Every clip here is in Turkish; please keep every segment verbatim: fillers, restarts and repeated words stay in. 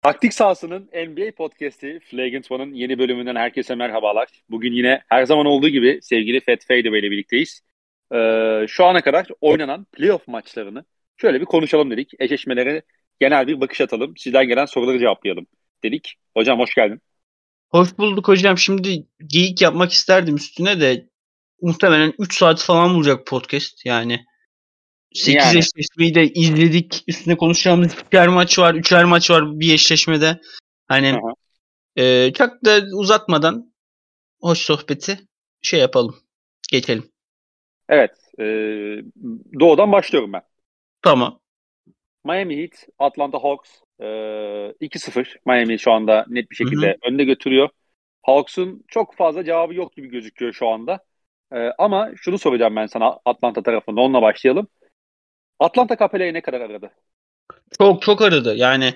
Taktik sahasının N B A podcast'i Flagrant One'ın yeni bölümünden herkese merhabalar. Bugün yine her zaman olduğu gibi sevgili Fat Fadeaway ile birlikteyiz. Ee, şu ana kadar oynanan playoff maçlarını şöyle bir konuşalım dedik. Eşleşmelere genel bir bakış atalım. Sizden gelen soruları cevaplayalım dedik. Hocam hoş geldin. Hoş bulduk hocam. Şimdi geyik yapmak isterdim üstüne de muhtemelen üç saat falan bulacak podcast. Yani sekiz Yani eşleşmeyi de izledik. Üstüne konuşacağımız üçer maç var. Üçer maç var bir eşleşmede. Hani aha. e, çok da uzatmadan hoş sohbeti şey yapalım. Geçelim. Evet. E, doğudan başlıyorum ben. Tamam. Miami Heat, Atlanta Hawks e, iki sıfır. Miami şu anda net bir Hı hı. şekilde önde götürüyor. Hawks'un çok fazla cevabı yok gibi gözüküyor şu anda. Ee, ama şunu soracağım ben sana Atlanta tarafında. Onunla başlayalım. Atlanta Capella'yı ne kadar aradı? Çok çok aradı. Yani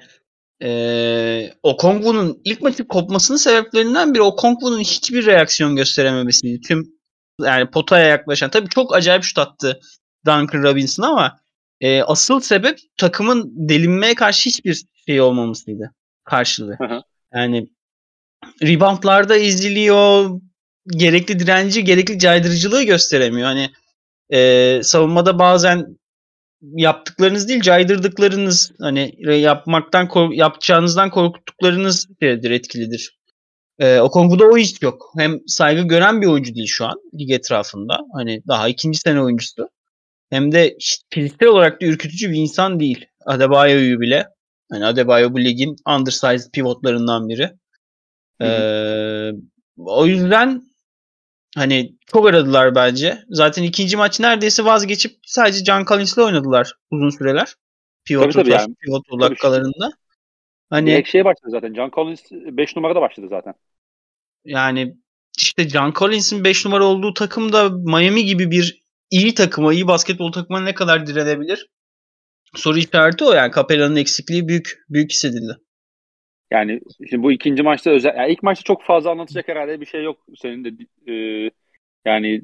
e, Okongwu'nun ilk maçı kopmasının sebeplerinden biri Okongwu'nun hiçbir reaksiyon gösterememesiydi. Tüm yani potaya yaklaşan. Tabii çok acayip şut attı Duncan Robinson ama e, asıl sebep takımın delinmeye karşı hiçbir şey olmamasıydı. Karşılığı. Hı hı. Yani reboundlarda eziliyor. Gerekli direnci, gerekli caydırıcılığı gösteremiyor. Hani e, savunmada bazen yaptıklarınız değil, caydırdıklarınız, hani yapmaktan yapacağınızdan korkuttuklarınız şeydir, etkilidir. Ee, Okongwu'da o hiç yok. Hem saygı gören bir oyuncu değil şu an lig etrafında. Hani daha ikinci sene oyuncusu. Hem de fiziksel olarak da ürkütücü bir insan değil. Adebayo'yu bile. Hani Adebayo bu ligin undersized pivotlarından biri. Hı hı. Ee, o yüzden hani çok aradılar bence. Zaten ikinci maç neredeyse vazgeçip sadece John Collins'le oynadılar uzun süreler. Tabii Pivot tabii rotasyon, yani. pivot Tabii şu- dakikalarında. direkt Hani şeye başladı zaten. John Collins beş numarada başladı zaten. yani işte John Collins'in beş numara olduğu takım da Miami gibi bir iyi takıma, iyi basketbol takımına ne kadar direnebilir? Soru işareti o yani. Capella'nın eksikliği büyük büyük hissedildi. Yani şimdi bu ikinci maçta özel, yani ilk maçta çok fazla anlatacak herhalde bir şey yok. Senin de e, yani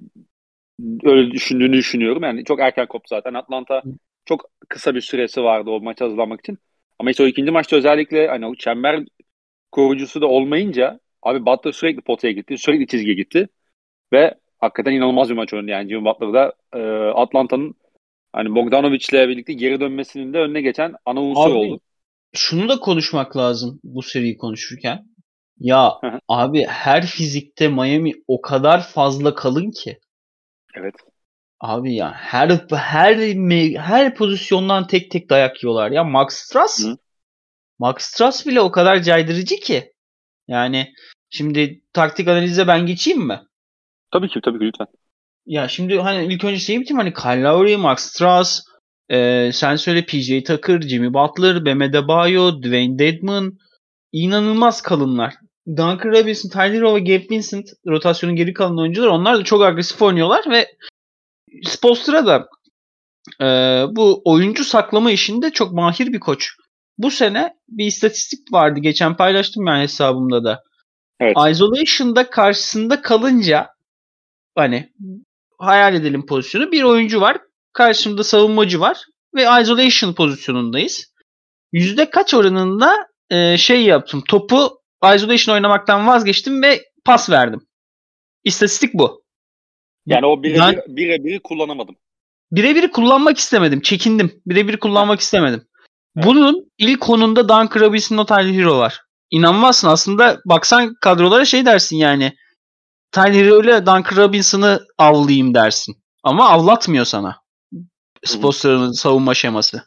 öyle düşündüğünü düşünüyorum. Yani çok erken koptu zaten. Atlanta çok kısa bir süresi vardı o maça hazırlanmak için. Ama işte o ikinci maçta özellikle hani o çember korucusu da olmayınca abi Butler sürekli potaya gitti. Sürekli çizgiye gitti. Ve hakikaten inanılmaz bir maç oynadı. Yani Jimmy Butler da e, Atlanta'nın hani Bogdanovic'le birlikte geri dönmesinin de önüne geçen ana unsur Abi oldu. şunu da konuşmak lazım bu seriyi konuşurken. Ya abi her fizikte Miami o kadar fazla kalın ki. Evet. Abi ya her her her pozisyondan tek tek dayak yiyorlar ya. Max Strus Hı. Max Strus bile o kadar caydırıcı ki. Yani şimdi taktik analize ben geçeyim mi? Tabii ki tabii ki lütfen. Ya şimdi hani ilk önce şey biteyim hani Kyle Lowry, Max Strus, e, sen söyle P J Tucker, Jimmy Butler, Bam Adebayo, Dwayne Dedmon inanılmaz kalınlar. Duncan Robinson, Tyler Hero ve Gabe Vincent rotasyonun geri kalan oyuncular onlar da çok agresif oynuyorlar ve Spoelstra da e, bu oyuncu saklama işinde çok mahir bir koç. Bu sene bir istatistik vardı. Geçen paylaştım ben hesabımda da. Evet. Isolation'da karşısında kalınca hani hayal edelim pozisyonu. Bir oyuncu var. Karşımda savunmacı var. Ve isolation pozisyonundayız. Yüzde kaç oranında e, şey yaptım. Topu isolation oynamaktan vazgeçtim ve pas verdim. İstatistik bu. Yani o birebir Ben birebiri kullanamadım. birebir kullanmak istemedim. Çekindim. Birebir Heh, kullanmak istemedim. evet. Bunun ilk konunda Duncan Robinson, Tyler Hero var. İnanmazsın aslında baksan kadrolara şey dersin yani. Tyler Hero ile Duncan Robinson'ı avlayayım dersin. Ama avlatmıyor sana. Hı hı. Spoelstra'nın savunma şeması.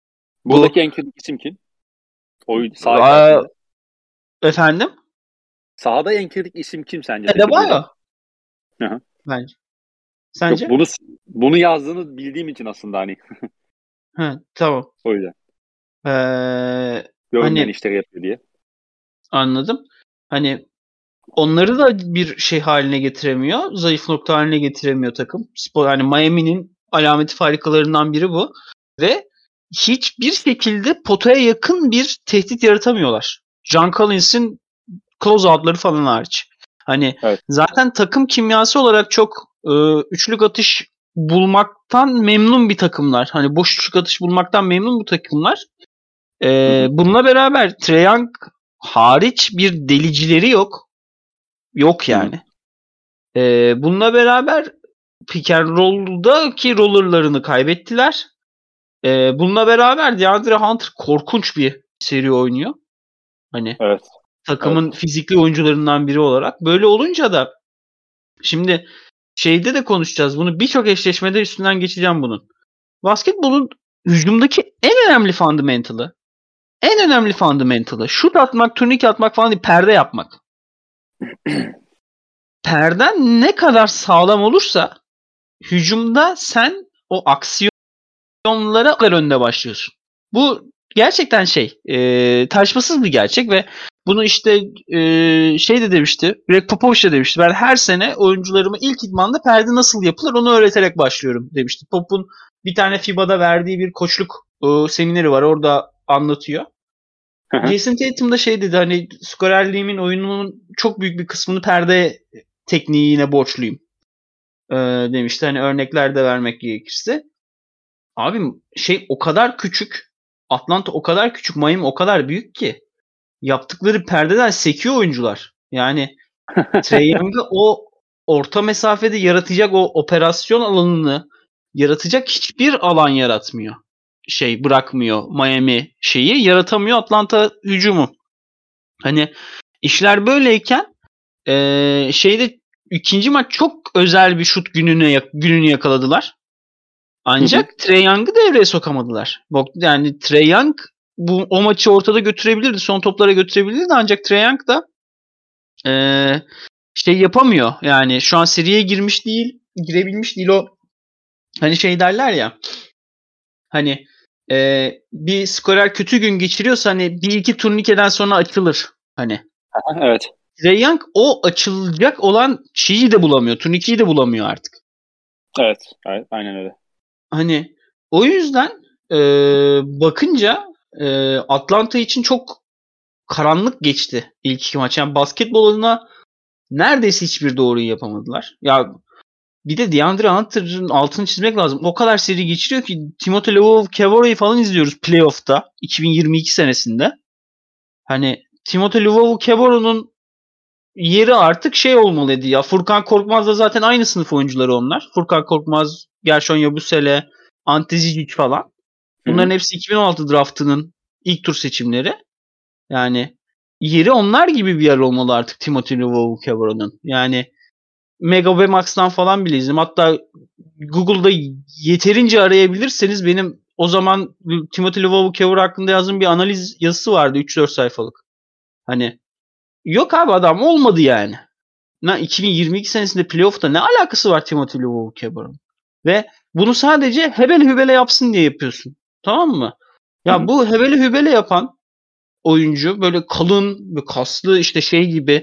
Bu Buradaki en kritik isim kim? Oyun saha aa, içerisinde. efendim Sahada en kritik isim kim sence peki burada? Adebayo Hı hı. bence. Yok Sence? bunu bunu yazdığını bildiğim için aslında hani He, tamam. o yüzden. Ee, Görünmeyen hani işleri yapıyor diye. anladım. Hani onları da bir şey haline getiremiyor. Zayıf nokta haline getiremiyor takım. Spor, yani Miami'nin alameti farikalarından biri bu. Ve hiçbir şekilde potaya yakın bir tehdit yaratamıyorlar. John Collins'in closeout'ları falan hariç. Hani Evet. zaten takım kimyası olarak çok e, üçlük atış bulmaktan memnun bir takımlar. Hani boş üçlük atış bulmaktan memnun bu takımlar. Ee, bununla beraber Trae Young hariç bir delicileri yok. Yok yani. Ee, bununla beraber pick and roll'daki rollerlarını kaybettiler. Ee, bununla beraber DeAndre Hunter korkunç bir seri oynuyor. Hani Evet. takımın Evet. fizikli oyuncularından biri olarak. Böyle olunca da şimdi şeyde de konuşacağız. Bunu birçok eşleşmede üstünden geçeceğim bunun. Basketbolun hücumdaki en önemli fundamental'ı, en önemli fundamental'ı şut atmak, turnike atmak falan değil, perde yapmak. Perden ne kadar sağlam olursa hücumda sen o aksiyonlara kadar önde başlıyorsun. Bu gerçekten şey, e, tartışmasız bir gerçek ve bunu işte e, şey de demişti, Greg Popovich de demişti. Ben her sene oyuncularıma ilk idmanda perde nasıl yapılır onu öğreterek başlıyorum demişti. Pop'un bir tane FIBA'da verdiği bir koçluk e, semineri var. Orada anlatıyor. Jason Tatum da şey dedi, hani skorerliğimin oyununun çok büyük bir kısmını perde tekniğine borçluyum e, demişti. Hani örnekler de vermek gerekirse. Abim şey o kadar küçük. Atlanta o kadar küçük. Miami o kadar büyük ki. Yaptıkları perdeden sekiyor oyuncular. Yani Trae Young'ı o orta mesafede yaratacak o operasyon alanını yaratacak hiçbir alan yaratmıyor. Şey bırakmıyor Miami şeyi. Yaratamıyor Atlanta hücumu. Hani işler böyleyken ee, şeyde ikinci maç çok özel bir şut gününe gününü yakaladılar. Ancak Trae Young'ı devreye sokamadılar. Yani Trae Young bu o maçı ortada götürebilirdi. Son toplara götürebilirdi ancak Trae Young da ee, şey yapamıyor. Yani şu an seriye girmiş değil, girebilmiş değil. O hani şey derler ya, hani ee, bir skorer kötü gün geçiriyorsa hani bir iki turnikeden sonra açılır. Hani. Evet. Trae Young o açılacak olan şeyi de bulamıyor. Turnikeyi de bulamıyor artık. Evet. Evet. Aynen öyle. Hani o yüzden e, bakınca e, Atlanta için çok karanlık geçti ilk iki maç. Yani basketbol adına neredeyse hiçbir doğruyu yapamadılar. Ya bir de DeAndre Hunter'ın altını çizmek lazım. O kadar seri geçiriyor ki Timothy Luwawu-Cabarrot'u falan izliyoruz playoff'ta iki bin yirmi iki senesinde. Hani Timothy Luwawu-Cabarrot'un yeri artık şey olmalıydı ya. Furkan Korkmaz'la zaten aynı sınıf oyuncuları onlar. Furkan Korkmaz, Gershon Yabusele, Ante Zizic falan. Bunların hepsi iki bin on altı draftının ilk tur seçimleri. Yani yeri onlar gibi bir yer olmalı artık Timothy Luwawu-Cabarrot'un. Yani Mega B Max'tan falan bile izledim. Hatta Google'da yeterince arayabilirseniz benim o zaman Timothy Luwawu-Cabarrot hakkında yazdığım bir analiz yazısı vardı üç dört sayfalık. Hani yok abi adam olmadı yani. iki bin yirmi iki senesinde playoff'ta ne alakası var Timothy Luwawu-Cabarrot'un? Ve bunu sadece hebele hübele yapsın diye yapıyorsun. Tamam mı? Ya bu hebele hübele yapan oyuncu böyle kalın ve kaslı işte şey gibi,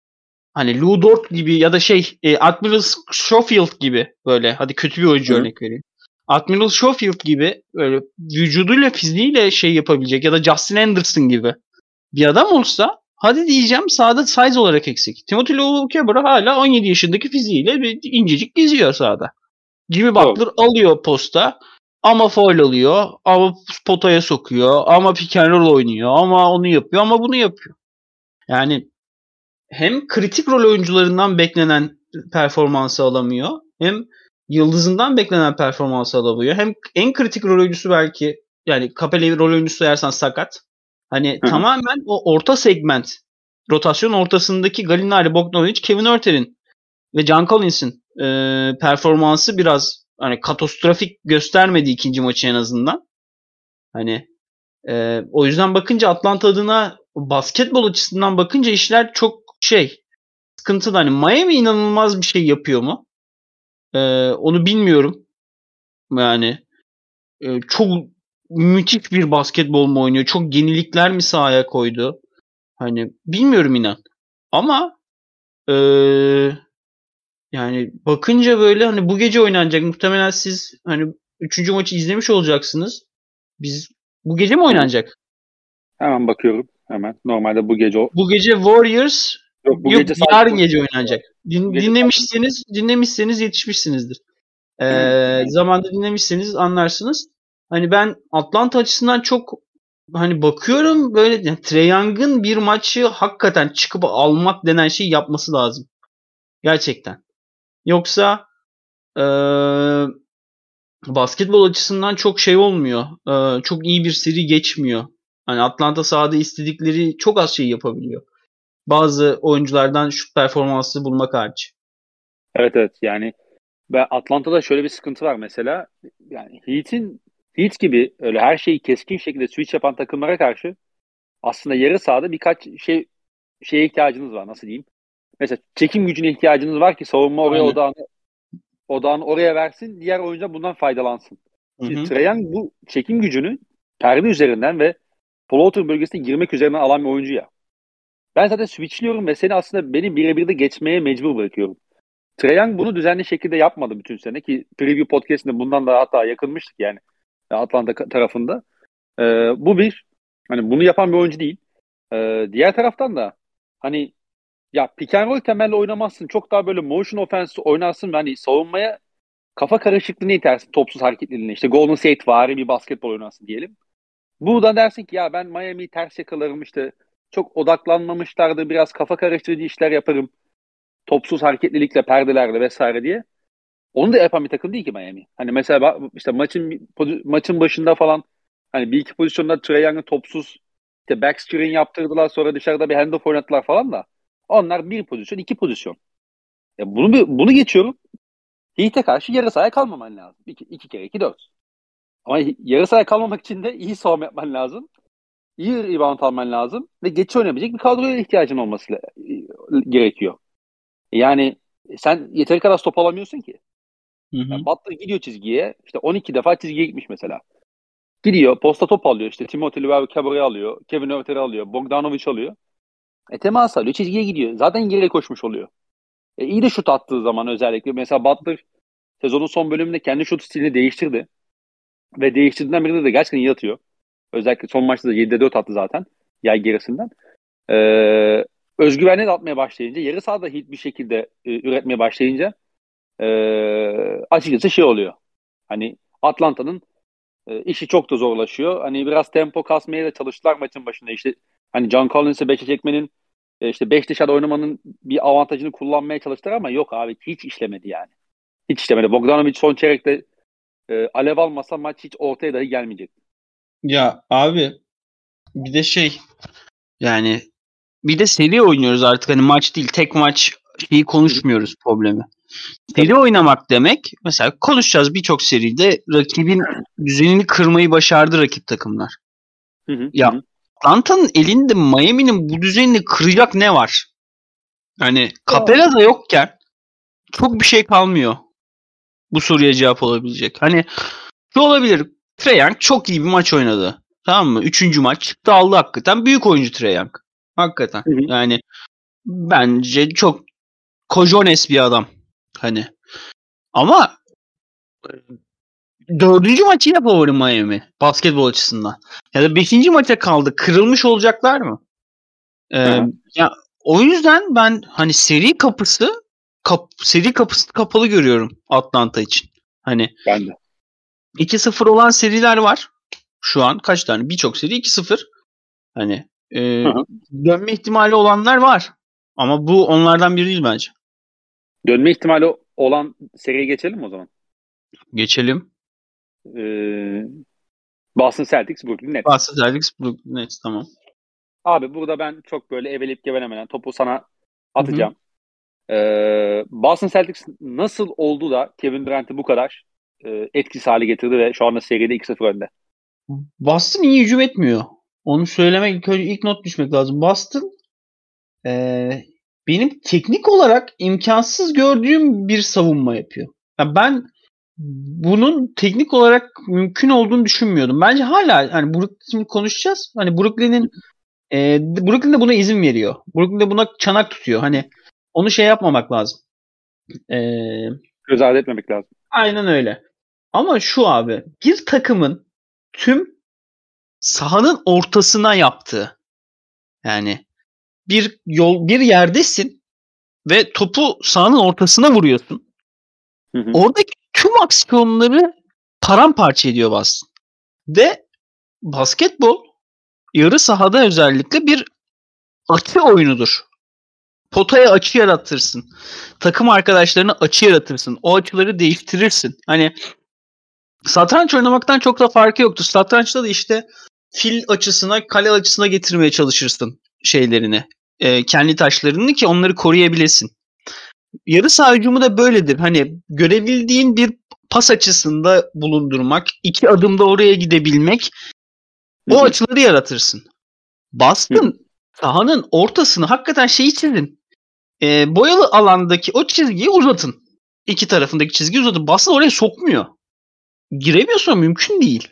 hani Lou Dort gibi ya da şey e, Admiral Schofield gibi, böyle hadi kötü bir oyuncu Hı-hı. örnek vereyim. Admiral Schofield gibi böyle vücuduyla fiziğiyle şey yapabilecek ya da Justin Anderson gibi bir adam olsa hadi diyeceğim, sahada size olarak eksik. Timothy Luwawu-Cabarrot hala on yedi yaşındaki fiziğiyle bir incecik geziyor sahada. Jimmy Butler alıyor posta ama foul alıyor, ama potaya sokuyor, ama pick and roll oynuyor, ama onu yapıyor, ama bunu yapıyor. Yani hem kritik rol oyuncularından beklenen performansı alamıyor, hem yıldızından beklenen performansı alamıyor. Hem en kritik rol oyuncusu belki, yani Capela'yı rol oyuncusu sayarsan sakat. Hani Hı-hı. tamamen o orta segment, rotasyon ortasındaki Gallinari, Bogdanovic, Kevin Huerter'in ve John Collins'in e, performansı biraz hani katastrofik göstermedi ikinci maçı en azından. Hani e, o yüzden bakınca Atlanta adına basketbol açısından bakınca işler çok şey sıkıntılı. Hani Miami inanılmaz bir şey yapıyor mu? E, onu bilmiyorum. Yani e, çok müthiş bir basketbol mu oynuyor? Çok yenilikler mi sahaya koydu? Hani bilmiyorum inan. Ama eee yani bakınca böyle hani bu gece oynanacak. Muhtemelen siz hani üçüncü maçı izlemiş olacaksınız. Biz bu gece mi Hı-hı. oynanacak? Hemen bakıyorum. Hemen. Normalde bu gece o. Bu gece Warriors Yok, bu yok gece sadece yarın gece Portland var. oynanacak. Bu Din, gece sadece dinlemişseniz dinlemişseniz yetişmişsinizdir. Ee, zamanda dinlemişseniz anlarsınız. Hani ben Atlanta açısından çok hani bakıyorum böyle yani Trae Young'ın bir maçı hakikaten çıkıp almak denen şeyi yapması lazım. Gerçekten. Yoksa eee, basketbol açısından çok şey olmuyor. Eee, çok iyi bir seri geçmiyor. Hani Atlanta sahada istedikleri çok az şey yapabiliyor. Bazı oyunculardan şut performansı bulmak hariç. Evet evet yani ve Atlanta'da şöyle bir sıkıntı var mesela. Yani Heat'in Heat gibi öyle her şeyi keskin şekilde switch yapan takımlara karşı aslında yarı sahada birkaç şey şeye ihtiyacınız var, nasıl diyeyim? Mesela çekim gücüne ihtiyacınız var ki savunma oraya Aynen. odağını, odağını oraya versin. Diğer oyuncular bundan faydalansın. Hı Şimdi hı. Trae Young bu çekim gücünü perde üzerinden ve floater bölgesine girmek üzerinden alan bir oyuncu ya. Ben zaten switchliyorum ve seni aslında beni birebir de geçmeye mecbur bırakıyorum. Trae Young bunu düzenli şekilde yapmadı bütün sene ki preview podcast'inde bundan da hatta yakınmıştık yani Atlanta tarafında. Ee, bu bir hani bunu yapan bir oyuncu değil. Ee, diğer taraftan da hani ya pick and roll temelli oynamazsın. Çok daha böyle motion offense oynarsın ve hani savunmaya kafa karışıklığını itersin topsuz hareketliliğine. İşte Golden State vari bir basketbol oynarsın diyelim. Buradan dersin ki ya ben Miami'yi ters yakalarım işte çok odaklanmamışlardı biraz kafa karıştırıcı işler yaparım. Topsuz hareketlilikle, perdelerle vesaire diye. Onu da yapan bir takım değil ki Miami. Hani mesela işte maçın maçın başında falan hani bir iki pozisyonda Trae Young'ı topsuz işte back screen yaptırdılar sonra dışarıda bir handoff oynattılar falan da onlar bir pozisyon, iki pozisyon. Ya bunu bunu geçiyorum. Heat'e karşı yarı sahaya kalmaman lazım. İki, iki kere iki dört. Ama yarı sahaya kalmamak için de iyi savunma yapman lazım. İyi rebound alman lazım. Ve geç oynayabilecek bir kadroya ihtiyacın olması gerekiyor. Yani sen yeteri kadar top alamıyorsun ki. Hı hı. Yani Butler gidiyor çizgiye. İşte on iki defa çizgiye gitmiş mesela. Gidiyor posta top alıyor. İşte Timothy Cabarrot'u alıyor. Kevin Huerter'i alıyor. Bogdanovic alıyor. E temas alıyor. Çizgiye gidiyor. Zaten geriye koşmuş oluyor. E iyi de şut attığı zaman özellikle. Mesela Butler sezonun son bölümünde kendi şut stilini değiştirdi. Ve değiştirdiğinden beri de gerçekten iyi atıyor. Özellikle son maçta da yedide dört attı zaten. Yay gerisinden. Ee, özgüvenle de atmaya başlayınca, yarı sahada hit bir şekilde e, üretmeye başlayınca e, açıkçası şey oluyor. Hani Atlanta'nın e, işi çok da zorlaşıyor. Hani biraz tempo kasmaya da çalıştılar maçın başında. İşte hani John Collins'i beşe çekmenin e, işte beş dışarıda oynamanın bir avantajını kullanmaya çalıştılar ama yok abi hiç işlemedi yani. Hiç işlemedi. Bogdanovic son çeyrekte e, alev almasa maç hiç ortaya dahi gelmeyecek. Ya abi bir de şey yani bir de seri oynuyoruz artık hani maç değil tek maç şeyi konuşmuyoruz problemi. Tabii. Seri oynamak demek mesela konuşacağız birçok seride rakibin düzenini kırmayı başardı rakip takımlar. Hı hı, Ya hı. Atlanta'nın elinde Miami'nin bu düzenini kıracak ne var? Hani Ya, Capela da yokken çok bir şey kalmıyor bu soruya cevap olabilecek. Hani şu olabilir. Trae Young çok iyi bir maç oynadı. Tamam mı? Üçüncü maç çıktı aldı hakikaten. Büyük oyuncu Trae Young. Hakikaten. hı hı. Yani bence çok kojones bir adam. Hani. Ama dördüncü maç yine favori Miami. Basketbol açısından. Ya da beşinci maça kaldı. Kırılmış olacaklar mı? Ee, Aha, ya o yüzden ben hani seri kapısı kap, seri kapısı kapalı görüyorum Atlanta için. Hani ben de. iki sıfır olan seriler var. Şu an kaç tane? Birçok seri iki sıfır. Hani e, Hı hı. dönme ihtimali olanlar var. Ama bu onlardan biri değil bence. Dönme ihtimali olan seriye geçelim mi o zaman? Geçelim. Ee, Boston Celtics, Brooklyn Nets. Boston Celtics, Brooklyn Nets tamam. Abi burada ben çok böyle eveleyip gevelemeden topu sana Hı hı. atacağım. Ee, Boston Celtics nasıl oldu da Kevin Durant'i bu kadar e, etkisiz hale getirdi ve şu anda seride iki sıfır önde? Boston iyi hücum etmiyor. Onu söylemek ilk önce ilk not düşmek lazım. Boston e, benim teknik olarak imkansız gördüğüm bir savunma yapıyor. Ya ben bunun teknik olarak mümkün olduğunu düşünmüyordum. Bence hala hani Brooklyn konuşacağız. Hani Brooklyn'in e, Brooklyn de buna izin veriyor. Brooklyn de buna çanak tutuyor. Hani onu şey yapmamak lazım. E, Göz ardı etmemek lazım. aynen öyle. Ama şu abi bir takımın tüm sahanın ortasına yaptığı yani bir yol bir yerdesin ve topu sahanın ortasına vuruyorsun. Hı hı. Oradaki tüm aksiyonları paramparça ediyor Boston. Ve basketbol yarı sahada özellikle bir açı oyunudur. Potaya açı yaratırsın. Takım arkadaşlarına açı yaratırsın. O açıları değiştirirsin. Hani satranç oynamaktan çok da farkı yoktur. Satrançta da işte fil açısına, kale açısına getirmeye çalışırsın şeylerini. E, kendi taşlarını ki onları koruyabilesin. Yarı saha hücumu da böyledir. Hani görebildiğin bir pas açısında bulundurmak, iki adımda oraya gidebilmek, o açıları yaratırsın. Bastın sahanın ortasını hakikaten şeyi çizin. E, boyalı alandaki o çizgiyi uzatın. İki tarafındaki çizgiyi uzatın. Bastın oraya sokmuyor. Giremiyorsun, mümkün değil.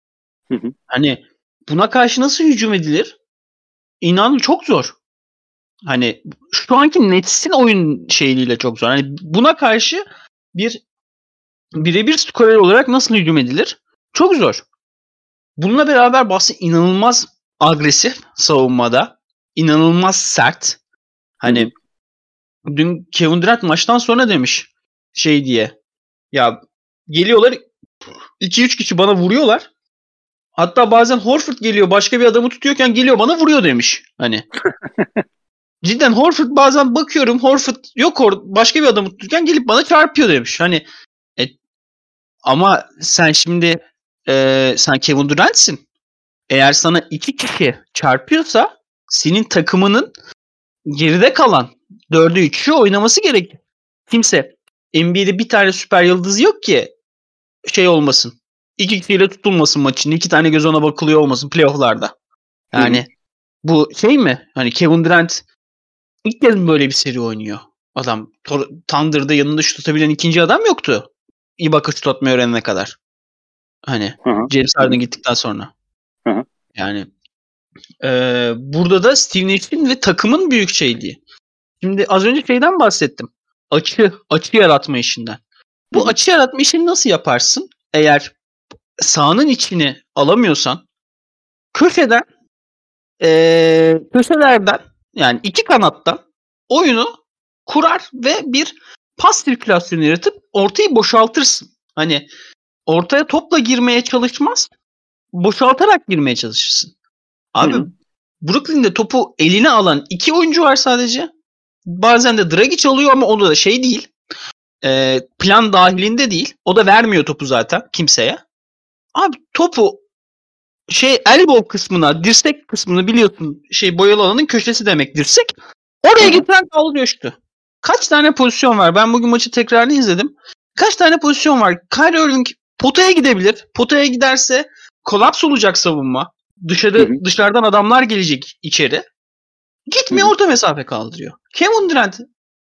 Hani buna karşı nasıl hücum edilir? İnan çok zor. Hani şu anki Nets'in oyun şeyliğiyle çok zor. Hani buna karşı bir birebir skorer olarak nasıl hücum edilir? Çok zor. Bununla beraber Boston inanılmaz agresif savunmada. İnanılmaz sert. Hani Hı-hı. dün Kevin Durant maçtan sonra demiş şey diye. Ya geliyorlar iki üç kişi bana vuruyorlar. Hatta bazen Horford geliyor başka bir adamı tutuyorken geliyor bana vuruyor demiş. Hani cidden Horford bazen bakıyorum Horford yok orada başka bir adamı tuturken gelip bana çarpıyor demiş. Hani e, ama sen şimdi e, sen Kevin Durant'sin. Eğer sana iki kişi çarpıyorsa senin takımının geride kalan dördü üçü oynaması gerekir. Kimse N B A'de bir tane süper yıldız yok ki şey olmasın. İki kişiyle tutulmasın maçın. İki tane göz ona bakılıyor olmasın playoff'larda. Yani Hı-hı. bu şey mi? Hani Kevin Durant ilk kez mi böyle bir seri oynuyor? Adam Thunder'da yanında şut atabilen ikinci adam yoktu. Ibaka şut atmayı öğrenene kadar. Hani Hı-hı. James Harden Hı-hı. gittikten sonra. Hı-hı. Yani e, burada da Steve Nash'in ve takımın büyük şeyliği. Şimdi az önce şeyden bahsettim. Açı, açı yaratma işinden. Bu Hı-hı. açı yaratma işini nasıl yaparsın? Eğer sahanın içini alamıyorsan köşeden e, köşelerden yani iki kanattan oyunu kurar ve bir pas sirkülasyonu yaratıp ortayı boşaltırsın. Hani ortaya topla girmeye çalışmaz, boşaltarak girmeye çalışırsın. Abi Hı-hı. Brooklyn'de topu eline alan iki oyuncu var sadece. Bazen de Dragic alıyor ama o da şey değil. E, plan dahilinde değil. O da vermiyor topu zaten kimseye. Abi topu şey elbow kısmına, dirsek kısmını biliyorsun. Şey boyalı alanın köşesi demek dirsek. Oraya getiren kaldırıyor işte. Kaç tane pozisyon var? Ben bugün maçı tekrarını izledim. Kaç tane pozisyon var? Kyrie Irving potaya gidebilir. Potaya giderse kolaps olacak savunma. Dışarı hı hı. Dışarıdan adamlar gelecek içeri. Gitmiyor, orta mesafe kaldırıyor. Kevin Durant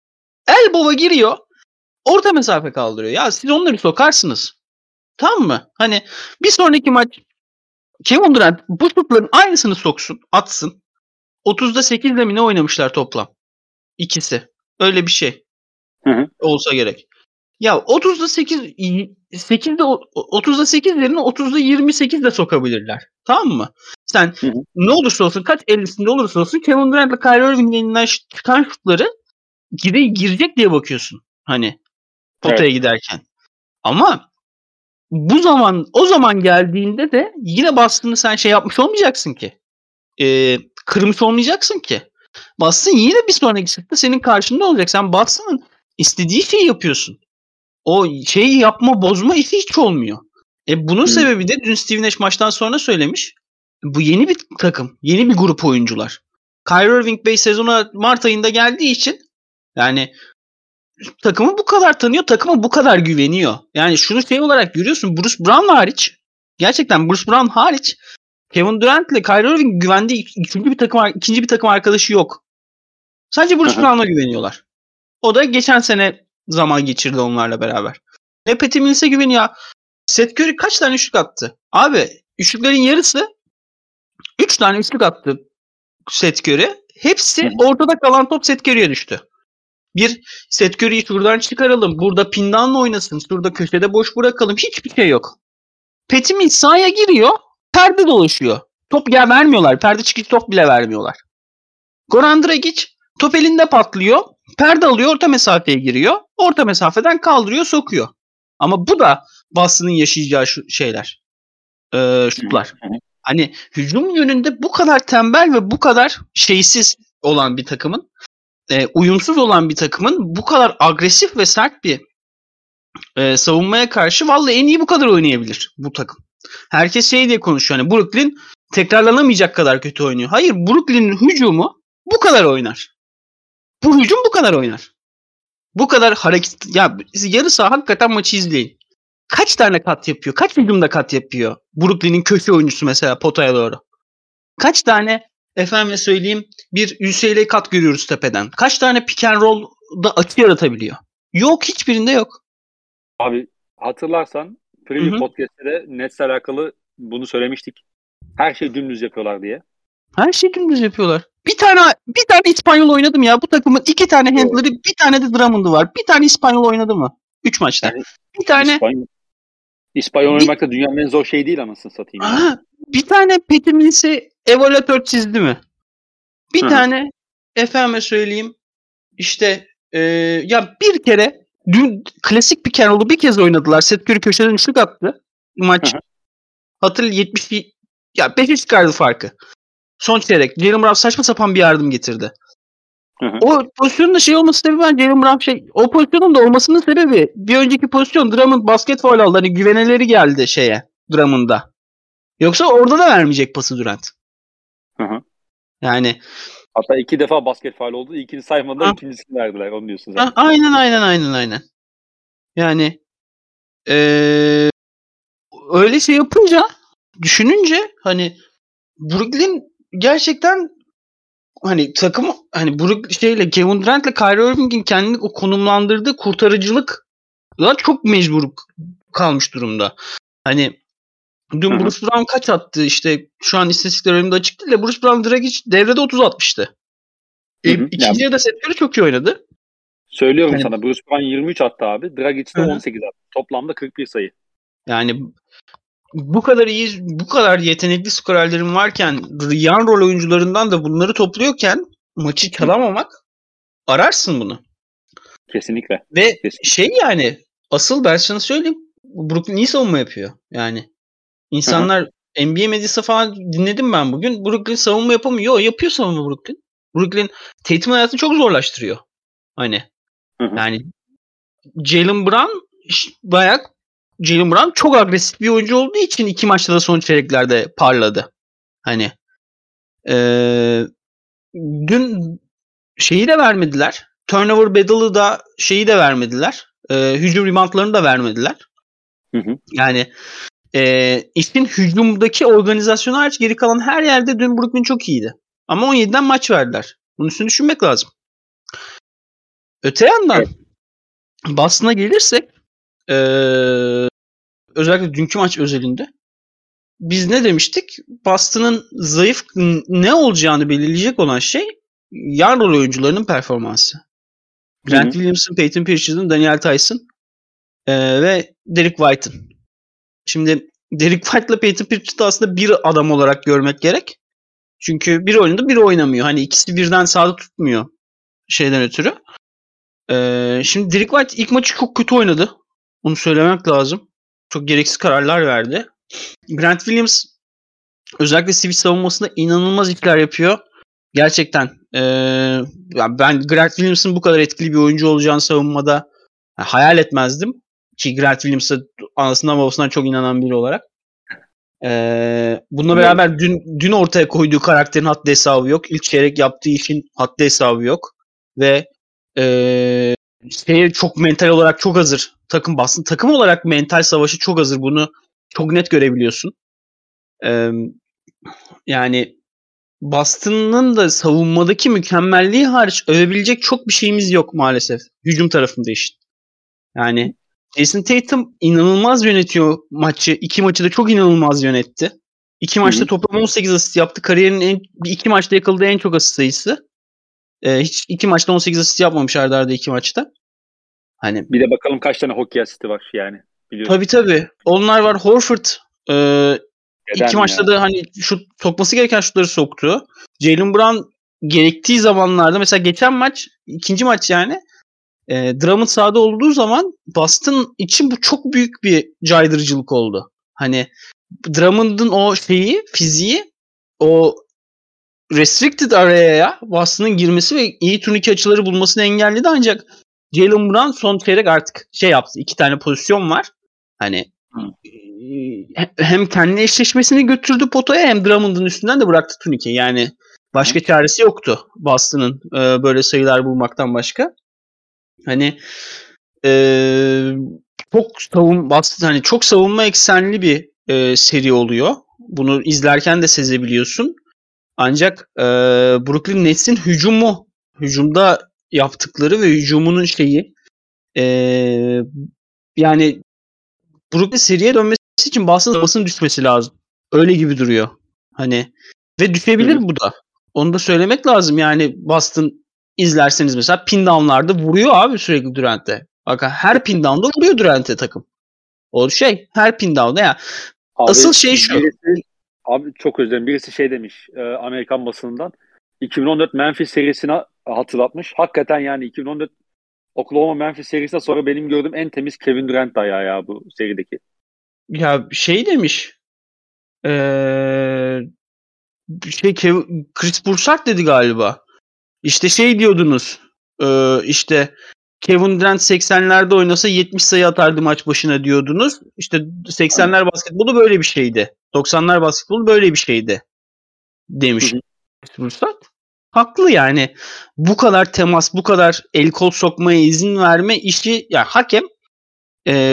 elbow'a giriyor. Orta mesafe kaldırıyor. Ya siz onları sokarsınız. Tamam mı? Hani bir sonraki maç Kevin Durant bu şutların aynısını soksun, atsın. otuzda sekizle mi ne oynamışlar toplam? İkisi. Öyle bir şey. Hı hı. Olsa gerek. Ya otuzda sekiz sekizde otuzda sekiz yerine otuzda yirmi sekiz de sokabilirler. Tamam mı? Sen hı hı. ne olursa olsun kaç ellisinde olursa olsun Kevin Durant'la Kyrie Irving'in elinden çıkan şutları gire, girecek diye bakıyorsun. Hani potaya evet. giderken. Ama bu zaman o zaman geldiğinde de yine Boston'ı sen şey yapmış olmayacaksın ki. E, kırmış olmayacaksın ki. Boston yine bir sonraki sırtta senin karşında olacak. Sen Boston'ın istediği şeyi yapıyorsun. O şeyi yapma, bozma işi hiç olmuyor. E bunun hmm. sebebi de dün Steve Nash maçtan sonra söylemiş. Bu yeni bir takım. Yeni bir grup oyuncular. Kyrie Irving Bey sezona Mart ayında geldiği için yani takımı bu kadar tanıyor, takıma bu kadar güveniyor. Yani şunu şey olarak görüyorsun. Bruce Brown hariç, gerçekten Bruce Brown hariç Kevin Durant ile Kyrie Irving güvendiği ikinci bir takım ikinci bir takım arkadaşı yok. Sadece Bruce Brown'a güveniyorlar. O da geçen sene zaman geçirdi onlarla beraber. Ve Patty Mills'e güveniyor. Seth Curry kaç tane üçlük attı? Abi üçlüklerin yarısı üç tane üçlük attı Seth Curry. Hepsi Hı. ortada kalan top Seth Curry'e düştü. Bir Seth Curry'yi şuradan çıkaralım. Burada pindanla oynasın. Şurada köşede boş bırakalım. Hiçbir şey yok. Patty Mills sahaya giriyor. Perde dolaşıyor. Top ya vermiyorlar. Perde çıkış top bile vermiyorlar. Goran Dragic top elinde patlıyor. Perde alıyor. Orta mesafeye giriyor. Orta mesafeden kaldırıyor. Sokuyor. Ama bu da Boston'ın yaşayacağı şu şeyler. Ee, şutlar. Hani hücum yönünde bu kadar tembel ve bu kadar şeysiz olan bir takımın, e, uyumsuz olan bir takımın bu kadar agresif ve sert bir e, savunmaya karşı vallahi en iyi bu kadar oynayabilir bu takım. Herkes şey diye konuşuyor, hani Brooklyn tekrarlanamayacak kadar kötü oynuyor. Hayır, Brooklyn'in hücumu bu kadar oynar. Bu hücum bu kadar oynar. Bu kadar hareket, ya yarı saha hakikaten maçı izleyin. Kaç tane kat yapıyor? Kaç hücumda kat yapıyor? Brooklyn'in köşe oyuncusu mesela potaya doğru. Kaç tane efendime söyleyeyim bir U C L A kat görüyoruz tepeden. Kaç tane pick and roll'da açı yaratabiliyor? Yok, hiçbirinde yok. Abi hatırlarsan Preview Podcast'te de Nets'le alakalı bunu söylemiştik. Her şeyi dümdüz yapıyorlar diye. Her şeyi dümdüz yapıyorlar. Bir tane bir tane İspanyol oynadım ya. Bu takımın iki tane handler'ı, bir tane de Drummond'u var. Bir tane İspanyol oynadı mı? Üç maçta. Yani, bir tane İspanyol, İspanyol oynamak da dünyanın en zor şeyi değil anasını satayım. Aha, yani. Bir tane Patty Mills'e evaluatör çizdi mi? Bir Hı-hı. tane efendime söyleyeyim işte e, ya bir kere dün klasik bir kere oldu, bir kez oynadılar. Seth Curry köşeden üçlük attı. Maç hatırlı yetmiş ya beş çıkardı farkı. Son çeyrek. Jaylen Brown saçma sapan bir yardım getirdi. Hı hı. O pozisyonun da şey olması sebebi, ben Jaylen Brown şey o pozisyonun da olmasının sebebi bir önceki pozisyon Drummond basket faul aldı. Hani güveneleri geldi şeye Drummond'a. Yoksa orada da vermeyecek pası Durant. Hı hı. Yani hatta iki defa basket faul oldu. İlkini saymadılar, ha. ikincisini verdiler. Onu diyorsun zaten. Ha, aynen aynen aynen aynen. Yani ee, öyle şey yapınca, düşününce hani Brooklyn gerçekten hani takım hani Brook şeyle Kevin Durant'le Kyrie Irving'in kendini o konumlandırdığı kurtarıcılıkla çok mecbur kalmış durumda. Hani dün Hı-hı. Bruce Brown kaç attı? İşte şu an istatistikler önümde açık değil de Bruce Brown Dragic devrede otuz atmıştı. E, ikinci yarıda Seth Curry çok iyi oynadı. Söylüyorum yani, sana Bruce Brown yirmi üç attı abi. Dragic de on sekiz attı. Toplamda kırk bir sayı. Yani bu kadar iyi, bu kadar yetenekli skorerlerin varken, yan rol oyuncularından da bunları topluyorken maçı çalamamak, ararsın bunu. Kesinlikle. Ve Kesinlikle. şey yani asıl ben sana söyleyeyim, Brooklyn iyi savunma yapıyor. Yani insanlar Hı-hı. N B A medyası falan dinledim ben bugün. Brooklyn savunma yapamıyor. Yapıyor savunma Brooklyn. Brooklyn Tatum hayatını çok zorlaştırıyor. Hani Hı-hı. yani Jaylen Brown bayağı Jaylen Brown çok agresif bir oyuncu olduğu için iki maçta da son çeyreklerde parladı. Hani ee, dün şeyi de vermediler. Turnover battle'ı da şeyi de vermediler. Ee, hücum reboundlarını da vermediler. Hı hı. Yani e, işin hücumdaki organizasyonu hariç geri kalan her yerde dün Brooklyn çok iyiydi. Ama on yediden maç verdiler. Bunun üstünü düşünmek lazım. Öte yandan evet. Boston'a gelirsek ee, özellikle dünkü maç özelinde biz ne demiştik? Boston'ın zayıf ne olacağını belirleyecek olan şey yan rol oyuncularının performansı. Grant Hı-hı. Williamson, Peyton Pritchard'ın, Daniel Tyson e, ve Derek White'ın. Şimdi Derek White'la Peyton Pritchard'ı aslında bir adam olarak görmek gerek. Çünkü biri oynadı, biri oynamıyor. Hani ikisi birden sahada tutmuyor şeyden ötürü. E, şimdi Derek White ilk maçı çok kötü oynadı. Onu söylemek lazım. Çok gereksiz kararlar verdi. Grant Williams özellikle switch savunmasında inanılmaz işler yapıyor. Gerçekten ee, yani ben Grant Williams'ın bu kadar etkili bir oyuncu olacağını savunmada yani hayal etmezdim. Ki Grant Williams'a anasından babasından çok inanan biri olarak. Ee, bununla beraber dün dün ortaya koyduğu karakterin haddi hesabı yok. İlk çeyrek yaptığı işin haddi hesabı yok. Ve ee, şeye çok mental olarak çok hazır. Takım Boston takım olarak mental savaşı çok hazır. Bunu çok net görebiliyorsun. Ee, yani Boston'ın da savunmadaki mükemmelliği hariç övebilecek çok bir şeyimiz yok maalesef. Hücum tarafında işte. Yani Jason Tatum inanılmaz yönetiyor maçı. İki maçı da çok inanılmaz yönetti. İki maçta toplam on sekiz asist yaptı. Kariyerinin en, iki maçta yakaladığı en çok asist sayısı. Ee, hiç iki maçta on sekiz asist yapmamış arda arda iki maçta. Hani bir de bakalım kaç tane hockey asisti var yani. Biliyorsun. Tabii tabii. Onlar var. Horford e, iki maçta da hani şut sokması gereken şutları soktu. Jaylen Brown gerektiği zamanlarda, mesela geçen maç, ikinci maç yani e, Drummond sahada olduğu zaman Boston için bu çok büyük bir caydırıcılık oldu. Hani Drummond'un o şeyi, fiziği o restricted area'ya Boston'ın girmesi ve iyi turnike açıları bulmasını engelledi, ancak Jaylen Brown son çeyrek artık şey yaptı. İki tane pozisyon var. Hani Hı. hem kendi eşleşmesini götürdü potaya, hem Drummond'un üstünden de bıraktı turnikeyi. Yani başka Hı. çaresi yoktu Boston'ın e, böyle sayılar bulmaktan başka. Hani e, çok savun Boston hani çok savunma eksenli bir e, seri oluyor. Bunu izlerken de sezebiliyorsun. Ancak e, Brooklyn Nets'in hücumu, hücumda yaptıkları ve hücumunun şeyi e, yani Brooklyn seriye dönmesi için Boston'ın basın düşmesi lazım. Öyle gibi duruyor. Hani ve düşebilir Hı-hı. bu da. Onu da söylemek lazım. Yani Boston izlerseniz mesela pin down'larda vuruyor abi sürekli Durant'e. Bak her pin down'da vuruyor Durant'e takım. O şey her pin down'da ya. Abi, asıl şey şu. Birisi, abi çok özür dilerim. Birisi şey demiş e, Amerikan basınından. iki bin on dört Memphis serisini hatırlatmış. Hakikaten yani iki bin on dört Oklahoma Memphis serisinden sonra benim gördüğüm en temiz Kevin Durant dayağı ya bu serideki. Ya şey demiş. Ee, şey Kev- Chris Broussard dedi galiba. İşte şey diyordunuz. E, işte Kevin Durant seksenlerde oynasa yetmiş sayı atardı maç başına diyordunuz. İşte seksenler basketbolu böyle bir şeydi. doksanlar basketbolu böyle bir şeydi demiş Chris Broussard. Haklı yani. Bu kadar temas, bu kadar el kol sokmaya izin verme işi, yani hakem e,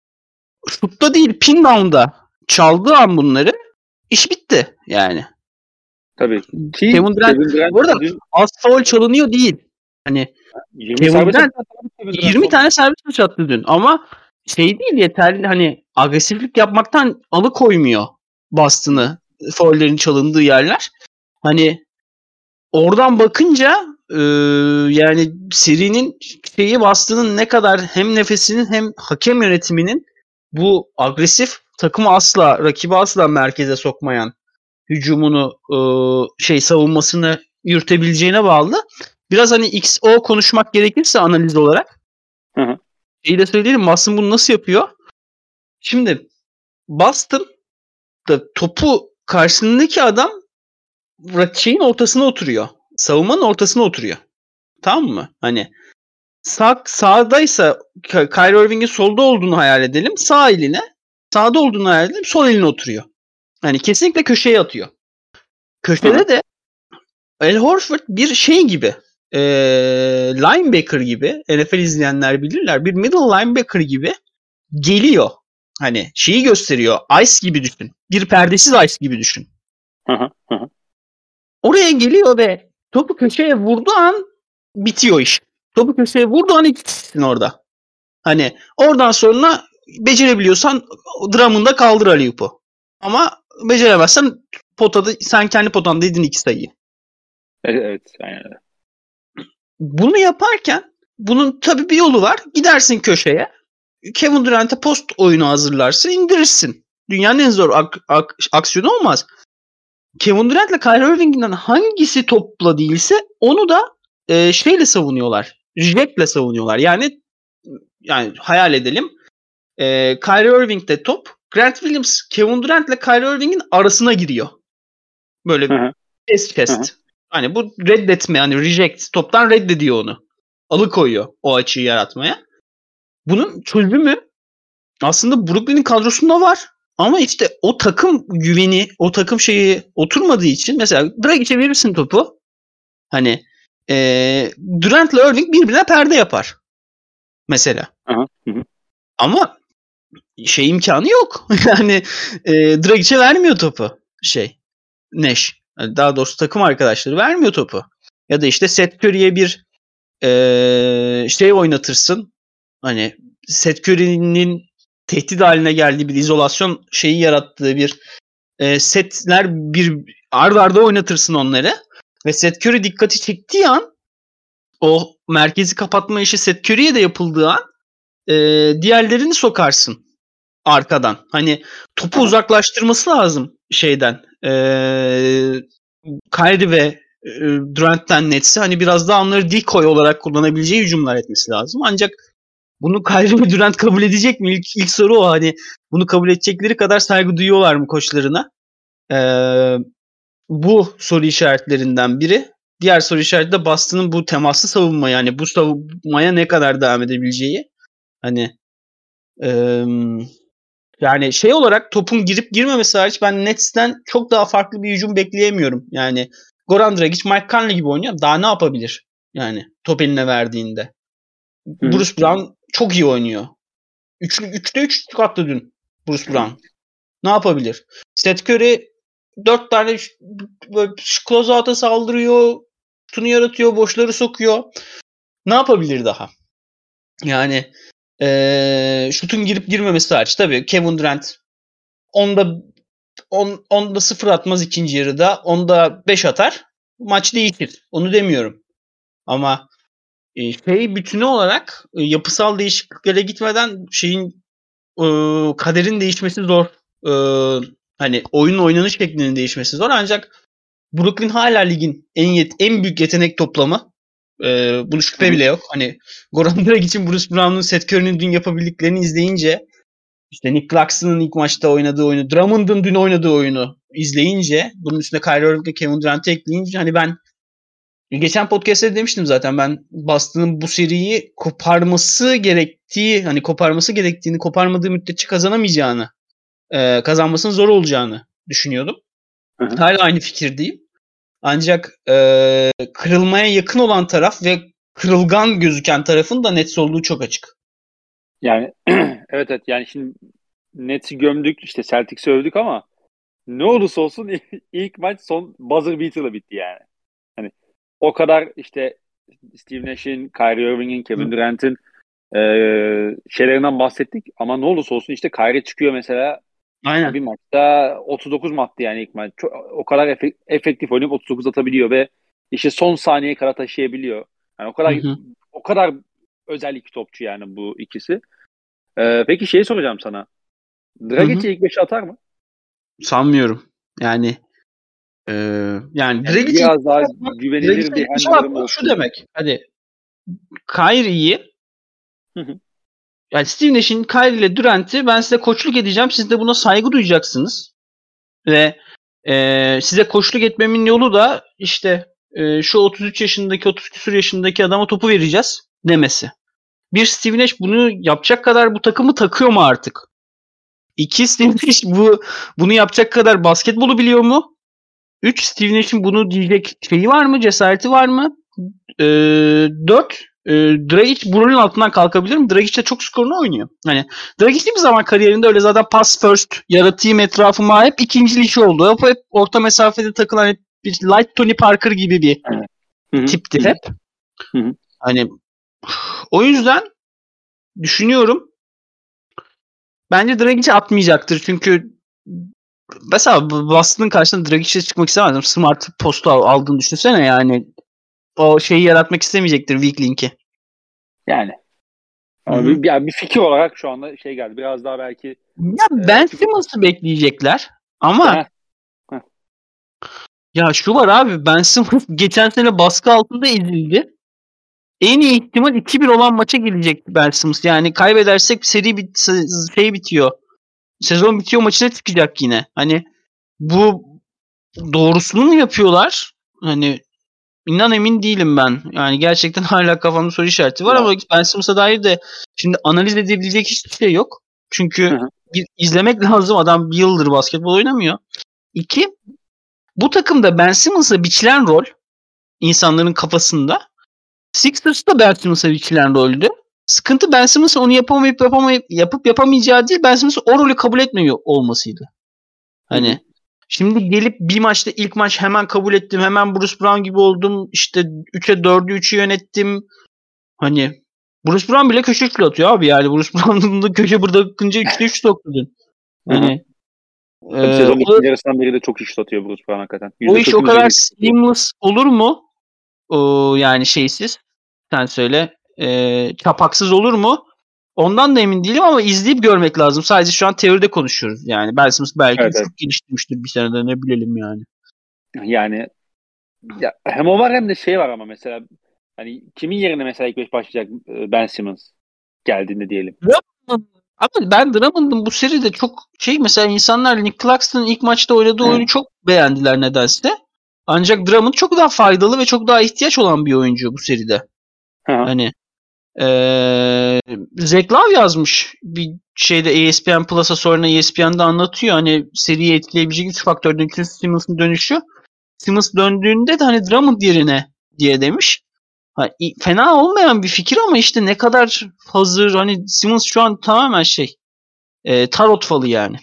şutta değil pin down'da çaldığı an bunları iş bitti yani. Tabii. Ki Kevin Durant, Kevin Durant bu arada dün... az foul çalınıyor değil. Hani Kevin Durant yirmi tane serbest maç attı dün ama şey değil, yeterli hani agresiflik yapmaktan alıkoymuyor Boston'ı foul'lerin çalındığı yerler. Hani oradan bakınca e, yani serinin şeyi Boston'ın ne kadar hem nefesinin hem hakem yönetiminin bu agresif takımı asla, rakibi asla merkeze sokmayan hücumunu e, şey savunmasını yürütebileceğine bağlı. Biraz hani X O konuşmak gerekirse analiz olarak. Hı hı. Şeyi de söyleyelim. Boston bunu nasıl yapıyor? Şimdi Boston da topu karşısındaki adam şeyin ortasına oturuyor. Savunmanın ortasına oturuyor. Tamam mı? Hani sağ, sağdaysa Kyrie Irving'in solda olduğunu hayal edelim. Sağ eline, sağda olduğunu hayal edelim. Sol eline oturuyor. Hani kesinlikle köşeye atıyor. Köşede Hı. de Al Horford bir şey gibi, e, linebacker gibi, N F L izleyenler bilirler, bir middle linebacker gibi geliyor. Hani şeyi gösteriyor, ice gibi düşün. Bir perdesiz ice gibi düşün. Hı hı, hı. Oraya geliyor ve topu köşeye vurduğu an bitiyor iş. Topu köşeye vurduğu an ikisisin orada. Hani oradan sonra becerebiliyorsan Drummond'a kaldır alley-oop'u. Ama beceremezsen potada, sen kendi potanda yedin iki sayıyı. Evet, evet, aynen öyle. Bunu yaparken bunun tabii bir yolu var. Gidersin köşeye. Kevin Durant'e post oyunu hazırlarsın, indirirsin. Dünyanın en zor ak- ak- aksiyonu olmaz. Kevin Durant'le Kyrie Irving'den hangisi topla değilse onu da e, şeyle savunuyorlar. Reject'le savunuyorlar. Yani yani hayal edelim. E, Kyrie Irving'de top, Grant Williams Kevin Durant'le Kyrie Irving'in arasına giriyor. Böyle bir chest chest. Hani bu reddetme, hani reject, toptan reddediyor onu. Alıkoyuyor o açıyı yaratmaya. Bunun çözümü aslında Brooklyn'in kadrosunda var. Ama işte o takım güveni, o takım şeyi oturmadığı için mesela Dragic'e verirsin topu. Hani ee, Durant'la Irving birbirine perde yapar. Mesela. Hı hı. Ama şey imkanı yok. Yani e, Dragic'e vermiyor topu. Şey. Nash. Daha doğrusu takım arkadaşları vermiyor topu. Ya da işte Seth Curry'e bir ee, şey oynatırsın. Hani Seth Curry'nin tehdit haline geldiği bir izolasyon şeyi yarattığı bir e, setler bir ard arda oynatırsın onları. Ve Seth Curry dikkati çektiği an o merkezi kapatma işi Seth Curry'ye de yapıldığı an e, diğerlerini sokarsın arkadan. Hani topu Aha. uzaklaştırması lazım şeyden. E, Kyrie ve e, Durant'ten Nets'i hani biraz daha onları decoy olarak kullanabileceği hücumlar etmesi lazım. Ancak Bunu Kyrie ve Durant kabul edecek mi? İlk, ilk soru o. Hani bunu kabul edecekleri kadar saygı duyuyorlar mı koçlarına? Ee, bu soru işaretlerinden biri. Diğer soru işareti de Boston'ın bu temaslı savunma, yani bu savunmaya ne kadar devam edebileceği. Hani ee, yani şey olarak topun girip girmemesi hariç ben Nets'ten çok daha farklı bir hücum bekleyemiyorum. Yani Goran Dragic, Mike Conley gibi oynuyor. Daha ne yapabilir? Yani top eline verdiğinde. Hı. Bruce Brown çok iyi oynuyor. Üçlü, üçte üç attı dün Bruce Brown. Ne yapabilir? Steph Curry dört tane closeout'a saldırıyor. Şutunu yaratıyor. Boşları sokuyor. Ne yapabilir daha? Yani ee, şutun girip girmemesi hariç. Tabii Kevin Durant onda on, onda sıfır atmaz ikinci yarıda. Onda beş atar. Maç değişir. Onu demiyorum. Ama e, şey bütünü olarak e, yapısal değişikliklere gitmeden şeyin e, kaderin değişmesi zor. E, hani oyunun oynanış şeklinin değişmesi zor. Ancak Brooklyn hala ligin en yet en büyük yetenek toplamı. E, bunu şüphe Hı. bile yok. Hani Goran Dragic için Bruce Brown'un, Seth Curry'nin dün yapabildiklerini izleyince, işte Nick Claxton'ın ilk maçta oynadığı oyunu, Drummond'un dün oynadığı oyunu izleyince, bunun üstüne Kyrie Irving ve Kevin Durant'ı ekleyince, hani ben geçen podcast'te demiştim zaten, ben Boston'ın bu seriyi koparması gerektiği, hani koparması gerektiğini, koparmadığı müddetçe kazanamayacağını, e, kazanmasının zor olacağını düşünüyordum. Hı hı. Hala aynı fikirdeyim. Ancak e, kırılmaya yakın olan taraf ve kırılgan gözüken tarafın da Nets olduğu çok açık. Yani evet evet yani şimdi Nets'i gömdük, işte Celtics'i övdük ama ne olursa olsun ilk maç son buzzer beater'la bitti yani. Hani o kadar işte Steve Nash'in, Kyrie Irving'in, Kevin Hı. Durant'in eee şeylerinden bahsettik ama ne olursa olsun işte Kyrie çıkıyor mesela bir Aynen. maçta otuz dokuz mu attı yani ilk maç. Çok, o kadar efe- efektif oynayıp otuz dokuz atabiliyor ve işte son saniyeye kadar taşıyabiliyor. Yani o Hı kadar hı. o kadar özel iki topçu yani bu ikisi. Eee, peki şeyi soracağım sana. Hı hı. Dragic ilk beşe atar mı? Sanmıyorum. Yani e, yani Yani Dragic'i biraz daha Dragic'e güvenilir bir ilk beşe handler'ım atmak şu olsun. demek. Hadi Kyrie'yi, Hı hı. yani Steve Nash'in Kyrie ile Durant'i ben size koçluk edeceğim. Siz de buna saygı duyacaksınız. Ve e, size koçluk etmemin yolu da işte e, şu otuz üç yaşındaki, otuz küsur yaşındaki adama topu vereceğiz demesi. Bir, Steve Nash bunu yapacak kadar bu takımı takıyor mu artık? İki, Steve Nash bu bunu yapacak kadar basketbolu biliyor mu? Üç, Steve Nash'in bunu diyecek şeyi var mı? Cesareti var mı? E, dört, e, Dragic bunun altından kalkabilir mi? Dragic de çok skorunu oynuyor. Hani Dragic hiçbir zaman kariyerinde öyle zaten pass first yaratayım etrafıma, hep ikinci işi oldu. Hep, hep orta mesafede takılan, hep bir light Tony Parker gibi bir Evet. Hı hı. tipti Hı hı. hep. Hı hı. Hani o yüzden düşünüyorum. Bence Dragic'i atmayacaktır. Çünkü mesela Boston'ın karşısında Dragic'e çıkmak istemezdim. Smart postu aldığını düşünsene yani. O şeyi yaratmak istemeyecektir, weak link'i. Yani Hı ama hı. bir, yani bir fikir olarak şu anda şey geldi. Biraz daha belki Ya e, Ben çünkü Simmons'ı bekleyecekler. işte heh, Ama heh. ya şu var abi, Ben Simmons geçen sene baskı altında ezildi. En iyi ihtimal iki bir olan maça gelecek Ben Simmons. Yani kaybedersek seri bit şey bitiyor. Sezon bitiyor, maçına çıkacak yine. Hani bu doğrusunu mu yapıyorlar? Hani inan emin değilim ben. Yani gerçekten hala kafamda soru işareti var Ya, ama Ben Simmons'a dair de şimdi analiz edebilecek hiçbir şey yok. hı Çünkü hı. bir izlemek lazım. Adam bir yıldır basketbol oynamıyor. İki, bu takımda Ben Simmons'a biçilen rol insanların kafasında, Sixers'ta Ben Simmons'a biçilen roldü. Sıkıntı Ben Simmons'a onu yapamayıp yapamayıp yapıp yapamayacağı değil, Ben Simmons'ın o rolü kabul etmiyor olmasıydı. Hı hı. Hani şimdi gelip bir maçta, ilk maç hemen kabul ettim. Hemen Bruce Brown gibi oldum. İşte üçe dördü üçü yönettim. Hani Bruce Brown bile köşe üçlü atıyor abi yani. Bruce Brown'un da köşe burada akınca üçte üç soktu dün. Hı hı. Hani Tabii e, sezonun o, ikinci yarısından beri de çok iş atıyor Bruce Brown hakikaten. o yüzde iş o kırkın kadar üzerinde iş atıyor. seamless olur mu? O, yani şeysiz. Sen söyle. E, çapaksız olur mu? Ondan da emin değilim ama izleyip görmek lazım. Sadece şu an teoride konuşuyoruz. Yani Ben Simmons belki Evet evet. çok geliştirmiştir bir senede, ne bilelim yani. Yani ya, hem o var hem de şey var ama mesela hani kimin yerine mesela ilk beş başlayacak e, Ben Simmons? geldiğinde diyelim. Drummond, ama ben Drummond'un bu seride çok şey, mesela insanlar Nick Claxton'ın ilk maçta oynadığı oyunu çok beğendiler nedense. Ancak Drummond çok daha faydalı ve çok daha ihtiyaç olan bir oyuncu bu seride. Hı hı. Hani Ee, Zach Love yazmış bir şeyde, E S P N Plus'a, sonra E S P N'de anlatıyor. Hani seriyi etkileyebilecek üç faktörden ikisi Simmons'ın dönüşü. Simmons döndüğünde de hani Drummond yerine diye demiş. Ha, fena olmayan bir fikir ama işte ne kadar hazır, hani Simmons şu an tamamen şey e, tarot falı yani.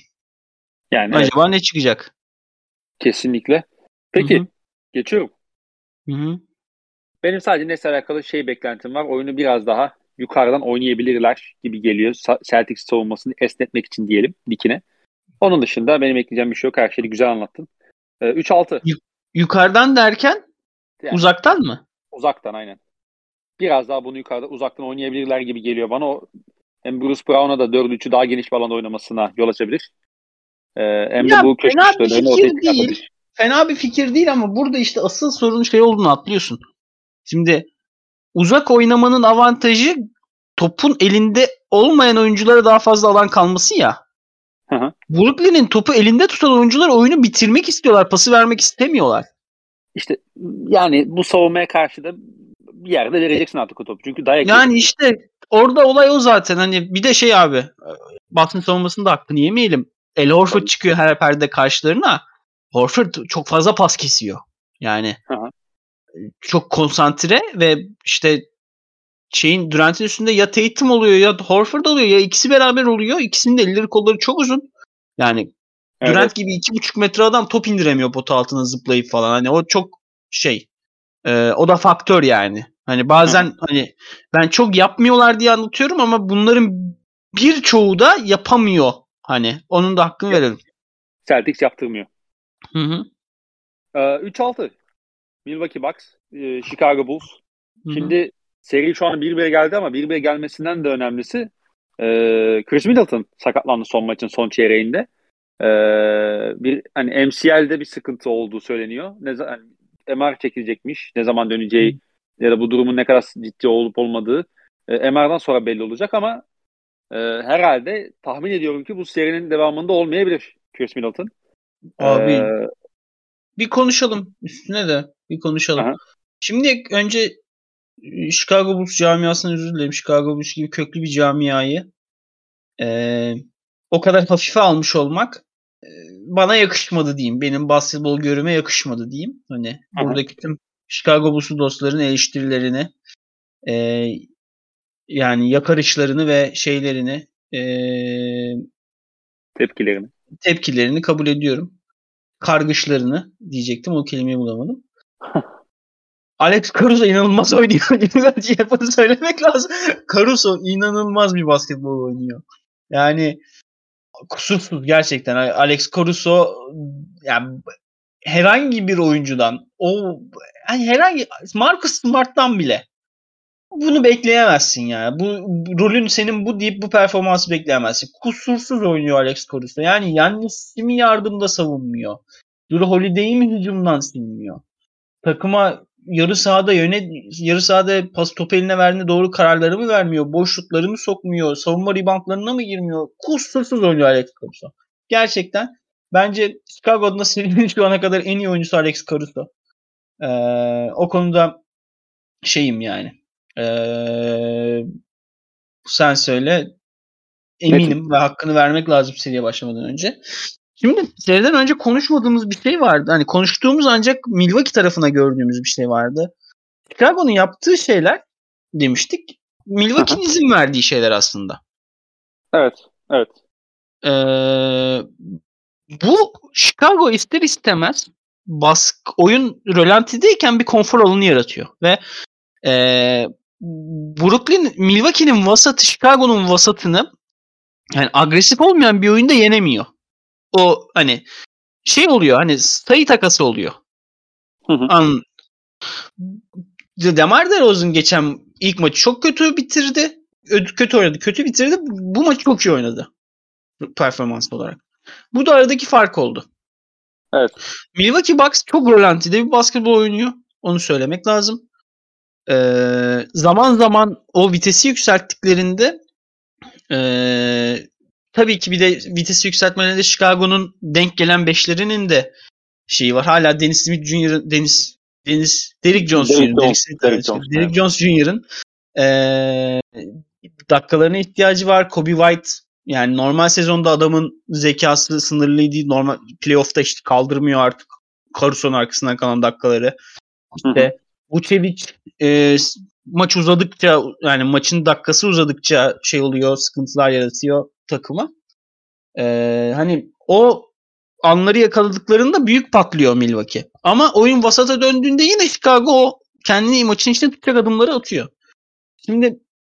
Yani Acaba evet. ne çıkacak? Kesinlikle. Peki Hı hı. geçiyorum. Hı hı. Benim sadece Nets'le alakalı şey beklentim var. Oyunu biraz daha yukarıdan oynayabilirler gibi geliyor. Sa- Celtics savunmasını esnetmek için diyelim dikine. Onun dışında benim ekleyeceğim bir şey yok. Her şeyi güzel anlattın. Ee, üç altı. Yu- yukarıdan derken Yani uzaktan mı? uzaktan aynen. Biraz daha bunu yukarıda uzaktan oynayabilirler gibi geliyor bana. O hem Bruce Brown'a da dördü üçü daha geniş bir alanda oynamasına yol açabilir. Ee, hem de Ya bu köşe fena bir şutlarını ortaya fikir değil. çıkartabilir. Fena bir fikir değil ama burada işte asıl sorun şey olduğunu atlıyorsun. Şimdi uzak oynamanın avantajı topun elinde olmayan oyunculara daha fazla alan kalması ya. Hı hı. Brooklyn'in topu elinde tutan oyuncular oyunu bitirmek istiyorlar. Pası vermek istemiyorlar. İşte yani bu savunmaya karşı da bir yerde vereceksin artık o topu. Çünkü dayak Yani yiyorsun. işte orada olay o zaten. Hani bir de şey abi, Boston savunmasının da hakkını yemeyelim. El Horford Tabii. çıkıyor her perde karşılarına. Horford çok fazla pas kesiyor. Yani Hı hı. çok konsantre ve işte şeyin, Durant'in üstünde ya Tatum oluyor ya Horford oluyor ya ikisi beraber oluyor. İkisinin de elleri kolları çok uzun. Yani Evet, Durant evet. gibi iki buçuk metre adam top indiremiyor pota altına zıplayıp falan. Hani o çok şey. E, o da faktör yani. Hani Hı hı. bazen hani ben çok yapmıyorlar diye anlatıyorum ama bunların birçoğu da yapamıyor. Hani onun da hakkını Ya, verelim. Celtics yaptırmıyor. Hı hı. Ee, üç altı. Milwaukee Bucks, e, Chicago Bulls. Hı hı. Şimdi seri şu an bir bire geldi ama bir bire gelmesinden de önemlisi e, Chris Middleton sakatlandı son maçın son çeyreğinde. E, bir hani M C L'de bir sıkıntı olduğu söyleniyor. Ne zaman M R çekilecekmiş, ne zaman döneceği ya da bu durumun ne kadar ciddi olup olmadığı e, M R'dan sonra belli olacak ama e, herhalde tahmin ediyorum ki bu serinin devamında olmayabilir Chris Middleton. E, Abi bir konuşalım üstüne de bir konuşalım. aha, Şimdi önce Chicago Bulls camiasından özür dilerim. Chicago Bulls gibi köklü bir camiayı e, o kadar hafife almış olmak e, bana yakışmadı diyeyim. Benim basketbol görüme yakışmadı diyeyim. Hani aha, buradaki tüm Chicago Bulls'lu dostların eleştirilerini, e, yani yakarışlarını ve şeylerini, e, tepkilerini. tepkilerini kabul ediyorum. Kargışlarını diyecektim, o kelimeyi bulamadım. Alex Caruso inanılmaz oynuyor. Bence bunu söylemek lazım. Caruso inanılmaz bir basketbol oynuyor. Yani kusursuz gerçekten. Alex Caruso yani herhangi bir oyuncudan, o yani herhangi Marcus Smart'tan bile bunu bekleyemezsin yani. Bu, bu rolün senin bu deyip bu performansı bekleyemezsin. Kusursuz oynuyor Alex Caruso. Yani Yannis'i mi yardımda savunmuyor? Drew Holiday'i mi hücumdan silmiyor? Takıma yarı sahada yönet yarı sahada pas top eline verdiğinde doğru kararları mı vermiyor? Boş şutları mı sokmuyor? Savunma reboundlarına mı girmiyor? Kusursuz oynuyor Alex Caruso. Gerçekten bence Chicago adına serinin şu ana kadar en iyi oyuncusu Alex Caruso. Ee, o konuda şeyim yani. Ee, sen söyle. Netim. Eminim ve hakkını vermek lazım seriye başlamadan önce. Şimdi seriden önce konuşmadığımız bir şey vardı. Hani konuştuğumuz ancak Milwaukee tarafına gördüğümüz bir şey vardı. Chicago'nun yaptığı şeyler demiştik. Milwaukee'nin izin verdiği şeyler aslında. Evet, evet. Ee, bu Chicago ister istemez baskı, oyun rölantideyken bir konfor alanı yaratıyor. Ve ee, Brooklyn, Milwaukee'nin vasatı Chicago'nun vasatını, yani agresif olmayan bir oyunda yenemiyor. O hani şey oluyor, hani sayı takası oluyor. Hı hı. An DeMar DeRozan geçen ilk maçı çok kötü bitirdi. Kötü oynadı, kötü bitirdi. Bu maçı çok iyi oynadı performans olarak. Bu da aradaki fark oldu. Evet. Milwaukee Bucks çok rölantide bir basketbol oynuyor. Onu söylemek lazım. Ee, zaman zaman o vitesi yükselttiklerinde Ee, tabii ki bir de vitesi yükseltmelerinde Chicago'nun denk gelen beşlerinin de şeyi var. Hala Dennis Smith Junior'ın Dennis Dennis Derrick Jones Derrick Junior Derrick Jones. Smith Derrick evet. Jones. Derrick Evet. Jones Junior'ın ee, dakikalarına ihtiyacı var. Kobe White yani normal sezonda adamın zekası sınırlıydı. Normal playoff'ta işte kaldırmıyor artık Caruso'nun arkasından kalan dakikaları. İşte Vucevic e, maç uzadıkça yani maçın dakikası uzadıkça şey oluyor, sıkıntılar yaratıyor takıma. Ee, hani o anları yakaladıklarında büyük patlıyor Milwaukee. Ama oyun vasata döndüğünde yine Chicago o kendini maçın içine tutacak adımları atıyor. Şimdi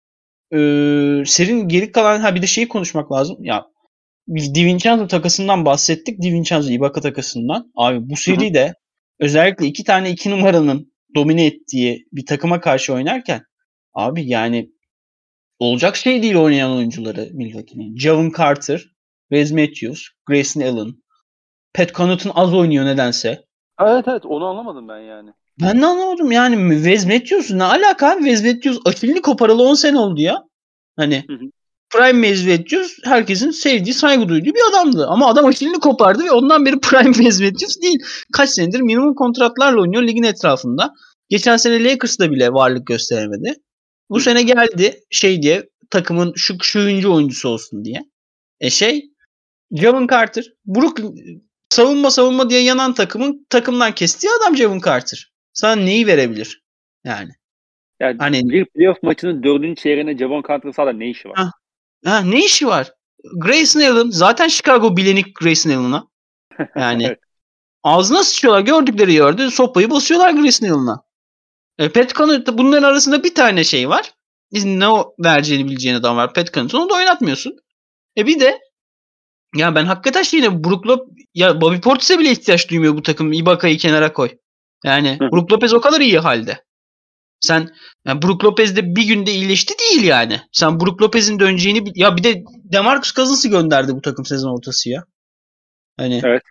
e, serinin geri kalan ha bir de şeyi konuşmak lazım. Ya DiVincenzo takasından bahsettik. DiVincenzo Ibaka takasından. Abi bu seride özellikle iki tane iki numaranın domine ettiği bir takıma karşı oynarken abi yani olacak şey değil oynayan oyuncuları Milwaukee'nin. Javon Carter, Wes Matthews, Grayson Allen, Pat Connaughton az oynuyor nedense. Evet evet onu anlamadım ben yani. Ben de anlamadım yani Wes Matthews ne alaka abi? Wes Matthews Achilles'i koparalı on sene oldu ya. Hani Hı hı. Prime Wes Matthews herkesin sevdiği, saygı duyduğu bir adamdı. Ama adam Achilles'i kopardı ve ondan beri Prime Wes Matthews değil. Kaç senedir minimum kontratlarla oynuyor ligin etrafında. Geçen sene Lakers'da bile varlık gösteremedi. Bu Hı hı. sene geldi şey diye takımın şu şu oyuncu oyuncusu olsun diye. E şey Javon Carter Brooklyn savunma savunma diye yanan takımın takımdan kestiği adam Javon Carter. Sana neyi verebilir? Yani. Yani Hani bir playoff maçının dördüncü çeyreğine Javon Carter'ın sahada ne işi var? ha, ha, ne işi var? Grayson Allen zaten Chicago bilenik Grayson Allen'a. Yani Evet. ağzına sıçıyorlar. Gördükleri yerde sopayı basıyorlar Grayson Allen'a. E, Pat Connaughton bunların arasında bir tane şey var. Ne o vereceğini bileceğin adam var. Pat Connaughton onu da oynatmıyorsun. E bir de ya ben hakikaten şeyine Brook Lopez ya Bobby Portis'e bile ihtiyaç duymuyor bu takım. Ibaka'yı kenara koy. Yani Brook Lopez o kadar iyi halde. Sen yani Brook Lopez de bir günde iyileşti değil yani. Sen Brook Lopez'in döneceğini ya bir de DeMarcus Cousins'ı gönderdi bu takım sezon ortası ya. Hani Evet.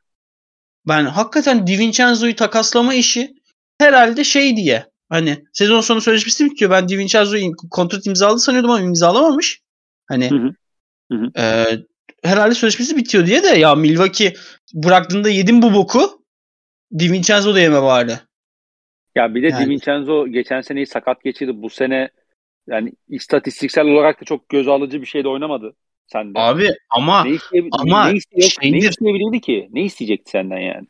ben hakikaten DiVincenzo'yu takaslama işi herhalde şey diye. Hani sezon sonu sözleşmesi bitiyor. Ben DiVincenzo'yu kontrat imzaladı sanıyordum ama imzalamamış. Hani Hı hı. Hı hı. e, herhalde sözleşmesi bitiyor diye de ya Milwaukee bıraktığında yedim bu boku. DiVincenzo da yeme bari. Ya bir de Yani DiVincenzo geçen seneyi sakat geçirdi. Bu sene yani istatistiksel olarak da çok göz alıcı bir şey de oynamadı sende. abi ama Ne isteye ne ama iste yok ne şeydir. isteyebilirdi ki? Ne isteyecekti senden yani?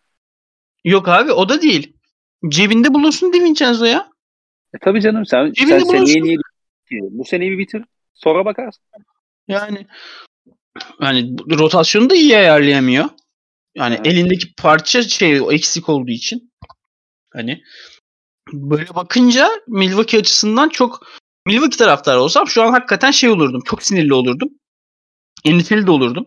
Yok abi o da değil. Cebinde bulunsun DiVincenzo ya. E tabii canım sen sen Cebinde seneye bulunsun. niye ki? Bu seneyi bir bitir. Sonra bakarsın. Yani yani rotasyonu da iyi ayarlayamıyor. Yani Aha. elindeki parça şey eksik olduğu için. Hani böyle bakınca Milwaukee açısından çok Milwaukee taraftarı olsam şu an hakikaten şey olurdum. Çok sinirli olurdum. Endişeli de olurdum.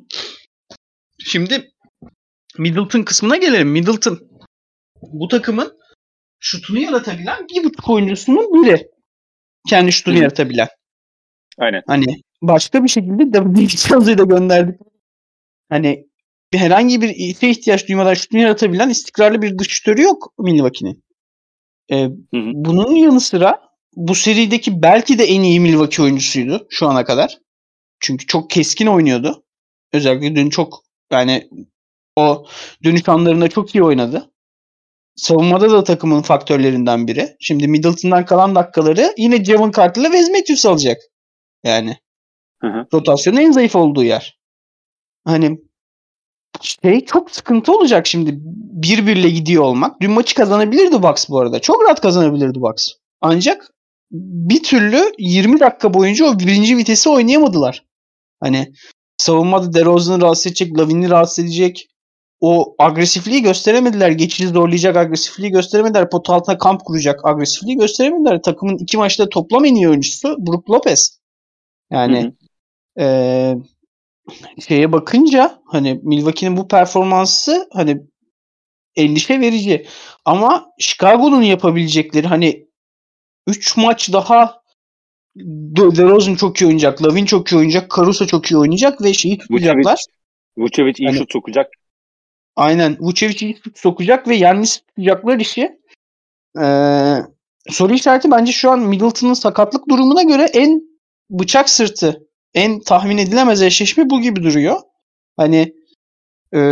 Şimdi Middleton kısmına gelelim. Middleton bu takımın şutunu yaratabilen bir buçuk oyuncusunun biri. Kendi şutunu Hı hı. yaratabilen. Aynen. Hani başka bir şekilde DiVincenzo'yu da gönderdik. Hani herhangi bir işe ihtiyaç duymadan şutunu yaratabilen istikrarlı bir dış şutörü yok Milwaukee'nin. Ee, Hı hı. bunun yanı sıra bu serideki belki de en iyi Milwaukee oyuncusuydu şu ana kadar. Çünkü çok keskin oynuyordu. Özellikle dün çok yani o dönüş anlarında çok iyi oynadı. Savunmada da takımın faktörlerinden biri. Şimdi Middleton'dan kalan dakikaları yine Javon Carter'la Wes Matthews alacak. Yani Hı hı. rotasyonun en zayıf olduğu yer. Hani şey çok sıkıntı olacak şimdi bir birle gidiyor olmak. Dün maçı kazanabilirdi Bucks bu arada. Çok rahat kazanabilirdi Bucks. Ancak bir türlü yirmi dakika boyunca o birinci vitesi oynayamadılar. Hani savunmada DeRozan'ı rahatsız edecek, Lavin'i rahatsız edecek. O agresifliği gösteremediler. Geçici zorlayacak agresifliği gösteremediler. Pot altına kamp kuracak agresifliği gösteremediler. Takımın iki maçta toplam en iyi oyuncusu Brook Lopez. Hı hı. Yani ee, şeye bakınca hani Milwaukee'nin bu performansı hani endişe verici. Ama Chicago'nun yapabilecekleri hani üç maç daha DeRozan çok iyi oynayacak, Lavin çok iyi oynayacak, Caruso çok iyi oynayacak ve şeyi Vucevic, tutacaklar. Vucevic iyi Hani şut sokacak. aynen Vucevic'i sokacak ve Yannis tutacaklar işi. Ee, soru işareti bence şu an Middleton'ın sakatlık durumuna göre en bıçak sırtı en tahmin edilemez eşleşme bu gibi duruyor. Hani e,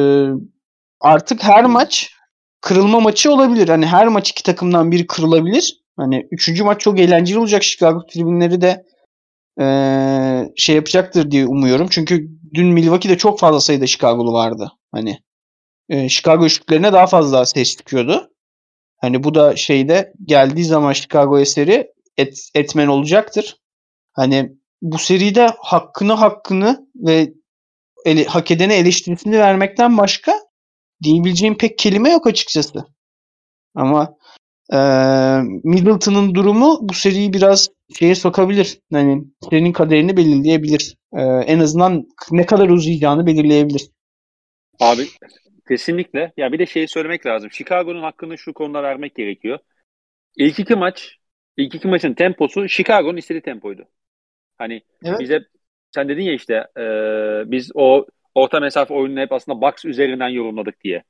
artık her maç kırılma maçı olabilir. Hani her maç iki takımdan biri kırılabilir. Hani üçüncü maç çok eğlenceli olacak. Chicago tribünleri de e, şey yapacaktır diye umuyorum. Çünkü dün Milwaukee'de çok fazla sayıda Chicago'lu vardı. Hani e, Chicago üçlüklerine daha fazla ses çıkıyordu. Hani bu da şeyde geldiği zaman Chicago eseri et, etmen olacaktır. Hani bu seride hakkını hakkını ve ele, hak edene eleştirisini vermekten başka diyebileceğim pek kelime yok açıkçası. Ama e, Middleton'ın durumu bu seriyi biraz şeye sokabilir. Yani serinin kaderini belirleyebilir. E, en azından ne kadar uzayacağını belirleyebilir. Abi kesinlikle. Ya bir de şeyi söylemek lazım. Chicago'nun hakkını şu konuda vermek gerekiyor. İlk iki maç, ilk iki maçın temposu Chicago'nun istediği tempoydu. Hani Evet. bize sen dedin ya işte e, biz o orta mesafe oyununu hep aslında box üzerinden yorumladık diye.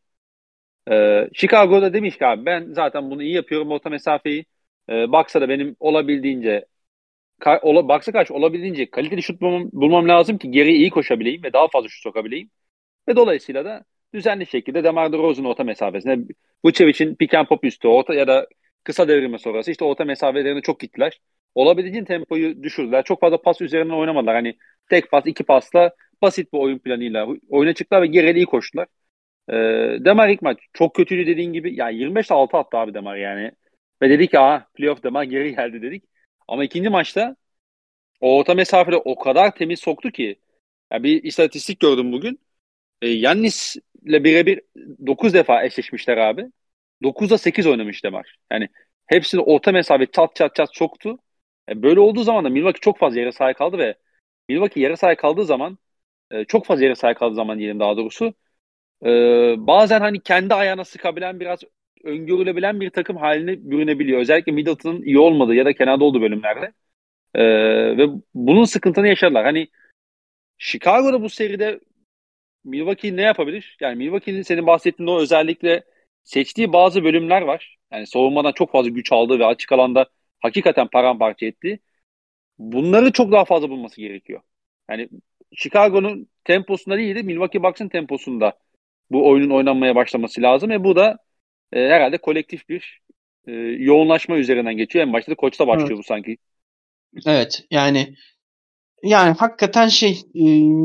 E, Chicago'da demiş ki abi ben zaten bunu iyi yapıyorum orta mesafeyi. E, box'a da benim olabildiğince ka- ola, box'a karşı olabildiğince kaliteli şut bulmam, bulmam lazım ki geriye iyi koşabileyim ve daha fazla şut sokabileyim. Ve dolayısıyla da düzenli şekilde DeMar DeRozan orta mesafesine Vucevic'in pick and pop üstü orta ya da kısa devrime sonrası işte orta mesafelerine çok gittiler. Olabildiğince tempoyu düşürdüler. Çok fazla pas üzerinden oynamadılar. Hani tek pas, iki pasla basit bir oyun planıyla oyuna çıktılar ve geriye iyi koştular. Ee, Demar ilk maç çok kötüydü dediğin gibi. Yani yirmi beş altı attı abi Demar yani. Ve dedik ki aha playoff Demar geri geldi dedik. Ama ikinci maçta o orta mesafede o kadar temiz soktu ki. Ya bir istatistik gördüm bugün. E, Yannis'le birebir dokuz defa eşleşmişler abi. dokuzda sekiz oynamış Demar. Yani hepsini orta mesafe çat çat çat soktu. E, böyle olduğu zaman da Milwaukee çok fazla yere sahip kaldı ve Milwaukee yere sahip kaldığı zaman e, çok fazla yere sahip kaldığı zaman diyelim daha doğrusu e, bazen hani kendi ayağına sıkabilen biraz öngörülebilen bir takım haline bürünebiliyor. Özellikle Middleton'ın iyi olmadığı ya da kenarda olduğu bölümlerde. E, ve bunun sıkıntını yaşadılar. Hani Chicago'da bu seride Milwaukee ne yapabilir? Yani Milwaukee'nin senin bahsettiğin o özellikle seçtiği bazı bölümler var. Yani savunmadan çok fazla güç aldığı ve açık alanda hakikaten paramparça etti. Bunları çok daha fazla bulması gerekiyor. Yani Chicago'nun temposunda değil de Milwaukee Bucks'ın temposunda bu oyunun oynanmaya başlaması lazım ve bu da e, herhalde kolektif bir e, yoğunlaşma üzerinden geçiyor. En başta da koçta Evet. başlıyor bu sanki. Evet. Yani yani hakikaten şey e,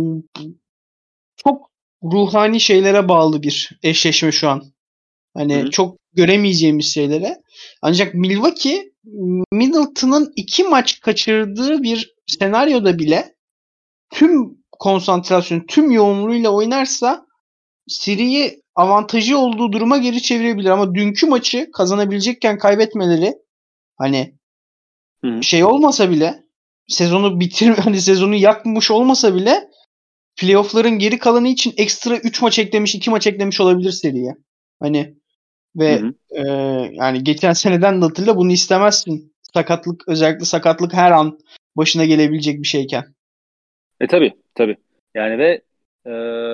çok ruhani şeylere bağlı bir eşleşme şu an. Hı Hani hı. çok göremeyeceğimiz şeylere. Ancak Milwaukee Middleton'ın iki maç kaçırdığı bir senaryoda bile tüm konsantrasyon, tüm yoğunluğuyla oynarsa seriyi avantajı olduğu duruma geri çevirebilir. Ama dünkü maçı kazanabilecekken kaybetmeleri hani Hı hı. şey olmasa bile sezonu bitir hani sezonu yakmış olmasa bile playoff'ların geri kalanı için ekstra üç maç eklemiş, iki maç eklemiş olabilir seriye. Hani Hı ve hı. e, yani geçen seneden de hatırla bunu istemezsin. Sakatlık özellikle sakatlık her an başına gelebilecek bir şeyken. E tabii tabii. Yani ve e,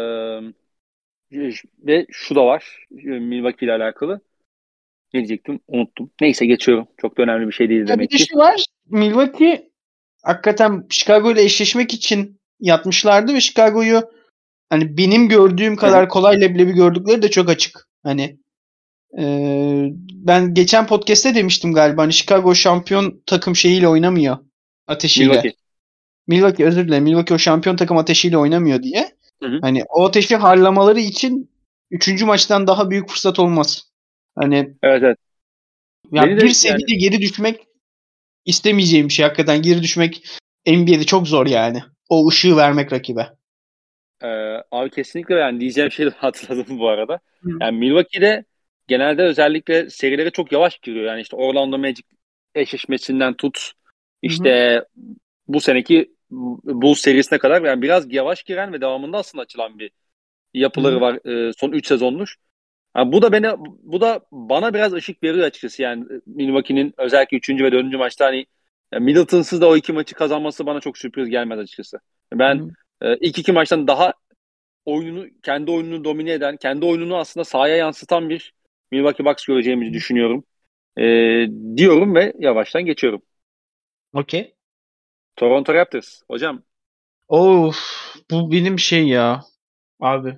ve şu da var Milwaukee ile alakalı. Ne diyecektim? Unuttum. Neyse geçiyorum. Çok da önemli bir şey değil Ya bir demek de ki. şu var. Milwaukee hakikaten Chicago ile eşleşmek için yatmışlardı ve Chicago'yu hani benim gördüğüm Hı hı. kadar kolay leblebi gördükleri de çok açık. Hani e, ben geçen podcast'te demiştim galiba hani Chicago şampiyon takım şeyiyle oynamıyor. Ateşiyle. Milwaukee. Milwaukee özür dilerim. Milwaukee o şampiyon takım ateşiyle oynamıyor diye. Hı hı. Hani o ateşi harlamaları için üçüncü maçtan daha büyük fırsat olmaz. Hani Evet evet. ya Beni bir de yani seviyede geri düşmek istemeyeceğim bir şey. Hakikaten geri düşmek N B A'de çok zor yani. O ışığı vermek rakibe. e, abi kesinlikle yani diyeceğim şeyi de hatırladım bu arada. Hı. Yani Milwaukee'de genelde özellikle serilere çok yavaş giriyor. Yani işte Orlando Magic eşleşmesinden tut Hı hı. işte bu seneki Bulls serisine kadar yani biraz yavaş giren ve devamında aslında açılan bir Hı yapıları hı. var e, son üç sezondur. Ha, bu da beni bu da bana biraz ışık veriyor açıkçası yani Milwaukee'nin özellikle üçüncü ve dördüncü maçta hani ya Middleton'sız da o iki maçı kazanması bana çok sürpriz gelmez açıkçası. Hı Ben hı. e, ilk iki maçtan daha oyununu kendi oyununu domine eden, kendi oyununu aslında sahaya yansıtan bir Milwaukee Bucks göreceğimizi düşünüyorum. E, diyorum ve yavaştan geçiyorum. Okey. Toronto Raptors. Hocam Of, bu benim şey ya abi.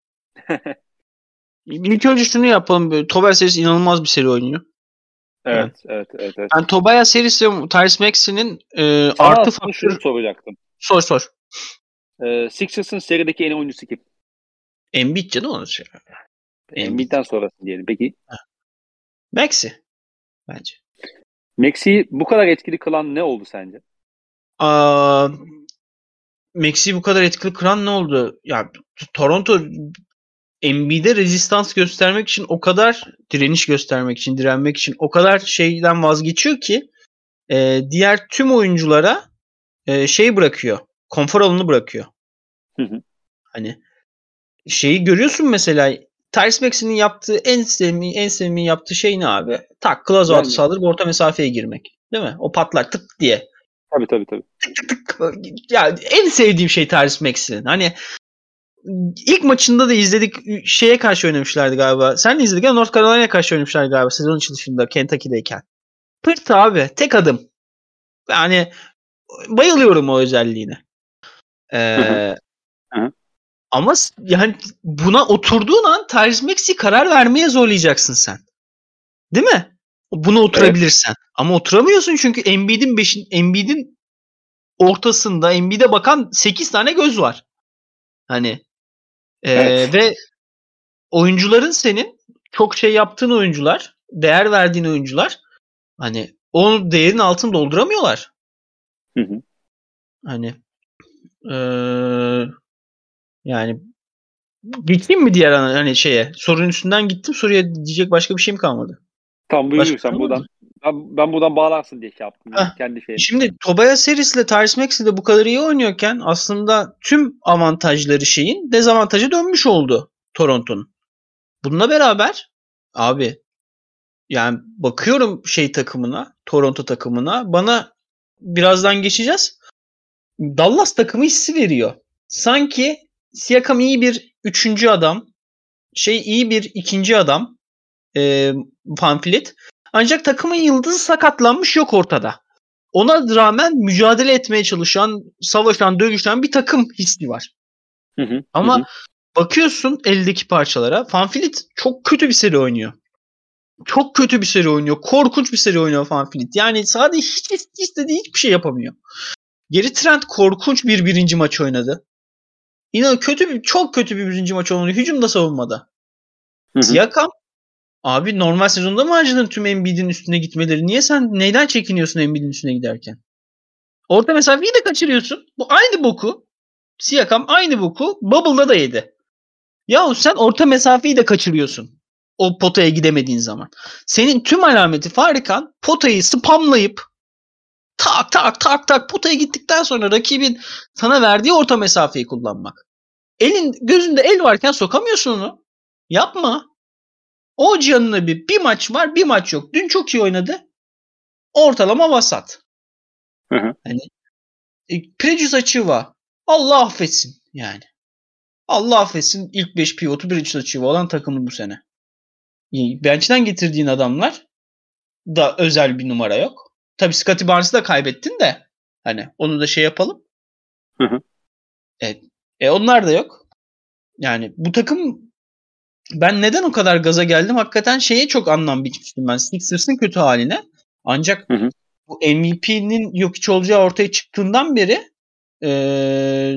İlk önce şunu yapalım. Böyle, Tobias Harris inanılmaz bir seri oynuyor. Evet, evet, evet, evet. Ben Tobias Harris ve Tyrese Maxey'nin e, Sana artı aslında şunu faktörü... soracaktım. Sor sor. Ee, Sixers'ın serideki en iyi oyuncusu kim? Embiid canım onun şey. Embiid. Embiid'den sonrası diyelim. Peki. Maxey bence. Maxey'i bu kadar etkili kılan ne oldu sence? Aa, Maxey'i bu kadar etkili kıran ne oldu? Ya Toronto Embiid'e rezistans göstermek için o kadar direniş göstermek için, direnmek için o kadar şeyden vazgeçiyor ki e, diğer tüm oyunculara e, şey bırakıyor. Konfor alanını bırakıyor. Hı hı. Hani şeyi görüyorsun mesela Tyrese Maxey'nin yaptığı en sevdiğim en sevdiğim yaptığı şey ne abi? Tak close out'u Yani, saldırıp orta mesafeye girmek. Değil mi? O patlar tık diye. tabii tabii tabii. Tık tık tık. Ya en sevdiğim şey Tyrese Maxey'nin. Hani ilk maçında da izledik, şeye karşı oynamışlardı galiba. Sen de izledik ama North Carolina'ya karşı oynamışlardı galiba sezon açılışında Kentucky'deyken. Pırt abi, tek adım. Yani bayılıyorum o özelliğine. Ee, Hı hı. Hı. Ama yani buna oturduğun an Tyrese Maxey'i karar vermeye zorlayacaksın sen. Değil mi? Buna oturabilirsen. Evet. Ama oturamıyorsun çünkü Embiid'in beşin Embiid'in ortasında Embiid'e bakan sekiz tane göz var. Hani e, Evet. ve oyuncuların senin çok şey yaptığın oyuncular, değer verdiğin oyuncular hani o değerin altını dolduramıyorlar. Hı hı. Hani e, yani geçeyim mi diğer ana, hani şeye? Sorunun üstünden gittim. Soruya diyecek başka bir şeyim kalmadı. Tam Başka buyur bir sen şey var mı? buradan. Ben, ben buradan bağlarsın diye şey yaptım Heh. yani kendi şeyim. Şimdi Tobias Harris ile Tyrese Maxey de bu kadar iyi oynuyorken aslında tüm avantajları şeyin dezavantaja dönmüş oldu Toronto'nun. Bununla beraber abi yani bakıyorum şey takımına, Toronto takımına. Bana birazdan geçeceğiz. Dallas takımı hissi veriyor. Sanki Siakam iyi bir üçüncü adam. Şey iyi bir ikinci adam. E, Pamphlet. Ancak takımın yıldızı sakatlanmış yok ortada. Ona rağmen mücadele etmeye çalışan, savaşan, dövüşen bir takım hissi var. Hı hı. Ama hı. bakıyorsun eldeki parçalara. Pamphlet çok kötü bir seri oynuyor. Çok kötü bir seri oynuyor. Korkunç bir seri oynuyor Pamphlet. Yani sadece hiç istediği hiçbir şey yapamıyor. Geri Trent korkunç bir birinci maç oynadı. İnan kötü bir, çok kötü bir birinci maç oynadı. Hücumda, savunmada. Hı hı. Siakam abi normal sezonda mı harcadın tüm Embiid'in üstüne gitmeleri? Niye sen neyden çekiniyorsun Embiid'in üstüne giderken? Orta mesafeyi de kaçırıyorsun. Bu aynı boku. Siakam aynı boku Bubble'da da yedi. Yahu sen orta mesafeyi de kaçırıyorsun. O potaya gidemediğin zaman. Senin tüm alameti farikan potayı spamlayıp tak tak tak tak potaya gittikten sonra rakibin sana verdiği orta mesafeyi kullanmak. Elin gözünde el varken sokamıyorsun onu. Yapma. O canına bir bir maç var, bir maç yok. Dün çok iyi oynadı. Ortalama vasat. Hı hı. Hani e, Precious Achiuwa Allah affetsin yani. Allah affetsin ilk beş pivotu Precious Achiuwa olan takımın bu sene. Bench'ten getirdiğin adamlar da özel bir numara yok. Tabii Scottie Barnes'ı da kaybettin de hani onu da şey yapalım. Hı hı. Evet. E onlar da yok. Yani bu takım ben neden o kadar gaza geldim? Hakikaten şeye çok anlam biçmiştim ben. Sixers'ın kötü haline. Ancak Hı hı. bu M V P'nin yok hiç olacağı ortaya çıktığından beri ee,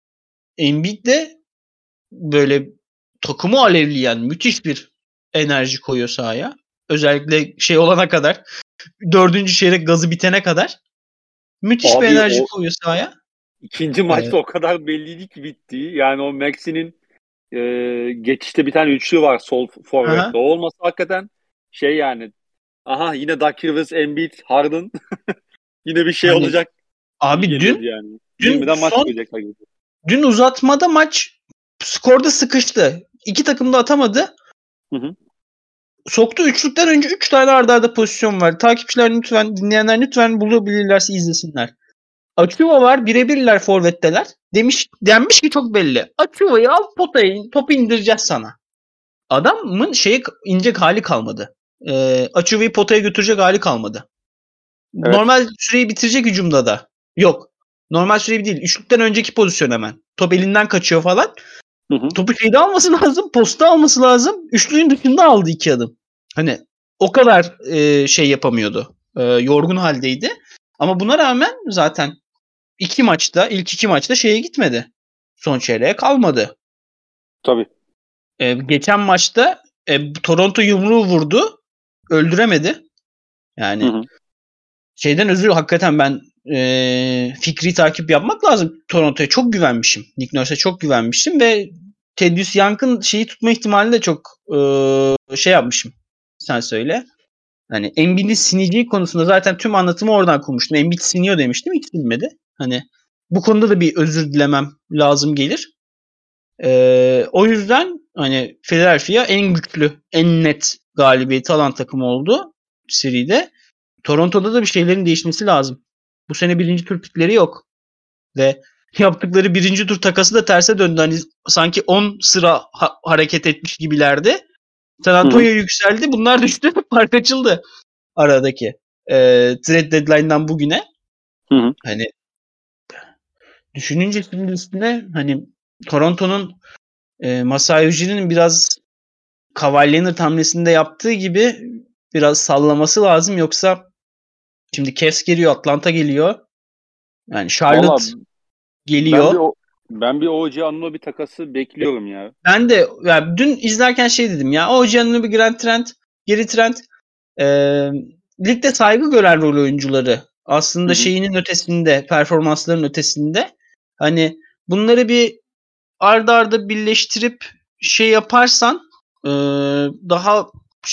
Embiid de böyle takımı alevleyen müthiş bir enerji koyuyor sahaya. Özellikle şey olana kadar dördüncü çeyrek gazı bitene kadar müthiş bir Abi enerji o koyuyor sahaya. ikinci Ee, maçta o kadar belliydi ki bitti. Yani o Maxi'nin e, geçişte bir tane üçlü var sol aha. forvette. O olmasa hakikaten şey yani. Aha yine Doug Rivers, Embiid, Harden yine bir şey Hani olacak gibi abi geliyordu dün yani. dün yirmiden maç son koyacaklar gibi. dün uzatmada maç skorda sıkıştı. İki takım da atamadı. Hı hı. Soktu üçlükten önce üç tane arda arda pozisyon var. Takipçiler lütfen, dinleyenler lütfen bulabilirlerse izlesinler. Achiuwa var, birebirler forvetteler. Demiş, denmiş ki çok belli. Achiuwa'yı al potayı, topu indireceğiz sana. Adamın şeyi inecek hali kalmadı. Ee, Achiuwa'yı potaya götürecek hali kalmadı. Evet. Normal süreyi bitirecek hücumda da. Yok. Normal süre değil. Üçlükten önceki pozisyon hemen. Top elinden kaçıyor falan. Hı hı. Topu şeyde alması lazım. Posta alması lazım. Üçlüğün dışında aldı iki adım. Hani o kadar e, şey yapamıyordu. E, yorgun haldeydi. Ama buna rağmen zaten iki maçta, ilk iki maçta şeye gitmedi. Son çeyreğe kalmadı. Tabii. E, geçen maçta e, Toronto yumruğu vurdu. Öldüremedi. Yani Hı hı. şeyden özür hakikaten ben e, fikri takip yapmak lazım. Toronto'ya çok güvenmişim. Nick Nurse'e çok güvenmişim ve Thaddeus Young'ın şeyi tutma ihtimali de çok e, şey yapmışım. Sen söyle. Hani Embiid'in sineceği konusunda zaten tüm anlatımı oradan kurmuştum. Embiid siniyor demiştim. Hiç sinmedi. Hani bu konuda da bir özür dilemem lazım gelir. Ee, o yüzden hani Philadelphia en güçlü, en net galibiyeti alan takım oldu seride. Toronto'da da bir şeylerin değişmesi lazım. Bu sene birinci tur pikleri yok. Ve yaptıkları birinci tur takası da terse döndü. Hani sanki on sıra ha- hareket etmiş gibilerdi. San Antonio yükseldi. Bunlar düştü. Fark açıldı aradaki. E, trade deadline'dan bugüne. Hı hı. Hani düşününce şimdi üstüne hani Toronto'nun e, Masai Ujiri'nin biraz Kawhi Leonard hamlesinde yaptığı gibi biraz sallaması lazım. Yoksa şimdi Cavs geliyor, Atlanta geliyor. Yani Charlotte Valla ben bir geliyor. o ben bir O G Anunoby takası bekliyorum ya. Ben de yani dün izlerken şey dedim ya. O Gianluca bir Grant Trent, Gary Trent e, ligde saygı gören rol oyuncuları. Hı Aslında hı. şeyinin ötesinde, performansların ötesinde. Hani bunları bir arda arda birleştirip şey yaparsan e, daha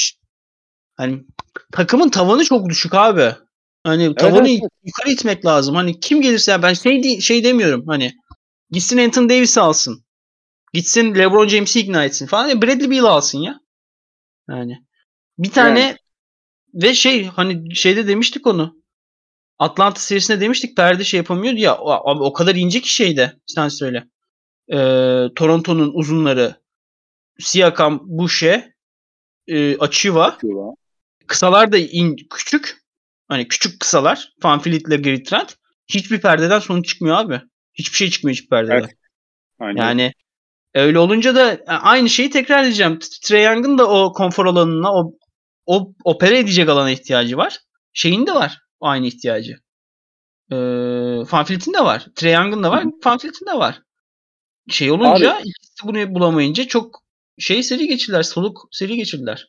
hani takımın tavanı çok düşük abi. Hani Evet, tavanı evet, evet. yukarı itmek lazım. Hani kim gelirse ben şey de- şey demiyorum. Hani gitsin Anthony Davis'i alsın. Gitsin LeBron James'i ikna etsin falan. Ya Bradley Beal alsın ya. Yani bir Yani. tane ve şey hani şeyde demiştik onu. Atlanta serisinde demiştik perde şey yapamıyordu ya. Abi o kadar ince ki şeyde. Sen söyle. Ee, Toronto'nun uzunları Siakam, Boucher, e, Achiuwa. Açıyorlar. Kısalar da in, küçük. Hani küçük kısalar. Vanvleet ile Gary Trent. Hiçbir perdeden sonuç çıkmıyor abi. Hiçbir şey çıkmıyor hiçbir Evet. perdeden. Aynen öyle. Yani öyle olunca da aynı şeyi tekrar edeceğim. Trae Young'ın da o konfor alanına, o, o opera edecek alana ihtiyacı var. Şeyin de var aynı ihtiyacı. Ee, Vanvleet'in de var. Trae Young'ın da Hı var. hı. Vanvleet'in de var. Şey Abi olunca ikisi bunu bulamayınca çok şey seri geçirdiler. Soluk seri geçirdiler.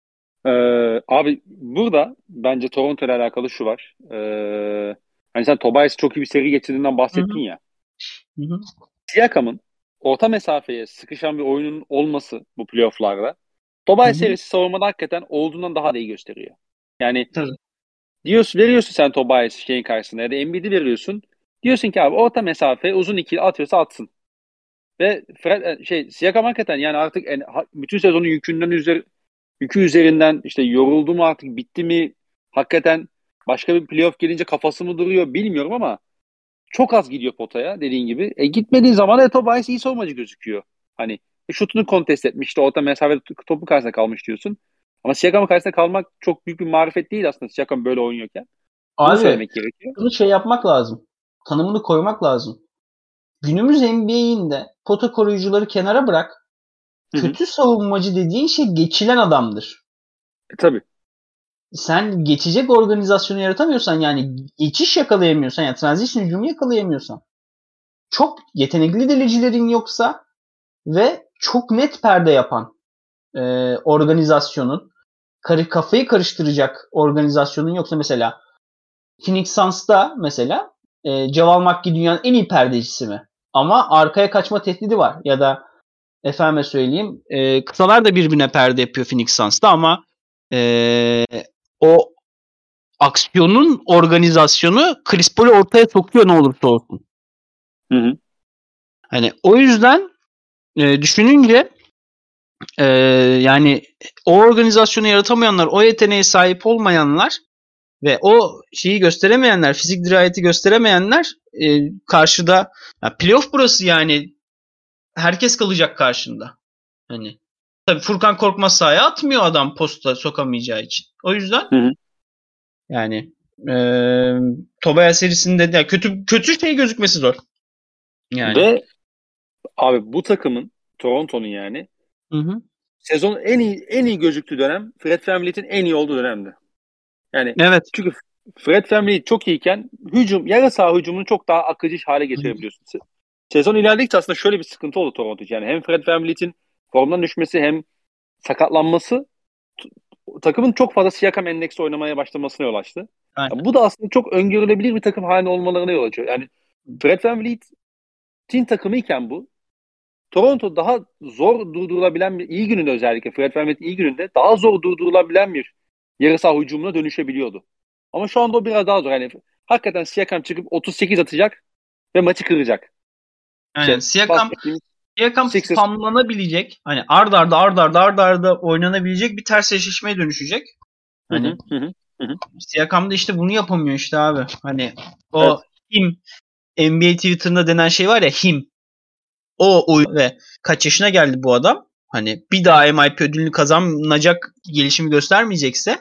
Ee, abi burada bence Toronto ile alakalı şu var. Ee, hani sen Tobias çok iyi bir seri geçirdiğinden Hı hı. bahsettin ya. Hı hı. Siakam'ın orta mesafeye sıkışan bir oyunun olması bu playofflarda Hı Tobias hı. serisi savunmada hakikaten olduğundan daha da iyi gösteriyor. Yani Tabii. diyorsun, veriyorsun sen Tobias şeyin karşısında ya da Embiid'i veriyorsun. Diyorsun ki abi orta mesafe uzun ikili atıyorsa atsın. Ve Fred, şey Siakam hakikaten yani artık en, bütün sezonun yükünden üzeri, yükü üzerinden işte yoruldu mu artık bitti mi hakikaten başka bir playoff gelince kafası mı duruyor bilmiyorum ama çok az gidiyor potaya dediğin gibi. E gitmediğin zaman da Tobias iyi savunmacı gözüküyor. Hani e, şutunu kontest etmiş işte orta mesafede topu karşısında kalmış diyorsun. Ama Siakam'ın karşısında kalmak çok büyük bir marifet değil aslında Siakam böyle oynuyorken. Bunu Abi söylemek gerekiyor. bunu şey yapmak lazım. Tanımını koymak lazım. Günümüz N B A'inde pota koruyucuları kenara bırak. Hı hı. Kötü savunmacı dediğin şey geçilen adamdır. E, tabii. Sen geçecek organizasyonu yaratamıyorsan yani geçiş yakalayamıyorsan yani transition hücumu yakalayamıyorsan çok yetenekli delicilerin yoksa ve çok net perde yapan e, organizasyonun karı kafayı karıştıracak organizasyonun yoksa mesela Phoenix Suns'ta mesela e, Javal McGee dünyanın en iyi perdecisi mi? Ama arkaya kaçma tehdidi var. Ya da efendime söyleyeyim e, kısalar da birbirine perde yapıyor Phoenix Suns'ta ama e, o aksiyonun organizasyonu Chris Paul'u ortaya sokuyor ne olursa olsun. Hı hı. Hani o yüzden e, düşününce e, yani o organizasyonu yaratamayanlar, o yeteneğe sahip olmayanlar ve o şeyi gösteremeyenler, fizik dirayeti gösteremeyenler e, karşıda ya playoff burası yani herkes kalacak karşında. Hani tabii Furkan Korkmaz sahaya atmıyor adam posta sokamayacağı için. O yüzden Hı hı. yani Ee, Tobias serisinde de kötü kötü şey gözükmesi zor. Yani. Ve abi bu takımın, Toronto'nun yani Hı hı. sezonun en iyi en iyi gözüktüğü dönem Fred VanVleet'in en iyi olduğu dönemdi. Yani Evet. çünkü Fred VanVleet çok iyiyken hücum, yarı saha hücumunu çok daha akıcı hale getirebiliyorsun. Se- Sezon ilerledikçe aslında şöyle bir sıkıntı oldu Toronto için. Yani hem Fred VanVleet'in formdan düşmesi hem sakatlanması t- takımın çok fazla Siakam endeksi oynamaya başlamasına yol açtı. Aynen. Ya bu da aslında çok öngörülebilir bir takım halinde olmalarına yol açıyor. Yani Fred VanVleet'in takımıyken bu Toronto daha zor durdurulabilen bir iyi gününde özellikle Fred VanVleet iyi gününde daha zor durdurulabilen bir yarı saha hücumuna dönüşebiliyordu. Ama şu anda o biraz daha zor. Yani hakikaten Siakam çıkıp otuz sekiz atacak ve maçı kıracak. Aynen. İşte Siakam bahsettiğimiz Siakam Sixers. spamlanabilecek, hani ard arda ard arda ard arda oynanabilecek bir ters eşleşmeye dönüşecek. Hı Hani hı, hı hı, hı hı. Siakam da işte bunu yapamıyor işte abi. Hani Evet. o him N B A Twitter'ında denen şey var ya, him. O oyun ve kaç yaşına geldi bu adam? Hani bir daha M I P ödülünü kazanacak gelişimi göstermeyecekse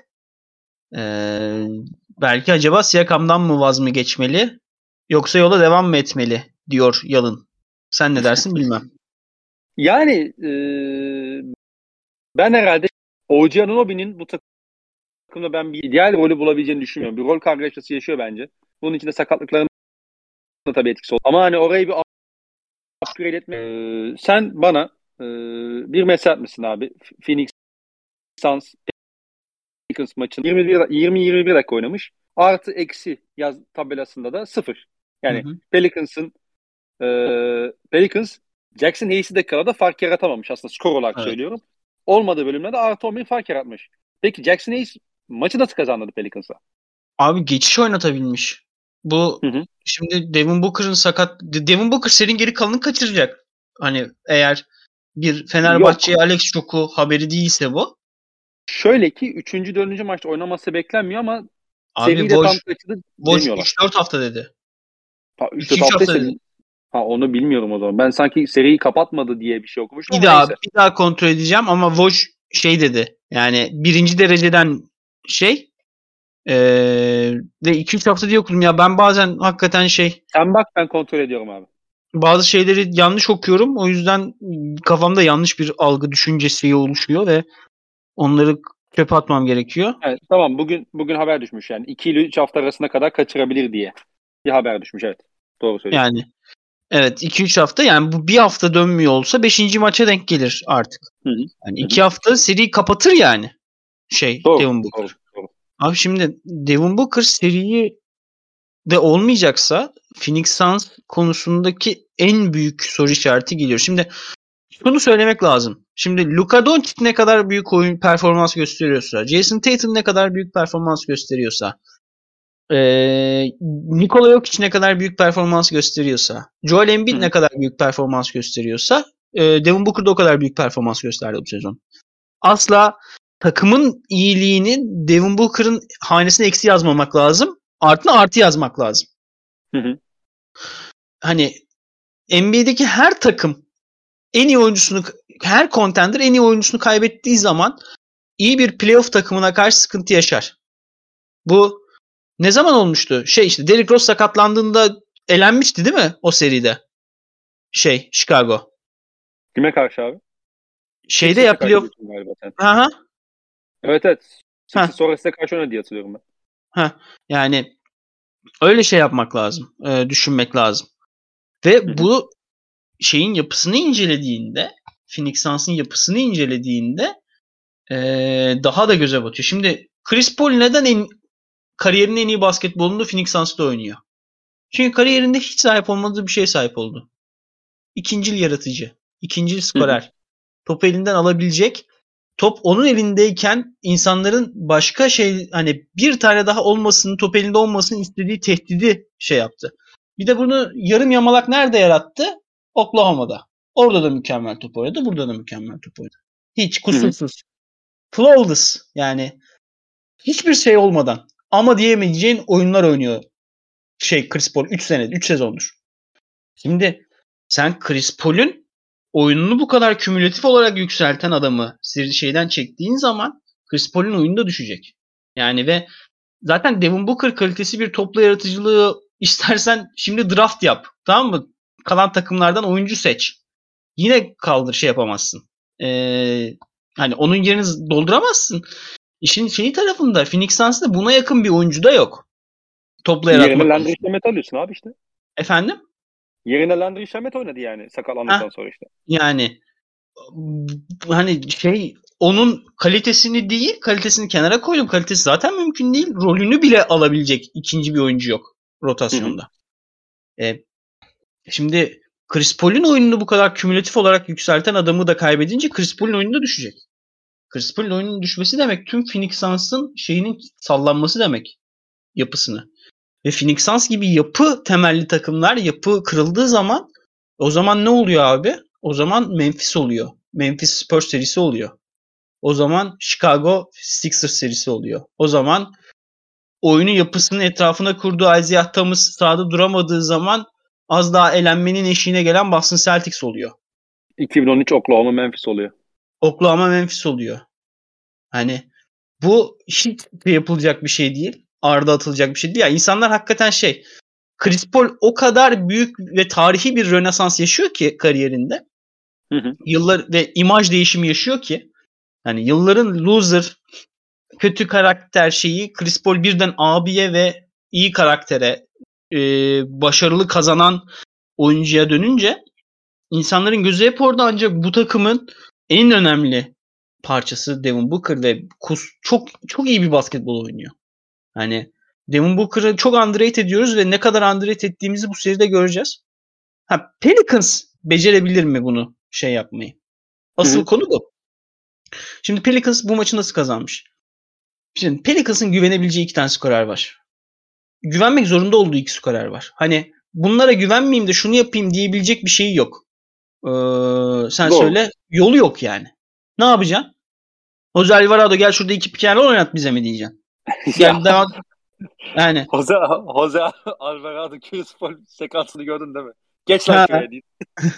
ee, belki acaba Siakam'dan mı vaz mı geçmeli yoksa yola devam mı etmeli diyor Yalın. Sen ne dersin bilmem. Yani e, ben herhalde O G Anunoby'nin bu takımda ben bir ideal rolü bulabileceğini düşünmüyorum. Bir rol kargaşası yaşıyor bence. Bunun içinde sakatlıkların da tabii etkisi oldu. Ama hani orayı bir upgrade etme. Ee, sen bana e, bir mesaj atmışsın abi. Phoenix Suns Pelicans maçını yirmi yirmi bir dakika oynamış. Artı eksi yaz tabelasında da sıfır. Hı Yani hı. Pelicans'ın e, Pelicans Jackson Hayes'i dakikada fark yaratamamış aslında skor olarak Evet. söylüyorum. Olmadığı bölümlerde artı on bir fark yaratmış. Peki Jackson Hayes maçı nasıl kazandı Pelicans'a? Abi geçiş oynatabilmiş. Bu Hı hı. şimdi Devin Booker'ın sakat Devin Booker senin geri kalanını kaçıracak. Hani eğer bir Yok. Fenerbahçe'ye Alex şoku haberi değilse bu. Şöyle ki üçüncü dördüncü maçta oynaması beklenmiyor ama Abi seriyi de Woj tam kaçırdı Woj demiyorlar. üç dört hafta dedi. Ha, üç dört iki üç hafta hafta ise dedi. ha, onu bilmiyorum o zaman. Ben sanki seriyi kapatmadı diye bir şey okumuştum Bir ama daha neyse. bir daha kontrol edeceğim ama Woj şey dedi. Yani birinci dereceden şey ee, ve iki üç hafta diye okudum ya. Ben bazen hakikaten şey Sen bak ben kontrol ediyorum abi. bazı şeyleri yanlış okuyorum. O yüzden kafamda yanlış bir algı düşüncesi oluşuyor ve onları çöpe atmam gerekiyor. Evet, tamam bugün bugün haber düşmüş yani. iki ile üç hafta arasına kadar kaçırabilir diye bir haber düşmüş evet. Doğru söylüyorsun. Yani evet iki üç hafta, yani bu bir hafta dönmüyor olsa beşinci maça denk gelir artık. Hı hı. Yani Hı iki hı. hafta seriyi kapatır yani şey Doğru. Devin Doğru. Booker. Doğru. Abi şimdi Devin Booker seriyi de olmayacaksa Phoenix Suns konusundaki en büyük soru işareti geliyor. Şimdi şunu söylemek lazım. Şimdi Luka Doncic ne kadar büyük oyun performans gösteriyorsa, Jason Tatum ne kadar büyük performans gösteriyorsa, ee, Nikola Jokic ne kadar büyük performans gösteriyorsa, Joel Hı Embiid ne hı. kadar büyük performans gösteriyorsa, e, Devin Booker da o kadar büyük performans gösterdi bu sezon. Asla takımın iyiliğini Devin Booker'ın hanesine eksi yazmamak lazım. Artına artı yazmak lazım. Hı hı. Hani N B A'deki her takım en iyi oyuncusunu, her contender en iyi oyuncusunu kaybettiği zaman iyi bir playoff takımına karşı sıkıntı yaşar. Bu ne zaman olmuştu? Şey işte Derrick Rose sakatlandığında elenmişti değil mi o seride? Şey Chicago. Kime karşı abi? Şeyde Sixers'a ya karşı playoff. diyorsun galiba sen. Aha. Evet evet. Ha. Sixers sonrasında karşı oynadı diye hatırlıyorum ben. Ha. Yani öyle şey yapmak lazım. E, düşünmek lazım. Hı Ve hı. bu şeyin yapısını incelediğinde, Phoenix Suns'ın yapısını incelediğinde e, daha da göze batıyor. Şimdi Chris Paul neden en kariyerinin en iyi basketbolunu Phoenix Suns'ta oynuyor? Çünkü kariyerinde hiç sahip olmadığı bir şeye sahip oldu. İkincil yaratıcı, ikincil Hı hı. skorer. Topu elinden alabilecek. Top onun elindeyken insanların başka şey, hani bir tane daha olmasını, top elinde olmasını istediği tehdidi şey yaptı. Bir de bunu yarım yamalak nerede yarattı? Oklahoma'da. Orada da mükemmel top oynadı, burada da mükemmel top oynadı. Hiç Hı hı. kusursuz. Flawless, yani hiçbir şey olmadan ama diyemeyeceğin oyunlar oynuyor şey Chris Paul üç sene, üç sezondur. Şimdi sen Chris Paul'ün oyununu bu kadar kümülatif olarak yükselten adamı şeyden çektiğin zaman Chris Paul'ün oyunu da düşecek. Yani ve zaten Devin Booker kalitesi bir toplu yaratıcılığı istersen şimdi draft yap. Tamam mı? Kalan takımlardan oyuncu seç. Yine kaldır şey yapamazsın. Ee, hani onun yerini dolduramazsın. İşin şeyi tarafında Phoenix Suns'ta buna yakın bir oyuncu da yok. Topla yaratmak. Yerine Landry Shamet alıyorsun abi işte. Efendim? Yerine Landry Shamet oynadı yani sakatlandıktan sonra işte. Yani hani şey onun kalitesini değil, kalitesini kenara koydum. Kalitesi zaten mümkün değil. Rolünü bile alabilecek ikinci bir oyuncu yok rotasyonda. Hı hı. E, şimdi Chris Paul'un oyununu bu kadar kümülatif olarak yükselten adamı da kaybedince Chris Paul'un oyunu da düşecek. Chris Paul'un oyunun düşmesi demek tüm Phoenix Suns'ın şeyinin sallanması demek. Yapısını. Ve Phoenix Suns gibi yapı temelli takımlar yapı kırıldığı zaman o zaman ne oluyor abi? O zaman Memphis oluyor. Memphis Spurs serisi oluyor. O zaman Chicago Sixers serisi oluyor. O zaman oyunun yapısının etrafına kurduğu Isaiah Thomas sahada duramadığı zaman az daha elenmenin eşiğine gelen Boston Celtics oluyor. iki bin on üç Oklahoma Memphis oluyor. Oklahoma Memphis oluyor. Hani bu hiç yapılacak bir şey değil. Arda atılacak bir şey değil. Yani insanlar hakikaten şey Chris Paul o kadar büyük ve tarihi bir rönesans yaşıyor ki kariyerinde. Hı hı. Yıllar ve imaj değişimi yaşıyor ki yani yılların loser kötü karakter şeyi Chris Paul birden abiye ve iyi karaktere e, başarılı kazanan oyuncuya dönünce insanların gözü hep orada ancak bu takımın en önemli parçası Devin Booker ve Kus çok çok iyi bir basketbol oynuyor. Hani Devin Booker'ı çok underrate ediyoruz ve ne kadar underrate ettiğimizi bu seride göreceğiz. Ha, Pelicans becerebilir mi bunu şey yapmayı? Asıl Hı-hı. konu bu. Şimdi Pelicans bu maçı nasıl kazanmış? Şimdi Pelicans'ın güvenebileceği iki tane skorer var. Güvenmek zorunda olduğu iki skorer var. Hani bunlara güvenmeyeyim de şunu yapayım diyebilecek bir şey yok. Ee, sen Doğru. söyle. Yolu yok yani. Ne yapacaksın? Jose Alvarado gel şurada iki pikenler oynat bize mi diyeceksin? Yani devam... Yani. Jose, Jose Alvarado Chris Paul sekansını gördün değil mi? Geç lan şuraya değil.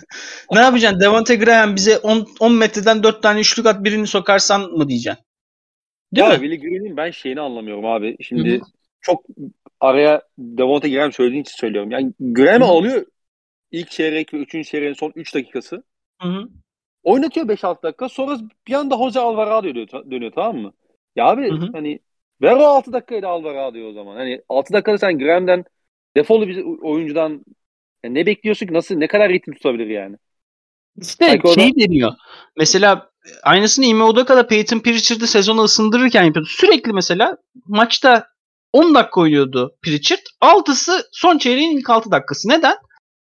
Ne yapacaksın? Devonte Graham bize on metreden dört tane üçlük at birini sokarsan mı diyeceksin? Değil ya mi? Willie Green'in ben şeyini anlamıyorum abi. Şimdi Hı-hı. çok araya Devonte Graham söylediğin için söylüyorum. Yani Graham'ı alıyor ilk çeyrek ve üçüncü çeyreğin son üç dakikası. Hı-hı. Oynatıyor beş altı dakika. Sonra bir anda Jose Alvarado dönüyor, dönüyor tamam mı? Ya abi Hı-hı. hani ver o altı dakikayı da Alvarado o zaman. Hani altı dakikada sen Graham'den defolu bir oyuncudan yani ne bekliyorsun ki? Nasıl ne kadar ritim tutabilir yani? İşte Belki şey orada... deniyor. Mesela aynısını Ime Udoka'da Peyton Pritchard'ı sezonu ısındırırken yapıyordu. Sürekli mesela maçta on dakika oynuyordu Pritchard. altısı son çeyreğin ilk altı dakikası. Neden?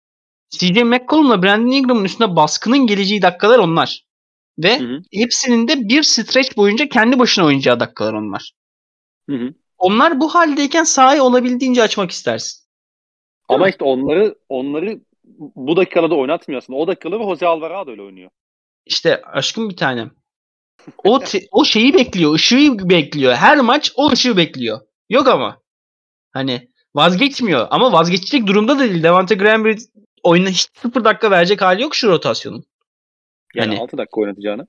C J McCollum'la Brandon Ingram'ın üstüne baskının geleceği dakikalar onlar. Ve hı hı. hepsinin de bir stretch boyunca kendi başına oynayacağı dakikalar onlar. Hı hı. Onlar bu haldeyken sahayı olabildiğince açmak istersin. Değil Ama mi? işte onları onları bu dakikalarda oynatmıyorsun. O dakikaları Jose Alvarado öyle oynuyor. İşte aşkım bir tanem. O te- o şeyi bekliyor, ışığı bekliyor. Her maç o ışığı bekliyor. Yok ama. Hani vazgeçmiyor ama vazgeçecek durumda da değil. Devonte Graham bir oyuna hiç sıfır dakika verecek hali yok şu rotasyonun. Yani hani, altı dakika oynatacağını.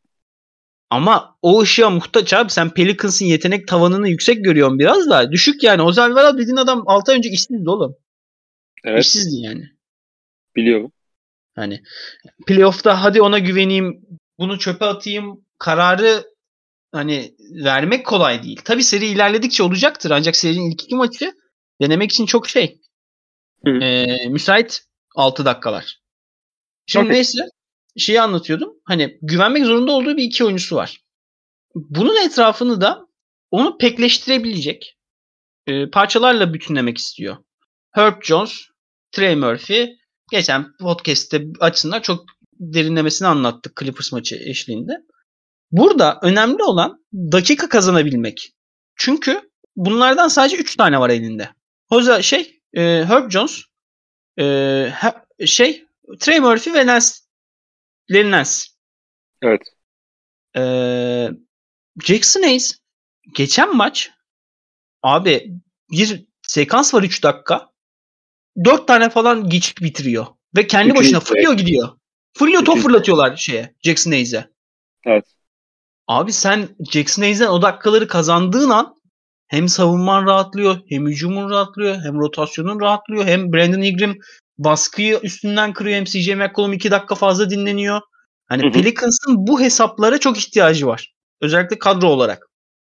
Ama o ışığa muhtaç abi. Sen Pelicans'ın yetenek tavanını yüksek görüyorsun biraz da. Düşük yani. Jose Alvarado dediğin adam altı ay önce işsizdi oğlum. Evet. İşsizdi yani. Biliyorum. Hani playoff'ta hadi ona güveneyim, bunu çöpe atayım kararı hani vermek kolay değil. Tabii seri ilerledikçe olacaktır. Ancak serinin ilk iki maçı denemek için çok şey. E, müsait altı dakikalar. Şimdi okay. neyse şeyi anlatıyordum. Hani güvenmek zorunda olduğu bir iki oyuncusu var. Bunun etrafını da onu pekleştirebilecek e, parçalarla bütünlemek istiyor. Herb Jones, Trey Murphy geçen podcast'te açısından çok derinlemesine anlattık Clippers maçı eşliğinde. Burada önemli olan dakika kazanabilmek. Çünkü bunlardan sadece üç tane var elinde. Jose şey, e, Herb Jones, e, ha, şey, Trey Murphy ve Nance, Larry Nance. Evet. E, Jackson Hayes geçen maç abi bir sekans var üç dakika. dört tane falan geçip bitiriyor. Ve kendi Üçüncü başına fırlıyor gidiyor. Fırlıyor top fırlatıyorlar şeye Jackson Hayes'e. Evet. Abi sen Jackson Hayes'den o dakikaları kazandığın an hem savunman rahatlıyor, hem hücumun rahatlıyor, hem rotasyonun rahatlıyor, hem Brandon Ingram baskıyı üstünden kırıyor, hem C J McCollum iki dakika fazla dinleniyor. Hani Pelicans'ın bu hesaplara çok ihtiyacı var. Özellikle kadro olarak.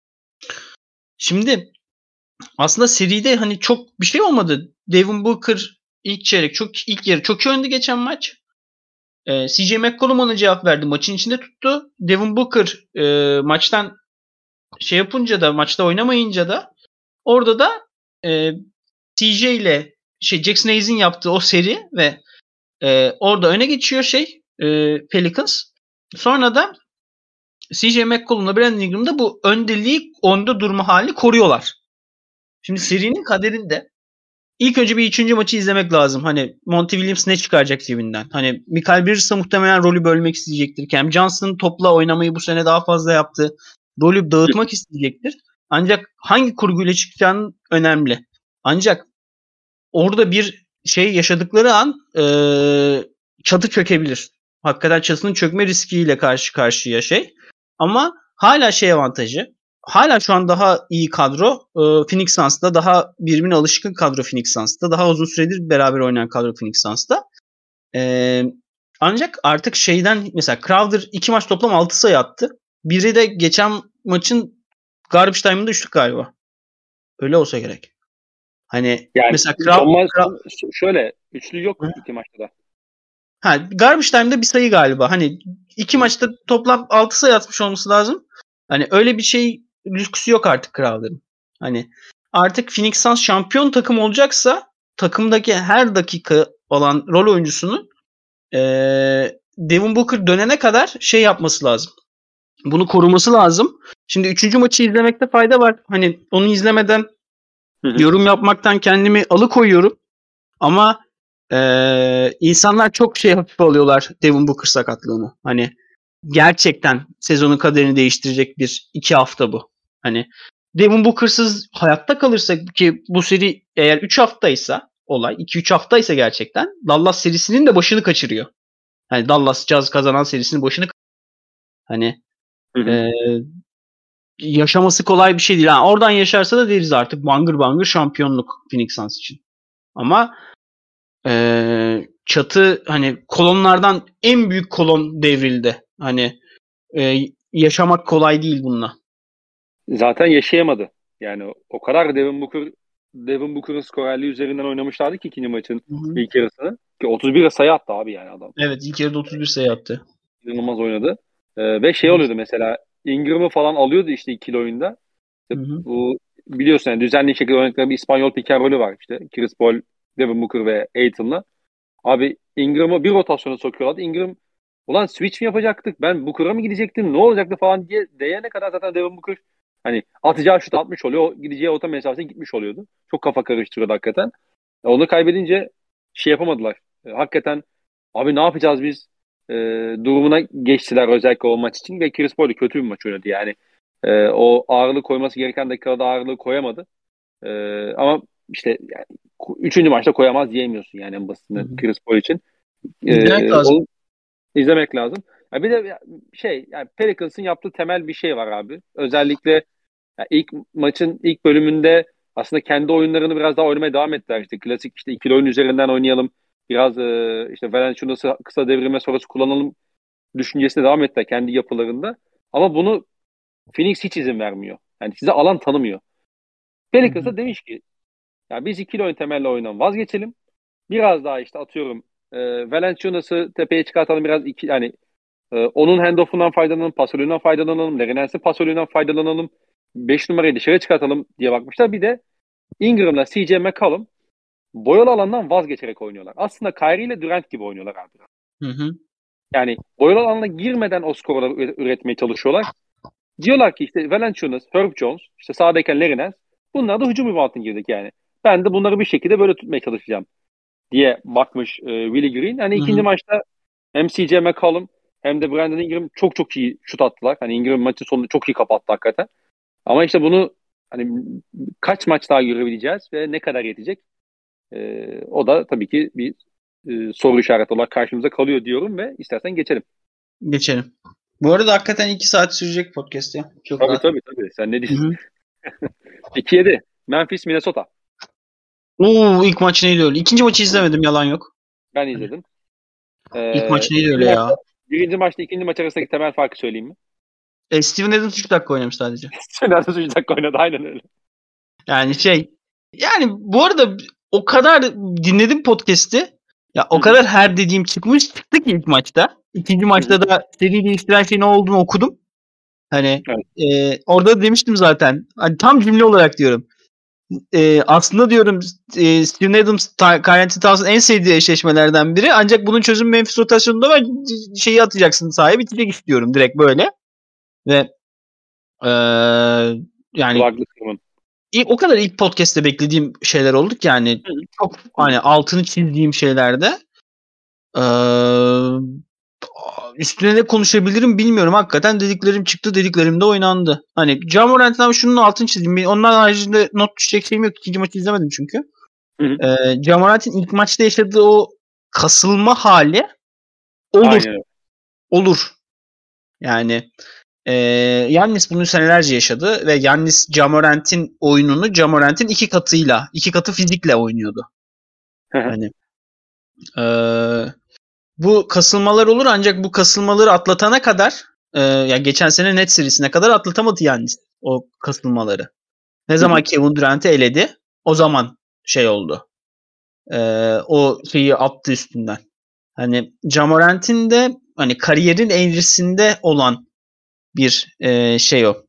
Şimdi aslında seride hani çok bir şey olmadı. Devin Booker ilk çeyrek çok ilk yarı çok iyi oynadı geçen maç. Ee, C J McCollum ona cevap verdi. Maçın içinde tuttu. Devin Booker e, maçtan şey yapınca da maçta oynamayınca da orada da e, C J ile şey Jackson Hayes'in yaptığı o seri ve e, orada öne geçiyor şey e, Pelicans. Sonra da C J McCollum'la Brandon Ingram'da bu öndeliği onda durma halini koruyorlar. Şimdi serinin kaderinde ilk önce bir üçüncü maçı izlemek lazım. Hani Monty Williams ne çıkaracak cebinden? Hani Michael Bridges'a muhtemelen rolü bölmek isteyecektir. Cam Johnson topla oynamayı bu sene daha fazla yaptı. Rolü dağıtmak isteyecektir. Ancak hangi kurguyla çıkacağının önemli. Ancak orada bir şey yaşadıkları an e, çatı çökebilir. Hakikaten çatının çökme riskiyle karşı karşıya şey. Ama hala şey avantajı. Hala şu an daha iyi kadro e, Phoenix Suns'ta. Daha birbirine alışkın kadro Phoenix Suns'ta. Daha uzun süredir beraber oynayan kadro Phoenix Suns'ta. E, ancak artık şeyden mesela Crowder iki maç toplam altı sayı attı. Biri de geçen maçın garbage time'ında üçlük galiba. Öyle olsa gerek. Hani yani mesela Crowder şöyle üçlü yok Hı. iki maçta da. Ha, garbage time'da bir sayı galiba. Hani iki Hı. maçta toplam altı sayı atmış olması lazım. Hani öyle bir şey lüksü yok artık Crowder'ın. Hani artık Phoenix Suns şampiyon takım olacaksa takımdaki her dakika olan rol oyuncusunu ee, Devin Booker dönene kadar şey yapması lazım. Bunu koruması lazım. Şimdi üçüncü maçı izlemekte fayda var. Hani onu izlemeden Hı hı. yorum yapmaktan kendimi alıkoyuyorum. Ama ee, insanlar çok şey hafif alıyorlar Devin Booker sakatlığını. Hani gerçekten sezonun kaderini değiştirecek bir iki hafta bu. Hani Devin Booker'sız hayatta kalırsak ki bu seri eğer üç haftaysa olay iki üç haftaysa gerçekten Dallas serisinin de başını kaçırıyor. Hani Dallas Jazz kazanan serisinin başını hani hı hı. E, yaşaması kolay bir şey değil. Yani oradan yaşarsa da deriz artık bangır bangır şampiyonluk Phoenix Suns için. Ama Ee, çatı hani kolonlardan en büyük kolon devrildi. Hani e, yaşamak kolay değil bununla. Zaten yaşayamadı. Yani o kadar Devin Booker Devin Booker'ın skorerliği üzerinden oynamışlardı ki ikinci maçın Hı-hı. ilk yarısını. Ki otuz bir sayı attı abi yani adam. Evet ilk yarıda otuz bir sayı attı. İnanılmaz oynadı. Ee, ve şey Hı-hı. oluyordu mesela Ingram'ı falan alıyordu işte ikili oyunda. İşte bu biliyorsun yani düzenli şekilde oynadıkları bir İspanyol pick and roll'ü var işte. Chris Paul, Devin Booker ve Ayton'la. Abi Ingram'ı bir rotasyona sokuyorlardı. Ingram ulan switch mi yapacaktık? Ben Booker'a mı gidecektim? Ne olacaktı falan diye değene kadar zaten Devin Booker hani atacağı şut atmış oluyor. O gideceği orta mesafesine gitmiş oluyordu. Çok kafa karıştırıyordu hakikaten. Onu kaybedince şey yapamadılar. E, hakikaten abi ne yapacağız biz? E, durumuna geçtiler özellikle o maç için ve Chris Paul kötü bir maç oynadı yani. E, o ağırlığı koyması gereken dakikada ağırlığı koyamadı. E, ama işte yani, üçüncü maçta koyamaz diyemiyorsun yani en basitinden Chris Paul için. İzlemek ee, lazım. O, izlemek lazım. Ya bir de şey yani Pelicans'ın yaptığı temel bir şey var abi. Özellikle yani ilk maçın ilk bölümünde aslında kendi oyunlarını biraz daha oynamaya devam ettiler. İşte klasik işte ikili oyun üzerinden oynayalım. Biraz e, işte Valanciunas'ı kısa devrime sonrası kullanalım düşüncesine devam ettiler kendi yapılarında. Ama bunu Phoenix hiç izin vermiyor. Yani size alan tanımıyor. Pelicans da demiş ki ya biz ikili oyun temelli oyundan vazgeçelim. Biraz daha işte atıyorum e, Valanciunas'ı tepeye çıkartalım biraz iki yani e, onun handoff'undan faydalanalım, pasöründen faydalanalım, Lerinens'in pasöründen faydalanalım. beş numarayı dışarı çıkartalım diye bakmışlar. Bir de Ingram'la C J McCollum boyalı alandan vazgeçerek oynuyorlar. Aslında Kyrie ile Durant gibi oynuyorlar abi. Hı hı. Yani boyalı alana girmeden o skorları üretmeye çalışıyorlar. Diyorlar ki işte Valanciunas, Herb Jones, işte sağdayken Lerines bunlar da hücum reboundına girdik yani. Ben de bunları bir şekilde böyle tutmaya çalışacağım diye bakmış e, Willie Green. Hani Hı-hı. ikinci maçta hem C J McCollum hem de Brandon Ingram çok çok iyi şut attılar. Hani Ingram maçın sonunda çok iyi kapattı hakikaten. Ama işte bunu hani kaç maç daha görebileceğiz ve ne kadar yetecek? E, o da tabii ki bir e, soru işareti olarak karşımıza kalıyor diyorum ve istersen geçelim. Geçelim. Bu arada hakikaten iki saat sürecek podcast ya. Çok tabii rahat. tabii tabii. Sen ne diyorsun? iki yedi. Memphis, Minnesota. Oo, ilk maç neydi öyle? İkinci maçı izlemedim, yalan yok. Ben izledim. Ee, İlk maç neydi birinci öyle maçta, ya? birinci maçta ikinci maç arasındaki temel farkı söyleyeyim mi? E, Steven Adams üç dakika oynamış sadece. Nerede üç dakika oynadı, aynen öyle. Yani şey, yani bu arada o kadar dinledim podcast'i. Ya o kadar her dediğim çıkmış çıktı ki ilk maçta. İkinci maçta da seri değiştiren şey ne olduğunu okudum. Hani Evet. e, orada da demiştim zaten. Hani tam cümle olarak diyorum. E, aslında diyorum e, Steven Adams, Karl Anthony Towns'ın en sevdiği eşleşmelerden biri. Ancak bunun çözümü Memphis rotasyonunda var. Şeyi atacaksın sahaya, bitecek istiyorum direkt böyle. Ve e, yani Kulaklıklarımın. İlk, o kadar ilk podcast'te beklediğim şeyler oldu ki yani Hı hı. çok hani altını çizdiğim şeylerde. Ee, üstüne ne konuşabilirim bilmiyorum. Hakikaten dediklerim çıktı, dediklerim de oynandı. Hani Ja Morant'tan şunun altını çizeyim. Onun haricinde not düşecek şeyim yok. İkinci maçı izlemedim çünkü. Hı hı. Ee, Ja Morant'in ilk maçta yaşadığı o kasılma hali olur. Aynen. Olur. Yani Ee, Yannis bunu senelerce yaşadı ve Yannis Ja Morant'in oyununu Ja Morant'in iki katıyla, iki katı fizikle oynuyordu. Hani ee, bu kasılmalar olur, ancak bu kasılmaları atlatana kadar e, yani geçen sene net serisine kadar atlatamadı Yannis o kasılmaları. Ne zaman Kevin Durant'i eledi, o zaman şey oldu. Ee, o şeyi attı üstünden. Hani Ja Morant'in de hani kariyerin eğrisinde olan bir e, şey o.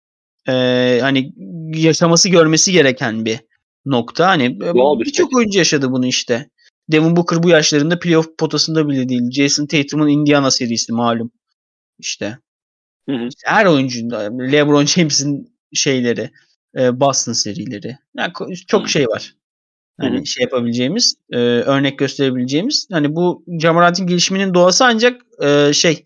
Ee, hani yaşaması, görmesi gereken bir nokta. Hani Doğal bir süreç. birçok oyuncu yaşadı bunu işte. Devin Booker bu yaşlarında playoff potasında bile değil. Jason Tatum'un Indiana serisi malum. İşte, Hı hı. işte her oyuncu, LeBron James'in şeyleri, Boston serileri. Yani çok şey var. Hı hı. Hani şey yapabileceğimiz, örnek gösterebileceğimiz. Hani bu Ja Morant'in gelişiminin doğası ancak şey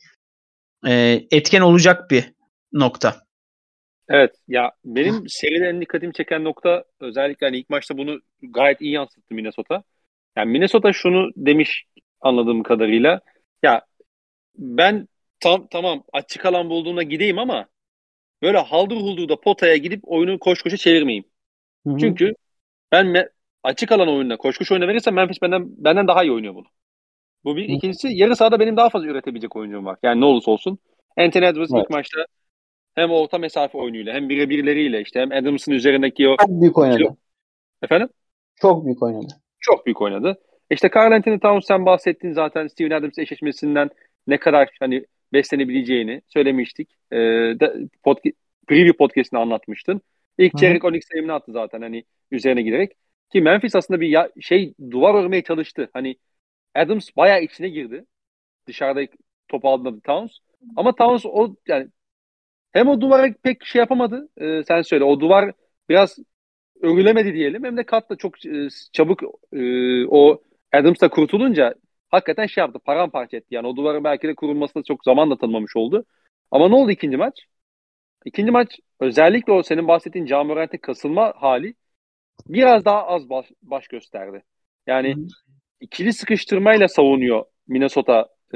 etken olacak bir nokta. Evet ya, benim seride en dikkatimi çeken nokta özellikle hani ilk maçta bunu gayet iyi yansıttı Minnesota. Yani Minnesota şunu demiş anladığım kadarıyla. Ya ben tam tamam açık alan bulduğumda gideyim ama böyle haldır huldur da potaya gidip oyunu koş koşa çevirmeyeyim. Hı hı. Çünkü ben me- açık alan oyununa koş koş oyuna verirsem Memphis benden benden daha iyi oynuyor bunu. Bu bir. Hı. İkincisi, yarı sahada benim daha fazla üretebilecek oyuncum var. Yani ne olursa olsun. Anthony Edwards ilk Evet. maçta hem orta mesafe oyunuyla hem birebirleriyle işte hem Adams'ın üzerindeki o Çok büyük ikili... oynadı. Efendim? Çok büyük oynadı. Çok büyük oynadı. İşte Karl Anthony Towns, sen bahsettin zaten Steven Adams eşleşmesinden ne kadar hani beslenebileceğini söylemiştik. Ee, de, podca- preview podcast'ini anlatmıştın. İlk Hı hı. çeyrek on iki sayımını attı zaten hani üzerine giderek. Ki Memphis aslında bir ya, şey duvar örmeye çalıştı. Hani Adams bayağı içine girdi. Dışarıda top aldığında Towns. Ama Towns o yani hem o duvara pek şey yapamadı. E, sen söyle. O duvar biraz örülemedi diyelim. Hem de Kat da çok e, çabuk e, o Adams'la kurtulunca hakikaten şey yaptı. Paramparça etti. Yani o duvarın belki de kurulmasına çok zaman da tanımamış oldu. Ama ne oldu ikinci maç? İkinci maç özellikle o senin bahsettiğin Ja Morant'e kasılma hali biraz daha az baş, baş gösterdi. Hı Yani hı. ikili sıkıştırmayla savunuyor Minnesota e,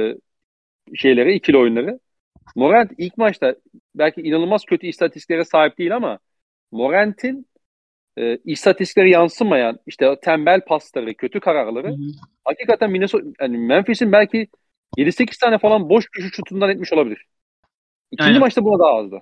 şeyleri, ikili oyunları. Morant ilk maçta belki inanılmaz kötü istatistiklere sahip değil ama Morant'in e, istatistikleri yansımayan işte o tembel pasları, kötü Hı kararları hı. hakikaten Minnesota, yani Memphis'in belki yedi sekiz tane falan boş köşe şutundan etmiş olabilir. İkinci Aynen. maçta buna daha azdı.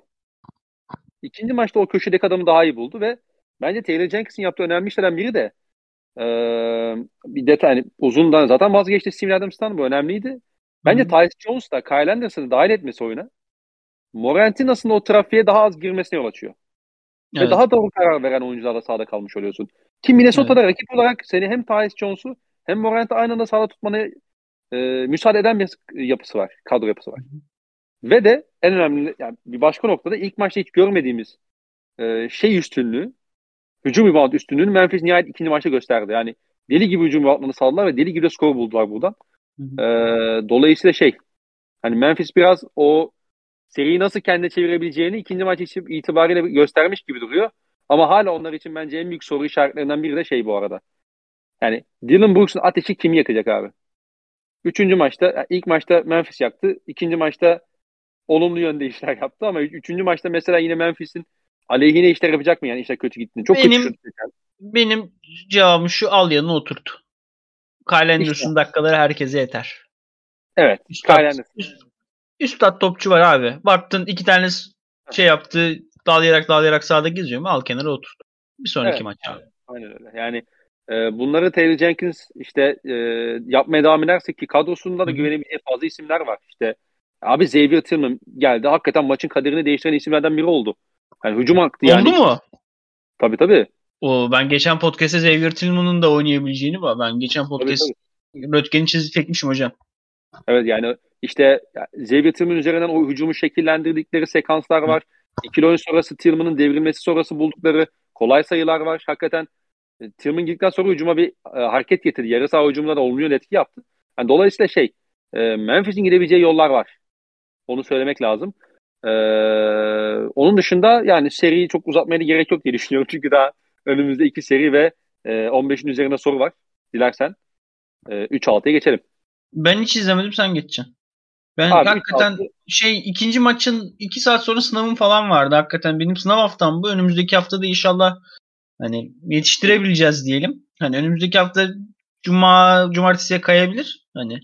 İkinci maçta o köşedeki adamı daha iyi buldu ve bence Taylor Jenkins'in yaptığı önemli işlerden biri de e, bir detay, yani uzundan zaten vazgeçti Steven Adams'tan, bu önemliydi. Hı Bence hı. Tyus Jones da Kyle Anderson'ı dahil etmesi oyuna Morant'in aslında o trafiğe daha az girmesine yol açıyor. Ve Evet. daha doğru karar veren oyuncularla sahada kalmış oluyorsun. Ki Evet. Minnesota'da rakip olarak seni hem Tyus Jones'u hem Morant'ı aynı anda sahada tutmana e, müsaade eden bir yapısı var. Kadro yapısı var. Ve de en önemli yani bir başka noktada ilk maçta hiç görmediğimiz e, şey üstünlüğü, hücum rebound üstünlüğünü Memphis nihayet ikinci maçta gösterdi. Yani deli gibi hücum reboundlarını saldılar ve deli gibi de skor buldular buradan. Hı E, hı. dolayısıyla şey, hani Memphis biraz o seriyi nasıl kendine çevirebileceğini ikinci maç itibariyle göstermiş gibi duruyor. Ama hala onlar için bence en büyük soru işaretlerinden biri de şey bu arada. Yani Dylan Brooks'un ateşi kim yakacak abi? Üçüncü maçta, ilk maçta Memphis yaktı. İkinci maçta olumlu yönde işler yaptı ama üçüncü maçta mesela yine Memphis'in aleyhine işler yapacak mı yani işler kötü gittiğinde? Çok benim, kötü şut. Benim cevabım şu: al yanına oturt. Kyle Anderson İşte. dakikaları herkese yeter. Evet. Üstad, üst, üstad topçu var abi. Baktın iki tane şey yaptı, dağlayarak dağlayarak sahada geziyor mu? Al kenara oturt. Bir sonraki evet, maç abi. Aynen öyle. Yani e, bunları Taylor Jenkins işte e, yapmaya devam ederse ki kadrosunda da güvenebileceği fazla isimler var. İşte abi Xavier Tillman geldi. Hakikaten maçın kaderini değiştiren isimlerden biri oldu. Yani hücum aktı yani. Oldu mu? Tabii tabii. O, ben geçen podcast'te Xavier Tillman'ın da oynayabileceğini var. Ben geçen podcast Röntgen'i çizip çekmişim hocam. Evet yani işte Xavier Tillman üzerinden o hücumu şekillendirdikleri sekanslar var. İkili oyun sonrası Tillman'ın devrilmesi sonrası buldukları kolay sayılar var. Hakikaten Tillman girdikten sonra hücuma bir e, hareket getirdi. Yarı saha hücumunda da olumlu etki yaptı. Yani dolayısıyla şey e, Memphis'in gidebileceği yollar var. Onu söylemek lazım. E, onun dışında yani seriyi çok uzatmaya da gerek yok diye düşünüyorum. Çünkü daha önümüzde iki seri ve e, on beşin üzerinde soru var. Dilersen e, üç altıya geçelim. Ben hiç izlemedim, sen geçeceksin. Ben Abi, hakikaten şey ikinci maçın iki saat sonra sınavım falan vardı. Hakikaten benim sınav haftam bu. Önümüzdeki haftada inşallah hani yetiştirebileceğiz diyelim. Hani önümüzdeki hafta cuma cumartesiye kayabilir. Hani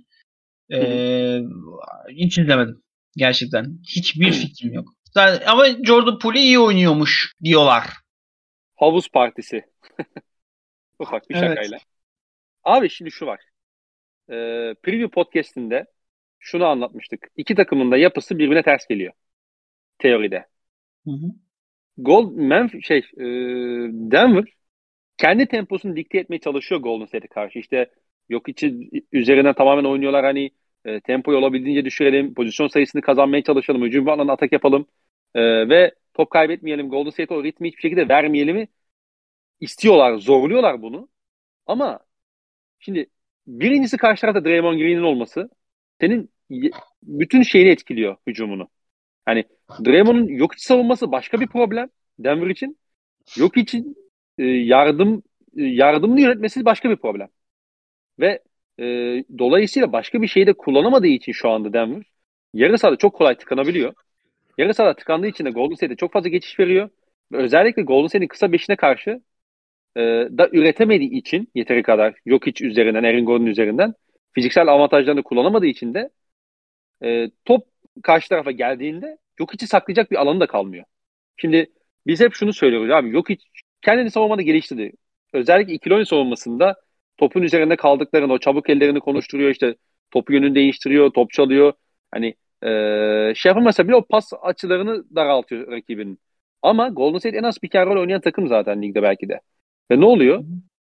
ee, hiç izlemedim. Gerçekten. Hiçbir fikrim yok. Ama Jordan Poole iyi oynuyormuş diyorlar. Havuz partisi. Ufak bir Evet. şakayla. Abi şimdi şu var. Ee, Preview podcast'inde şunu anlatmıştık. İki takımın da yapısı birbirine ters geliyor. Teoride. Hı hı. Gold, Memphis, şey, e, Denver kendi temposunu dikte etmeye çalışıyor Golden State'e karşı. İşte yok içi üzerine tamamen oynuyorlar. Hani e, tempoyu olabildiğince düşürelim. Pozisyon sayısını kazanmaya çalışalım. Hücum alanına atak yapalım. E, ve top kaybetmeyelim. Golden State o ritmi hiçbir şekilde vermeyelim istiyorlar. Zorluyorlar bunu. Ama şimdi birincisi karşı tarafta Draymond Green'in olması senin bütün şeyini etkiliyor hücumunu. Hani Draymond'un yok iç savunması başka bir problem Denver için. Yok için e, yardım e, yardımını yönetmesi başka bir problem. Ve e, dolayısıyla başka bir şeyi de kullanamadığı için şu anda Denver yarı sahada çok kolay tıkanabiliyor. Yarı sahada tıkandığı için de Golden State'e çok fazla geçiş veriyor. Ve özellikle Golden State'in kısa beşine karşı e, da üretemediği için yeteri kadar Jokic üzerinden, Aaron Gordon üzerinden fiziksel avantajlarını kullanamadığı için de e, top karşı tarafa geldiğinde Jokic'i saklayacak bir alanı da kalmıyor. Şimdi biz hep şunu söylüyoruz abi, Jokic kendini savunmada geliştirdi. Özellikle ikili oyun savunmasında topun üzerinde kaldıklarını, o çabuk ellerini konuşturuyor, işte topu yönünü değiştiriyor, top çalıyor. Hani e, şey yapamasa bile o pas açılarını daraltıyor rakibinin. Ama Golden State en az pick and roll oynayan takım zaten ligde belki de. Ve ne oluyor?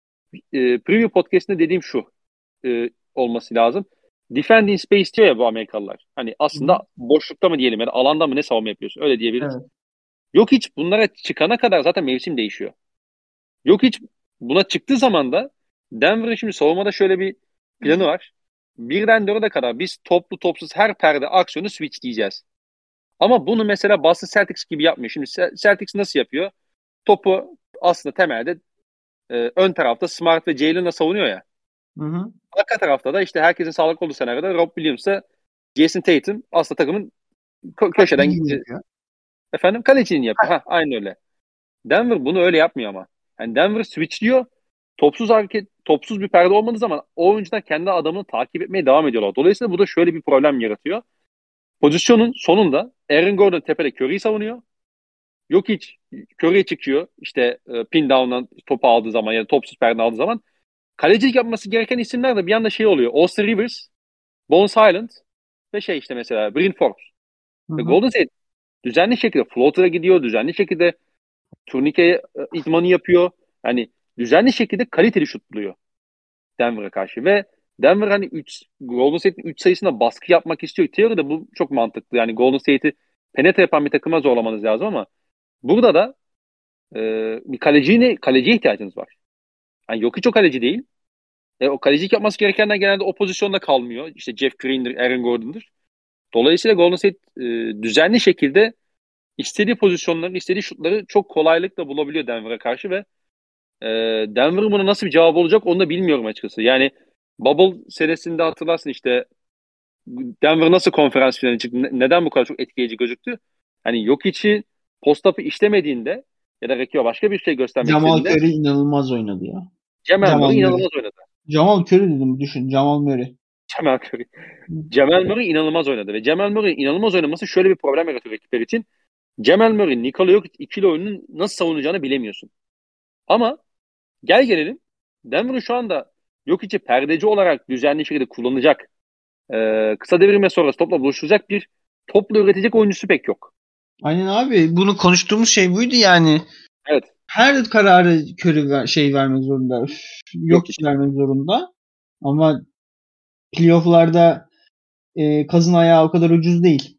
E, Preview podcast'inde dediğim şu e, olması lazım. Defend in space diyor ya bu Amerikalılar. Hani aslında Hı-hı. boşlukta mı diyelim ya da alanda mı ne savunma yapıyorsun? Öyle diyebiliriz. Evet. Yok hiç bunlara çıkana kadar zaten mevsim değişiyor. Yok hiç buna çıktığı zaman da Denver'ın şimdi savunmada şöyle bir planı var. Birden dörde kadar biz toplu topsuz her perde aksiyonu switchleyeceğiz. Ama bunu mesela Boston Celtics gibi yapmıyor. Şimdi Celtics nasıl yapıyor? Topu aslında temelde e, ön tarafta Smart ve Jalen'la savunuyor ya. Hı hı. Arka tarafta da işte herkesin sağlıklı olduğu senaryoda Rob Williams'la Jason Tatum aslında takımın kö- köşeden gitti. Efendim kaleciliğini yapıyor. Ha, aynı öyle. Denver bunu öyle yapmıyor ama. Yani Denver switchliyor. Topsuz hareket, topsuz bir perde olmadığı zaman o oyuncular kendi adamını takip etmeye devam ediyorlar. Dolayısıyla bu da şöyle bir problem yaratıyor. Pozisyonun sonunda Aaron Gordon tepede Curry'i savunuyor. Jokic Curry'e çıkıyor. İşte e, pin down'dan topu aldığı zaman ya da topsuz perde aldığı zaman. Kalecilik yapması gereken isimler de bir anda şey oluyor. Austin Rivers, Bones Hyland ve şey işte mesela Bryn Forbes. Ve Golden State düzenli şekilde floater'a gidiyor. Düzenli şekilde turnike idmanı yapıyor. Yani düzenli şekilde kaliteli şut buluyor Denver'a karşı. Ve Denver hani üç, Golden State'in üç sayısına baskı yapmak istiyor. Teoride bu çok mantıklı. Yani Golden State'i penetre yapan bir takıma zorlamanız lazım ama burada da e, bir kaleciye, kaleciye ihtiyacınız var. Yani Jokic o kaleci değil. E, o kalecilik yapması gerekenler genelde o pozisyonda kalmıyor. İşte Jeff Green'dir, Aaron Gordon'dur. Dolayısıyla Golden State e, düzenli şekilde istediği pozisyonları, istediği şutları çok kolaylıkla bulabiliyor Denver'a karşı ve e, Denver'ın buna nasıl bir cevap olacak onu da bilmiyorum açıkçası. Yani Bubble senesinde hatırlarsın işte Denver nasıl konferans finaline çıktı, neden bu kadar çok etkileyici gözüktü? Hani Jokic'i post-up'ı işlemediğinde ya da rakibe başka bir şey göstermek Jamal istediğinde Curry inanılmaz oynadı ya. Jamal, Jamal Murray Murray. inanılmaz oynadı. Jamal Curry dedim, düşün. Jamal Murray. Jamal Curry. Jamal Murray inanılmaz oynadı ve Jamal Murray inanılmaz oynaması şöyle bir problem yaratıyor rakipler için. Jamal Murray, Nikola Jokic ikili oyunun nasıl savunacağını bilemiyorsun. Ama gel gelelim Denver'ın şu anda Jokic'i perdeci olarak düzenli şekilde kullanacak, e, kısa devirme sonrası topla buluşturacak bir topla üretecek oyuncusu pek yok. Aynen abi. Bunu konuştuğumuz şey buydu yani. Evet. Her kararı Curry ver, şey vermek zorunda. Yok hiç vermek zorunda. Ama playoff'larda e, kazın ayağı o kadar ucuz değil.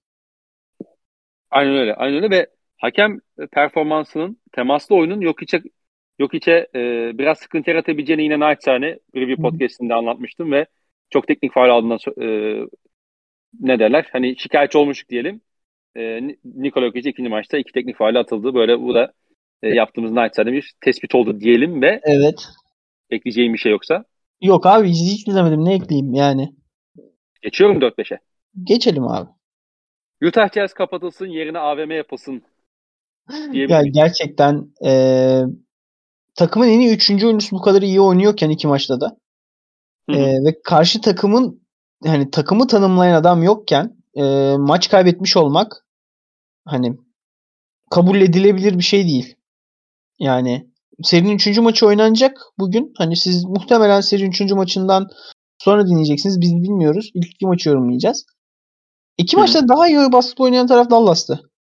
Aynen öyle. Aynen öyle ve hakem performansının, temaslı oyunun Jokic'e Jokic'e e, biraz sıkıntı yaratabileceğini yine naçizane bir podcast'inde anlatmıştım ve çok teknik faul aldığından so- e, ne derler? Hani şikayetçi olmuştuk diyelim. E, Nikola Jokic ikinci maçta iki teknik faul atıldı. Böyle bu da e, yaptığımız naçizane bir tespit oldu diyelim ve Evet. ekleyeceğim bir şey yoksa Yok abi, hiç izlemedim. Ne ekleyeyim yani? geçiyorum dört beşe. Geçelim abi. Utah Jazz kapatılsın, yerine A V M yapılsın diyebilir Ya miyiz? gerçekten e, takımın en iyi üçüncü oyuncusu bu kadar iyi oynuyorken iki maçta da Hı e, hı. ve karşı takımın, hani takımı tanımlayan adam yokken e, maç kaybetmiş olmak hani kabul edilebilir bir şey değil. Yani serinin üçüncü maçı oynanacak bugün. Hani siz muhtemelen serinin üçüncü maçından sonra dinleyeceksiniz. Biz bilmiyoruz. İlk iki maçı yorumlayacağız. İki Hı hı. maçta daha iyi basketbol oynayan taraf Dallas'tı.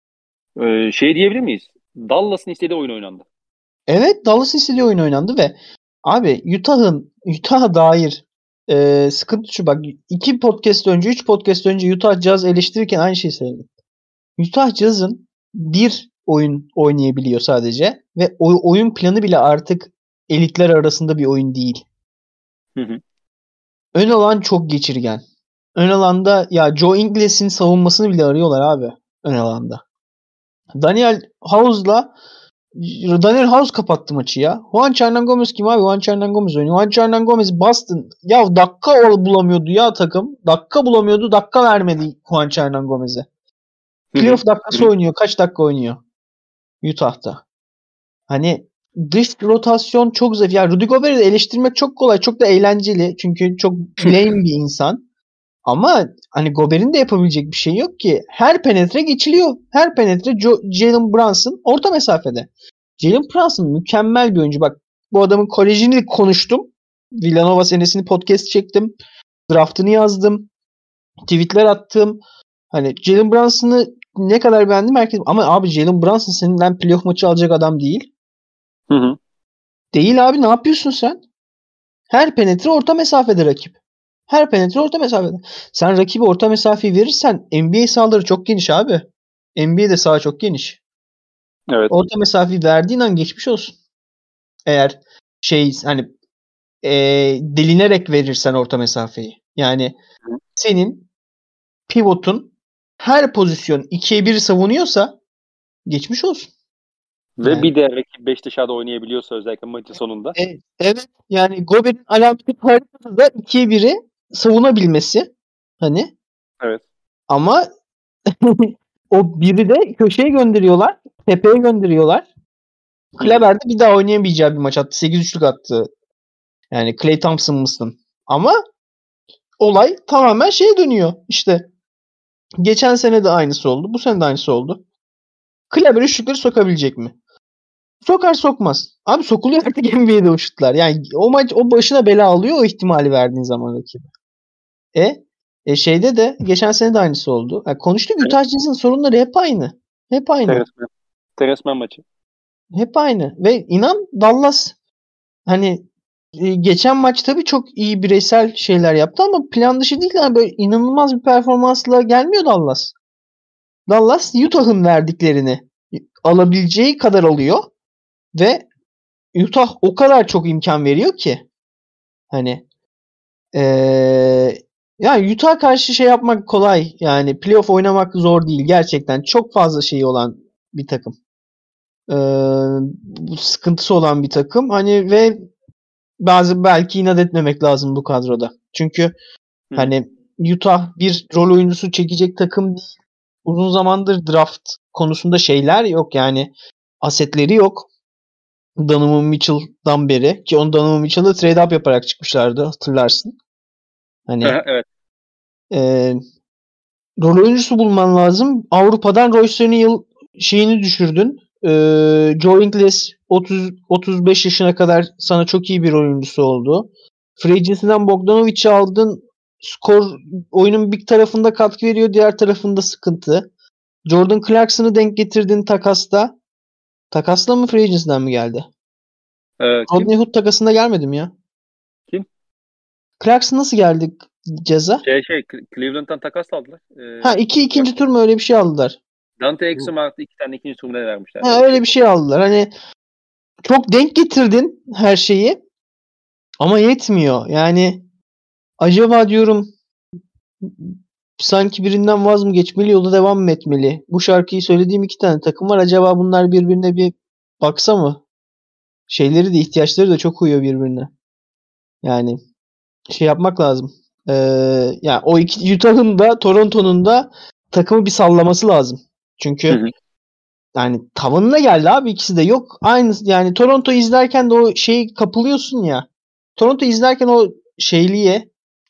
Ee, şey diyebilir miyiz? Dallas'ın istediği oyun oynandı. Evet, Dallas'ın istediği oyun oynandı ve abi Utah'ın Utah'a dair e, sıkıntı şu, bak iki podcast önce, üç podcast önce Utah Jazz eleştirirken aynı şeyi söyledim. Utah Jazz'ın bir oyun oynayabiliyor sadece ve o oyun planı bile artık elitler arasında bir oyun değil. Hı hı. Ön alan çok geçirgen. Ön alanda ya Joe Ingles'in savunmasını bile arıyorlar abi ön alanda. Daniel House'la Daniel House kapattı maçı ya. Juan Hernan Gomez kim abi? Juan Hernan Gomez oynuyor. Juan Hernan Gomez Boston. Ya dakika bulamıyordu ya takım. Dakika bulamıyordu. Dakika vermedi Juan Hernan Gomez'e. Hı hı. Playoff Hı dakikası hı. oynuyor. Kaç dakika oynuyor Utah'ta? Hani dış rotasyon çok zayıf. Ya Rudy Gobert'i eleştirmek çok kolay. Çok da eğlenceli. Çünkü çok lame bir insan. Ama hani Gobert'in de yapabilecek bir şey yok ki. Her penetre geçiliyor. Her penetre Jo- Jalen Brunson orta mesafede. Jalen Brunson mükemmel bir oyuncu. Bak bu adamın kolejini konuştum. Villanova senesini podcast çektim. Draftını yazdım. Tweetler attım. Hani Jalen Brunson'ı ne kadar beğendim herkes. Ama abi Jalen Brunson seninle playoff maçı alacak adam değil. Hı hı. Değil abi, ne yapıyorsun sen? Her penetre orta mesafede rakip. Her penetre orta mesafede. Sen rakibe orta mesafeyi verirsen N B A sahaları çok geniş abi. N B A'de saha çok geniş. Evet. Orta mesafeyi verdiğin an geçmiş olsun. Eğer şey hani e, delinerek verirsen orta mesafeyi. Yani Hı hı. senin pivotun her pozisyon ikiye bir savunuyorsa geçmiş olsun. Ve Yani bir de rakip beş dışarıda oynayabiliyorsa özellikle maçın sonunda. e, evet, yani Gobert'in alameti haritası da ikiye biri savunabilmesi. Hani Evet. ama o biri de köşeye gönderiyorlar. Tepeye gönderiyorlar. Hı hı. Kleber de bir daha oynayamayacağı bir maç attı. sekiz üçlük attı. Yani Klay Thompson mısın? Ama olay tamamen şeye dönüyor. İşte geçen sene de aynısı oldu. Bu sene de aynısı oldu. Kleber üçlükleri sokabilecek mi? Sokar sokmaz. Abi sokuluyor artık N B A'de o şutlar. Yani o maç o başına bela alıyor o ihtimali verdiğin zaman rakibi. E, e şeyde de geçen sene de aynısı oldu. Yani konuştuk, Utah Jazz'ın sorunları hep aynı. Hep aynı. Teresmen. Teresmen maçı. Hep aynı. Ve inan Dallas hani e, geçen maç tabii çok iyi bireysel şeyler yaptı ama plan dışı değil. Yani böyle inanılmaz bir performansla gelmiyor Dallas. Dallas Utah'ın verdiklerini alabileceği kadar alıyor ve Utah o kadar çok imkan veriyor ki hani ee, yani Utah karşı şey yapmak kolay. Yani playoff oynamak zor değil. Gerçekten çok fazla şeyi olan bir takım. Ee, bu sıkıntısı olan bir takım. Hani ve bazı belki inat etmemek lazım bu kadroda. Çünkü Hı hı. hani Utah bir rol oyuncusu çekecek takım değil. Uzun zamandır draft konusunda şeyler yok yani. asetleri yok. Donovan Mitchell'dan beri. Ki onu Donovan Mitchell'da trade up yaparak çıkmışlardı, hatırlarsın. Hani Evet. e, rol oyuncusu bulman lazım. Avrupa'dan Royce O'Neal şeyini düşürdün. E, Joe Ingles otuz otuz beş yaşına kadar sana çok iyi bir oyuncusu oldu. Free Agency'den Bogdanovic'i aldın. Skor oyunun bir tarafında katkı veriyor, diğer tarafında sıkıntı. Jordan Clarkson'ı denk getirdin takasta. Takasla mı, Free Agency'den mi geldi? Ee, kim? Rodney Hood takasında gelmedi mi ya? Kim? Clarkson nasıl geldi ceza? Şey şey Cleveland'dan takas aldılar. Ha, Ee, iki ikinci tur mu, öyle bir şey aldılar. Dante Exum artı iki tane ikinci turuna vermişler. Ha, Öyle bir öyle şey. bir şey aldılar. Hani çok denk getirdin her şeyi ama yetmiyor. Yani acaba diyorum, sanki birinden vaz mı geçmeli, yolda devam mı etmeli? Bu şarkıyı söylediğim iki tane takım var. Acaba bunlar birbirine bir baksa mı? Şeyleri de, ihtiyaçları da çok uyuyor birbirine. Yani şey yapmak lazım. Ee, yani o iki Utah'ın da Toronto'nun da takımı bir sallaması lazım. Çünkü Hı hı. yani tavanına geldi abi, ikisi de yok. Aynı yani, Toronto izlerken de o şeyi kapılıyorsun ya. Toronto izlerken o şeyliğe,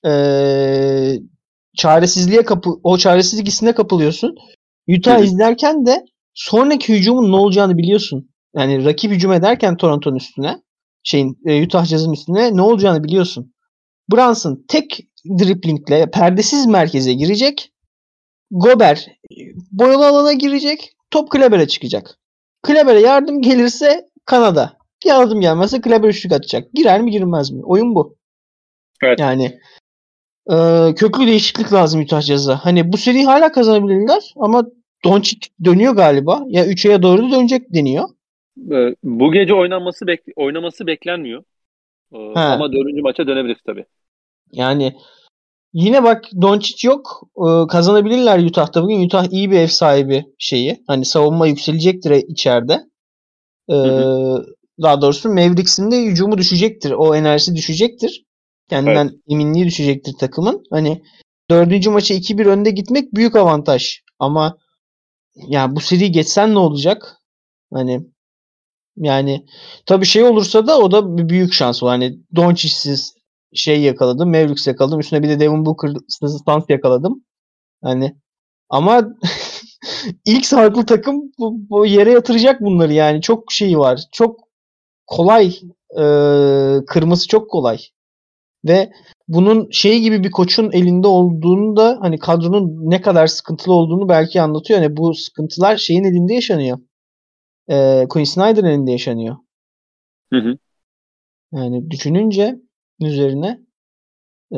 ee, çaresizliğe kapı o çaresizlik hissine kapılıyorsun. Hı Utah hı. izlerken de sonraki hücumun ne olacağını biliyorsun. Yani rakip hücum ederken Toronto'nun üstüne, şeyin e, Utah Jazz'ın üstüne ne olacağını biliyorsun. Brunson tek driplingle perdesiz merkeze girecek. Gober boyalı alana girecek. Top Kleber'e çıkacak. Kleber'e yardım gelirse Kanada. Yardım gelmezse Kleber üçlük atacak. Girer mi girmez mi? Oyun bu. Evet. Yani e, köklü değişiklik lazım Utah Jazz'a. Hani bu seriyi hala kazanabilirler ama Doncic dönüyor galiba. Ya üçe ya doğru dönecek deniyor. Ee, bu gece oynanması bek oynaması beklenmiyor. Ee, Ha, ama dördüncü maça dönebilir tabii. yani yine bak, Doncic yok. Ee, kazanabilirler Utah'ta bugün. Utah iyi bir ev sahibi şeyi. Hani savunma yükselecektir içeride. Ee, Hı hı. daha doğrusu Mavericks'in de hücumu düşecektir. O enerjisi düşecektir. Evet. Kendinden eminliği düşecektir takımın. Hani dördüncü maça iki bir önde gitmek büyük avantaj. Ama ya bu seriyi geçsen ne olacak? Hani yani tabii şey olursa da o da bir büyük şans o. Hani Doncic'siz şey yakaladım, Mavericks yakaladım. Üstüne bir de Devin Booker stans yakaladım. Hani ama ilk sağlıklı takım bu, bu yere yatıracak bunları yani. Çok şeyi var. Çok kolay. E, kırması çok kolay. Ve bunun şey gibi bir koçun elinde olduğunu da, hani kadronun ne kadar sıkıntılı olduğunu belki anlatıyor. Hani bu sıkıntılar şeyin elinde yaşanıyor. E, Quinn Snyder'ın elinde yaşanıyor. Hı hı. Yani düşününce üzerine e,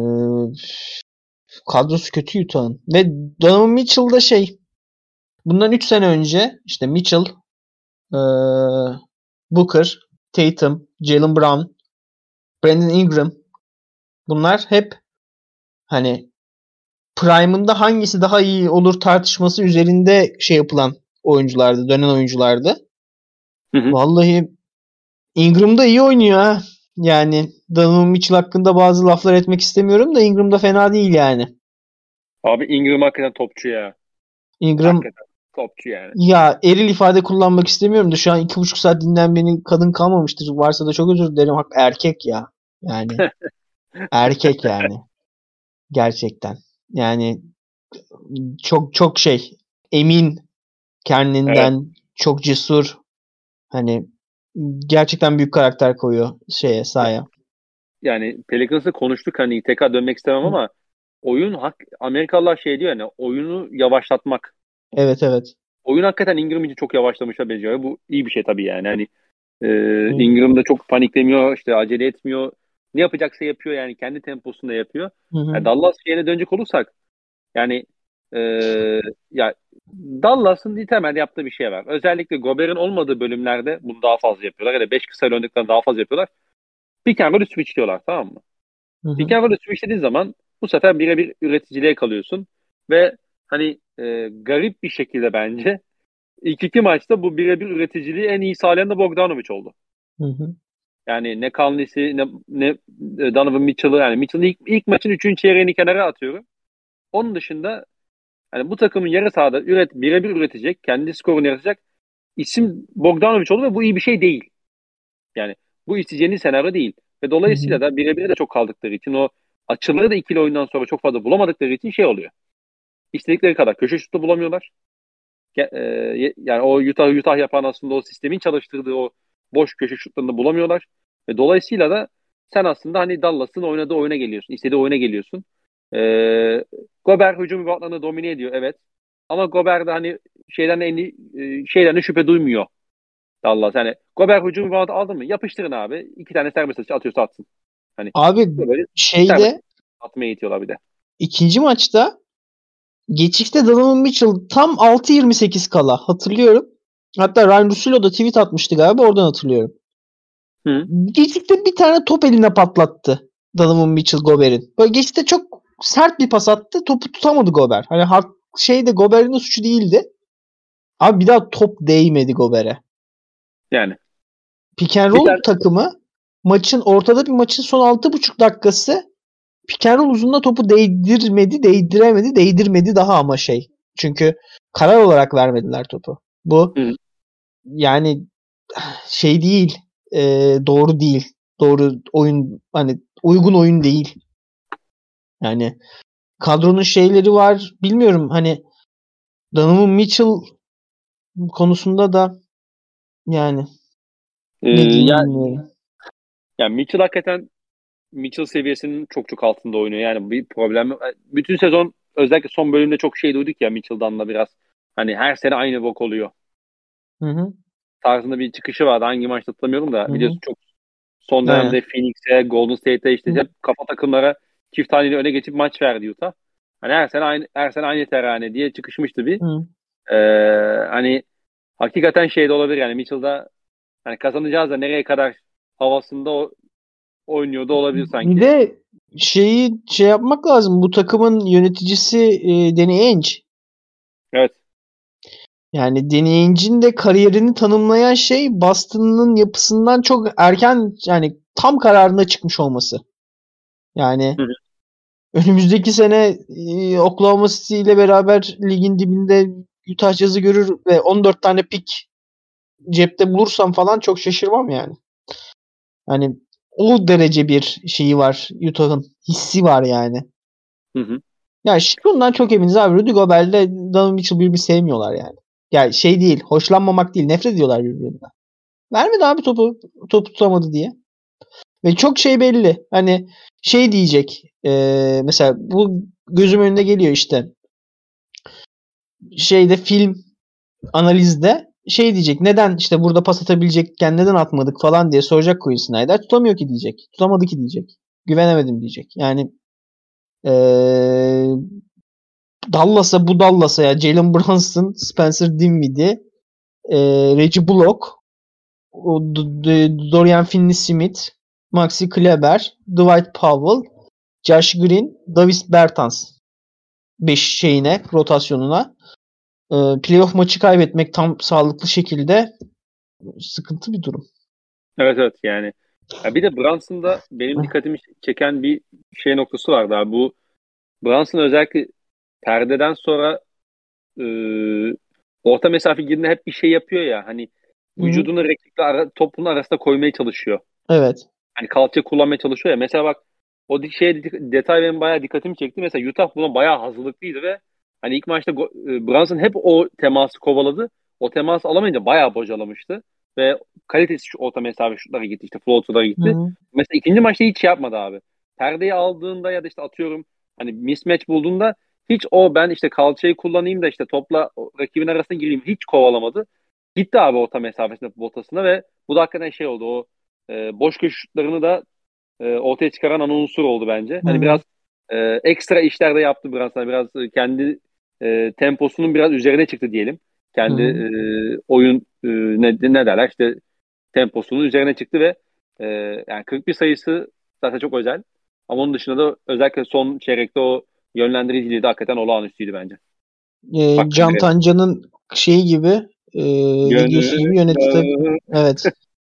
kadrosu kötü Utah'ın. Ve Donovan Mitchell da şey, bundan üç sene önce işte Mitchell, e, Booker, Tatum, Jaylen Brown, Brandon Ingram, bunlar hep hani prime'ında hangisi daha iyi olur tartışması üzerinde şey yapılan oyunculardı, dönen oyunculardı. Hı hı. Vallahi Ingram da iyi oynuyor ha. Yani Donovan Mitchell hakkında bazı laflar etmek istemiyorum da Ingram da fena değil yani. Abi Ingram hakikaten topçu ya. Ingram, Hakikaten topçu yani. ya eril ifade kullanmak istemiyorum da şu an iki buçuk saat dinlenmenin kadın kalmamıştır. Varsa da çok özür dilerim. Hak erkek ya. Yani erkek yani. Gerçekten. Yani çok çok şey, emin Evet. kendinden, çok cesur. Hani gerçekten büyük karakter koyuyor şeye, sahaya. Yani Pelicans'ı konuştuk, hani tekrar dönmek istemem Hı. ama oyun hak Amerikalılar şey diyor, yani oyunu yavaşlatmak. Evet, evet. Oyun hakikaten Ingram için çok yavaşlamışa benziyor. Bu iyi bir şey tabii yani. Hani e, Hı Ingram da çok paniklemiyor, işte acele etmiyor. Ne yapacaksa yapıyor, yani kendi temposunda yapıyor. hı. Yani Hı. Dallas şeyine dönecek olursak, yani e, ya Dallas'ın temel yaptığı bir şey var. Özellikle Gobert'in olmadığı bölümlerde bunu daha fazla yapıyorlar. Ya da beş kısa döndüklerinde daha fazla yapıyorlar. Pick and roll switchliyorlar, tamam mı? Hı Pick hı. and roll switchlediğin zaman bu sefer birebir üreticiliğe kalıyorsun. Ve hani e, garip bir şekilde bence ilk iki maçta bu birebir üreticiliği en iyi sağlayan da Bogdanovic oldu. Hı hı. Yani ne Conley'si ne, ne e, Donovan Mitchell'ı, yani Mitchell'ın ilk, ilk maçın üçüncü çeyreğini kenara atıyorum. Onun dışında hani bu takımın yarı sahada üret, birebir üretecek, kendi skorunu yaratacak isim Bogdanovic oldu ve bu iyi bir şey değil. Yani bu isteyeceğiniz senaryo değil. Ve dolayısıyla da birebir de çok kaldıkları için o açıları da ikili oyundan sonra çok fazla bulamadıkları için şey oluyor. İstedikleri kadar köşe şutu bulamıyorlar. E, yani o Utah Utah yapan aslında o sistemin çalıştırdığı o boş köşe şutlarını bulamıyorlar. Ve dolayısıyla da sen aslında hani Dallas'ın oynadığı oyuna geliyorsun. İstediği oyuna geliyorsun. E, Gobert hücum reboundlarını domine ediyor, evet. Ama Gobert de hani şeyden en şeyden de şüphe duymuyor Dallas. Yani Gobert hücum rebound aldın mı? Yapıştırın abi. İki tane serbest atış atıyorsa atsın. Hani Abi böyle serbest şeyde atmaya itiyorlar bir de. ikinci maçta geçişte Donovan Mitchell tam altı yirmi sekiz kala hatırlıyorum. Hatta Ryan Russillo da tweet atmıştı galiba, oradan hatırlıyorum. Hı. Geçişte bir tane top eline patlattı Donovan Mitchell Gobert'in. Böyle geçişte çok sert bir pas attı. Topu tutamadı Gobert. Hani hak, şey de Gobert'in de suçu değildi. Abi bir daha top değmedi Gobert'e. Yani. Pick and Bir roll tane takımı maçın ortada bir maçın son altı buçuk dakikası pick and roll uzunluğuna topu değdirmedi, değdiremedi, değdirmedi daha ama şey. Çünkü karar olarak vermediler topu. Bu hı. yani şey değil, e, doğru değil. Doğru oyun, hani uygun oyun değil. Yani kadronun şeyleri var. Bilmiyorum hani Donovan Mitchell konusunda da yani Ee, ne diyeyim ya, bilmiyorum. yani Mitchell hakikaten Mitchell seviyesinin çok çok altında oynuyor. Yani bir problem. Bütün sezon özellikle son bölümde çok şey duyduk ya Mitchell'dan da biraz. Hani her sene aynı bok oluyor. Hı hı. Tarzında bir çıkışı vardı. Hangi maçta hatırlamıyorum da. Hı Biliyorsun hı. çok son Aynen. dönemde Phoenix'e, Golden State'e işte Hı hep kafa takımlara çift haneli öne geçip maç verdi Utah. Hani her sene aynı her sene aynı terane diye çıkışmıştı bir. hı. Ee, hani hakikaten şey de olabilir yani Mitchell'da hani kazanacağız da nereye kadar havasında o, oynuyor da olabilir Bir sanki. de şeyi şey yapmak lazım. Bu takımın yöneticisi e, Danny Ainge. Evet. Yani Danny Ainge'in de kariyerini tanımlayan şey Boston'ın yapısından çok erken, yani tam kararında çıkmış olması. Yani Hı hı. önümüzdeki sene e, Oklahoma City ile beraber ligin dibinde Utah Jazz'ı görür ve on dört tane pik cepte bulursam falan çok şaşırmam yani. Hani o derece bir şeyi var Utah'ın. Hissi var yani. Hı hı. Ya şundan çok eminiz abi. Rudy Gobert'le Donovan Mitchell birbirini sevmiyorlar yani. Yani şey değil, hoşlanmamak değil, nefret ediyorlar birbirinden. Vermedi abi topu, topu tutamadı diye. Ve çok şey belli. Hani şey diyecek. E, mesela bu gözüm önüne geliyor işte. Şeyde film analizde şey diyecek. Neden işte burada pas atabilecekken neden atmadık falan diye soracak Quinn Snyder. Tutamıyor ki diyecek. Tutamadı ki diyecek. Güvenemedim diyecek. Yani ee, Dallas'a bu Dallas'a ya Jalen Brunson, Spencer Dinwiddie, e, Reggie Bullock, o D- D- Dorian Finney-Smith, Maxi Kleber, Dwight Powell, Josh Green, Davis Bertans beş şeyine, rotasyonuna. E, playoff maçı kaybetmek tam sağlıklı şekilde sıkıntı bir durum. Evet, evet, yani. Ya bir de Brunson'da benim dikkatimi çeken bir şey noktası vardı abi. Bu Brunson özellikle perdeden sonra e, orta mesafe girdiğinde hep bir şey yapıyor ya. Hani Hı-hı. vücudunu rakiple ara, topun arasına koymaya çalışıyor. Evet. Hani kalça kullanmaya çalışıyor ya. Mesela bak o di- şeye di- detay benim bayağı dikkatimi çekti. Mesela Utah buna bayağı hazırlıklıydı ve hani ilk maçta go- e, Brunson hep o teması kovaladı. O teması alamayınca bayağı bocalamıştı. Ve kalitesiz şu orta mesafe şutlara gitti, işte floater'lara gitti. Hı-hı. Mesela ikinci maçta hiç şey yapmadı abi. Perdeyi aldığında ya da işte atıyorum hani mismatch bulduğunda hiç o ben işte kalçayı kullanayım da işte topla o rakibin arasına gireyim hiç kovalamadı. Gitti abi orta mesafesine, potasına ve bu da hakikaten şey oldu. O e, boş köşe şutlarını da e, ortaya çıkaran ana unsur oldu bence. Hani Hı-hı. biraz e, ekstra işler de yaptı biraz. Hani biraz e, kendi e, temposunun biraz üzerine çıktı diyelim. Kendi Hı-hı. e, oyun e, ne, ne derler işte temposunun üzerine çıktı ve e, yani kırk bir sayısı zaten çok özel. Ama onun dışında da özellikle son çeyrekte o yönlendiriciliği de hakikaten olağanüstüydü bence. E, Hakkını Can verelim. Tanca'nın şeyi gibi, e, videosu Gönül gibi yönetti tabii. bağı. Evet.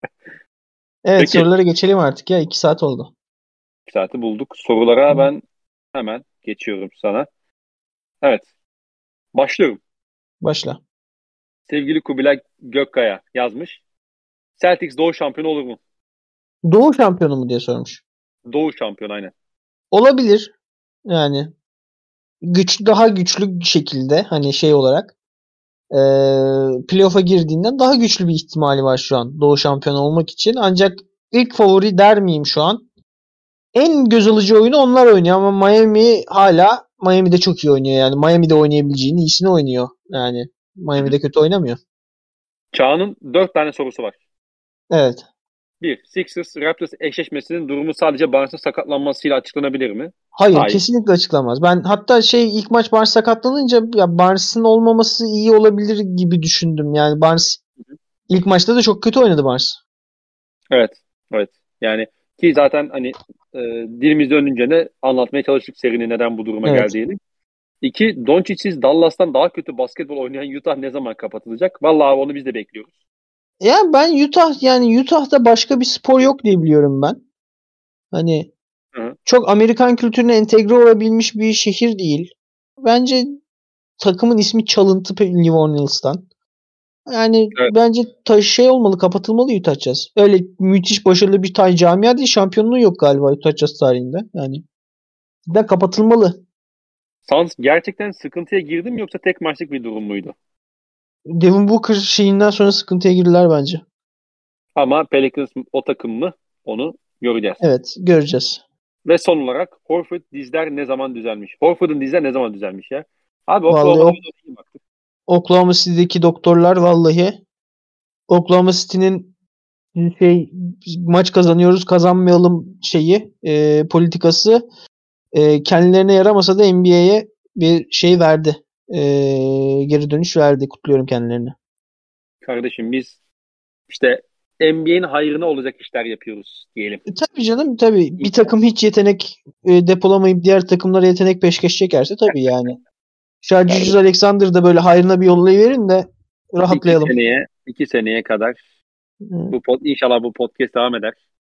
Evet, Peki. sorulara geçelim artık ya. iki saat oldu. iki saati bulduk. Sorulara Hı. ben hemen geçiyorum sana. Evet. Başlıyorum. Başla. Sevgili Kubilay Gökkaya yazmış. Celtics Doğu şampiyonu olur mu? Doğu şampiyonu mu diye sormuş. Doğu şampiyonu aynen. Olabilir. Yani güç daha güçlü bir şekilde hani şey olarak e, playoff'a girdiğinden daha güçlü bir ihtimali var şu an Doğu şampiyonu olmak için. Ancak ilk favori der miyim şu an? En göz alıcı oyunu onlar oynuyor ama Miami hala Miami'de çok iyi oynuyor yani. Miami'de oynayabileceğinin iyisini oynuyor. Yani Miami'de kötü oynamıyor. Çağan'ın dört tane sorusu var. Evet. Bir, Sixers Raptors eşleşmesinin durumu sadece Barnes'ın sakatlanmasıyla açıklanabilir mi? Hayır, Hayır. kesinlikle açıklamaz. Ben hatta şey ilk maç Barnes sakatlanınca ya Barnes'ın olmaması iyi olabilir gibi düşündüm. Yani Barnes ilk maçta da çok kötü oynadı Barnes. Evet. Evet. Yani ki zaten hani e, dilimiz dönünce ne anlatmaya çalıştık serinin neden bu duruma Evet. geldiğini. İki, Doncic'siz Dallas'tan daha kötü basketbol oynayan Utah ne zaman kapatılacak? Vallahi onu biz de bekliyoruz. Ya ben Utah yani Utah'da başka bir spor yok diye biliyorum ben. Hani Hı-hı. çok Amerikan kültürüne entegre olabilmiş bir şehir değil. Bence takımın ismi çalıntı New Orleans'tan. Yani Evet. bence ta şey olmalı, kapatılmalı Utah Jazz. Öyle müthiş başarılı bir tane camia değil. Şampiyonluğu yok galiba Utah Jazz tarihinde. Yani cidden kapatılmalı. Suns gerçekten sıkıntıya girdi mi yoksa tek maçlık bir durum muydu? Devin Booker şeyinden sonra sıkıntıya girdiler bence. Ama Pelicans o takım mı? Onu göreceğiz. Evet, göreceğiz. Ve son olarak Horford dizler ne zaman düzelmiş? Horford'un dizler ne zaman düzelmiş ya? Abi Vallahi Oklahoma'da o bir iyi baktık. Oklahoma City'deki doktorlar vallahi Oklahoma City'nin şey maç kazanıyoruz kazanmayalım şeyi e, politikası e, kendilerine yaramasa da N B A'ye bir şey verdi. E, geri dönüş verdi. Kutluyorum kendilerini. Kardeşim biz işte N B A'nin hayrına olacak işler yapıyoruz diyelim. E, tabii canım tabii. Bir İki, takım hiç yetenek e, depolamayıp diğer takımlara yetenek peşkeş çekerse tabii yani. Şarjı kardeşim, Alexander da böyle hayrına bir yollayıverin de iki rahatlayalım. seneye iki seneye kadar Hı. bu pod, inşallah bu podcast devam eder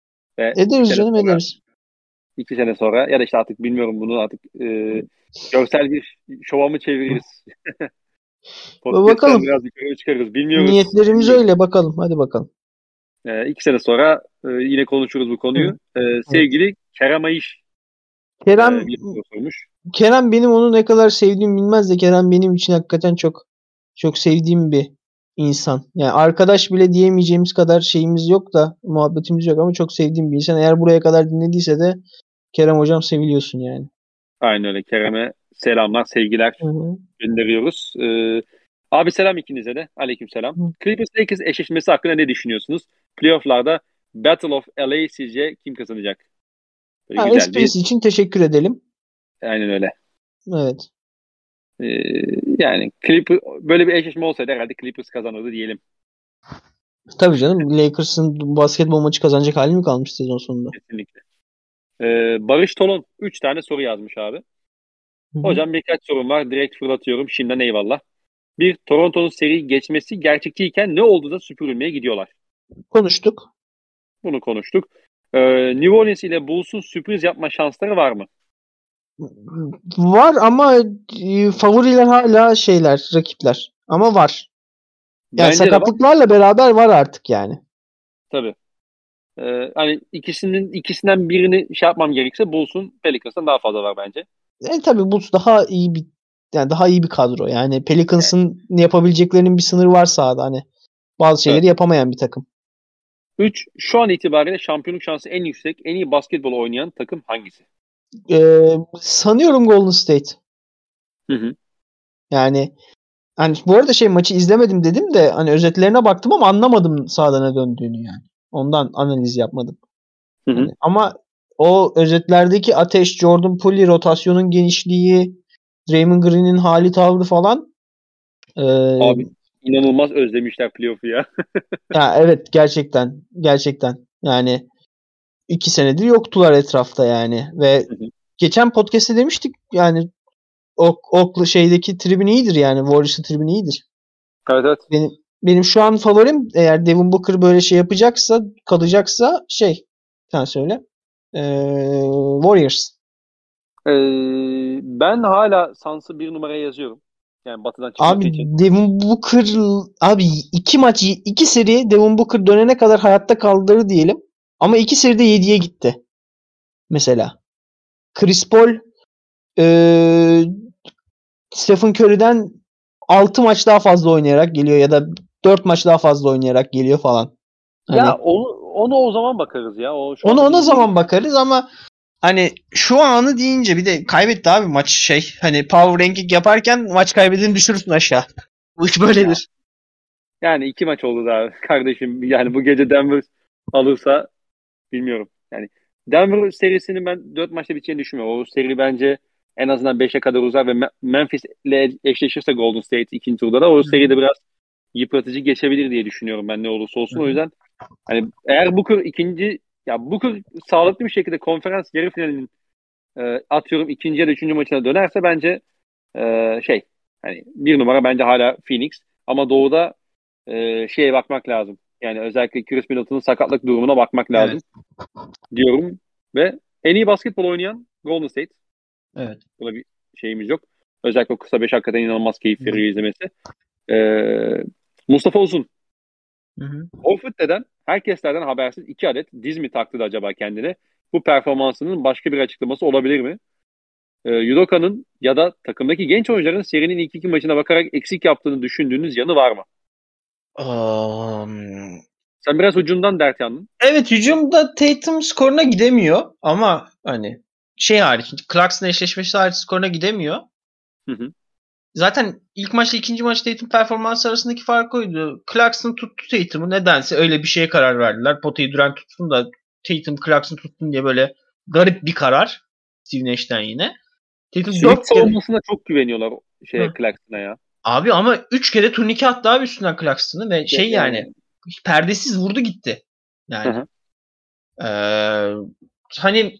ve iki Ederiz sene canım sonra ederiz. iki sene sonra ya da işte artık bilmiyorum bunu artık e, görsel bir şova mı çeviririz? Podcast'ten Bakalım. biraz yukarı çıkarız. Bilmiyoruz. Niyetlerimiz Bilmiyoruz. öyle bakalım. Hadi bakalım. E, iki sene sonra e, yine konuşuruz bu Hı. konuyu. E, Evet. sevgili Kerem Ayış e, Kerem bir soru sormuş. Kerem benim onu ne kadar sevdiğimi bilmez de Kerem benim için hakikaten çok çok sevdiğim bir insan. Yani arkadaş bile diyemeyeceğimiz kadar şeyimiz yok da muhabbetimiz yok ama çok sevdiğim bir insan. Eğer buraya kadar dinlediyse de Kerem hocam seviliyorsun yani. Aynen öyle. Kerem'e selamlar, sevgiler Hı hı. gönderiyoruz. Ee, abi selam ikinize de. Aleyküm selam. Hı. Clippers Lakers eşleşmesi hakkında ne düşünüyorsunuz? Playoff'larda Battle of L A sizce kim kazanacak? Böyle Ha, güzel bir esprisi için teşekkür edelim. aynen öyle. Evet. Ee, yani Clippers böyle bir eşleşme olsaydı herhalde Clippers kazanırdı diyelim. Tabii canım Lakers'ın basketbol maçı kazanacak hali mi kalmış sezon sonunda? Kesinlikle. Ee, Barış Tolon üç tane soru yazmış abi. Hı hı. Hocam birkaç sorum var. Direkt fırlatıyorum. Şimdiden eyvallah. Bir, Toronto'nun seri geçmesi gerçekçiyken ne oldu da süpürülmeye gidiyorlar? Konuştuk. Bunu konuştuk. Ee, New Orleans ile Bulls'un sürpriz yapma şansları var mı? Var ama e, favoriler hala şeyler, rakipler. Ama var. Yani Bence de var. sakatlıklarla beraber var artık yani. Tabii. Ee, hani ikisinin ikisinden birini şey yapmam gerekirse Bulls'un Pelicans'tan daha fazla var bence. E tabii Bulls daha iyi bir yani daha iyi bir kadro. Yani Yani, Pelicans'ın yapabileceklerinin bir sınırı var sahada hani. Bazı evet. şeyleri yapamayan bir takım. Üç, şu an itibariyle şampiyonluk şansı en yüksek, en iyi basketbol oynayan takım hangisi? Ee, sanıyorum Golden State. Hı hı. Yani hani bu arada şey maçı izlemedim dedim de hani özetlerine baktım ama anlamadım sahada ne döndüğünü yani. Ondan analiz yapmadım. Hı Hani hı. ama o özetlerdeki ateş, Jordan Poole, rotasyonun genişliği, Draymond Green'in hali tavrı falan e, Abi inanılmaz özlemişler playoff'u ya. ya evet gerçekten gerçekten yani iki senedir yoktular etrafta yani ve Hı hı. geçen podcast'te demiştik yani ok, oklu şeydeki tribün iyidir yani Warriors'ın tribünü iyidir. Evet evet. Benim benim şu an favorim eğer Devin Booker böyle şey yapacaksa kalacaksa şey sen söyle ee, Warriors. Ee, ben hala Suns'ı bir numaraya yazıyorum. Yani batıdan çıkması Abi için. Devin Booker abi iki maç iki seri Devin Booker dönene kadar hayatta kaldıları diyelim. Ama iki seride yediye gitti. Mesela. Chris Paul eee Stephen Curry'den altı maç daha fazla oynayarak geliyor ya da dört maç daha fazla oynayarak geliyor falan. Ya Hani onu onu o zaman bakarız ya. O şu ona anda ona bizim değil. zaman bakarız ama hani şu anı deyince bir de kaybetti abi maç şey hani power ranking yaparken maç kaybedeni düşürürsün aşağı. Bu iş Ya, böyledir. yani iki maç oldu daha kardeşim. Yani bu gece Denver alırsa bilmiyorum. Yani Denver serisinin ben dört maçta biteceğini düşünmüyorum. O seri bence en azından beşe kadar uzar ve Memphis ile eşleşirse Golden State ikinci turda da o seride biraz yıpratıcı geçebilir diye düşünüyorum ben ne olursa olsun. O yüzden hani eğer Booker ikinci ya Booker sağlıklı bir şekilde konferans yarı finalinin e, atıyorum ikinci ya da üçüncü maçına dönerse bence e, şey hani bir numara bence hala Phoenix ama doğuda e, şeye bakmak lazım. Yani özellikle Chris Middleton'ın sakatlık durumuna bakmak Evet. lazım diyorum ve en iyi basketbol oynayan Golden State. Evet. Buna bir şeyimiz yok. Özellikle o kısa beş hakikaten inanılmaz keyif veriyor izlemesi. Ee, Mustafa Uzun. Hı hı. Horford'den herkeslerden habersiz iki adet diz mi taktı da acaba kendine? Bu performansının başka bir açıklaması olabilir mi? Ee, Udoka'nın ya da takımdaki genç oyuncuların serinin ilk iki maçına bakarak eksik yaptığını düşündüğünüz yanı var mı? Um, Sen biraz ucundan dert yandın. evet hücumda Tatum skoruna gidemiyor ama hani şey hariç Clarkson eşleşmesi hariç skoruna gidemiyor. Hı hı. Zaten ilk maçla ikinci maç Tatum performansı arasındaki fark oydu. Clarkson tuttu Tatum'u. Nedense öyle bir şeye karar verdiler. Potayı Durant tutsun da Tatum Clarkson tutsun diye böyle garip bir karar. Steve Nash'ten yine. Tatum Swift dört kere... savunmasına çok güveniyorlar şeye Hı. Clarkson'a ya. Abi ama üç kere turnike attı abi üstünden Clarkson'ı ve İşte şey yani yani. perdesiz vurdu gitti. Hı Yani. hı. Ee, hani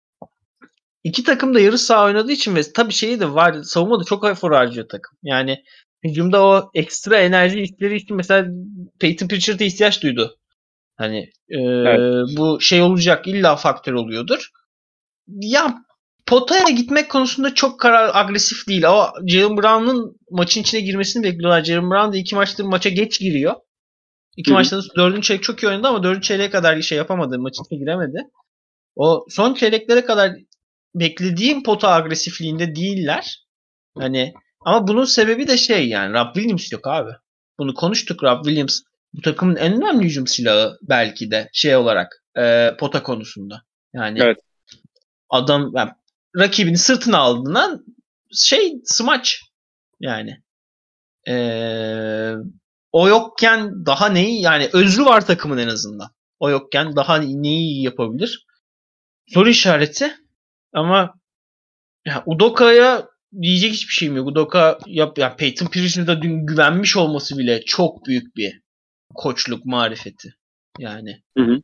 İki takım da yarı saha oynadığı için ve tabii şeyi de var. Savunmada çok efor harcıyor takım. Yani hücumda o ekstra enerji işleri için mesela Peyton Pritchard'a ihtiyaç duydu. Hani e, Evet. bu şey olacak illa faktör oluyordur. Ya potaya gitmek konusunda çok karar agresif değil. O Jaylen Brown'un maçın içine girmesini bekliyorlar. Jaylen Brown da iki maçtır maça geç giriyor. İki Hı hı. maçta da dördüncü çeyrek çok iyi oynadı ama dördüncü çeyreğe kadar şey yapamadı. Maçın içine giremedi. O son çeyreklere kadar beklediğim pota agresifliğinde değiller. Hani ama bunun sebebi de şey yani Rob Williams yok abi. Bunu konuştuk Rob Williams. Bu takımın en önemli hücum silahı belki de şey olarak e, pota konusunda. Yani Evet. adam yani, rakibini sırtına aldığından şey smaç yani. E, o yokken daha neyi yani özrü var takımın en azından. O yokken daha neyi yapabilir? Soru işareti ama ya Udoka'ya diyecek hiçbir şeyim yok. Udoka yap ya Peyton Pritchard'a da dün güvenmiş olması bile çok büyük bir koçluk marifeti. Yani Hı hı.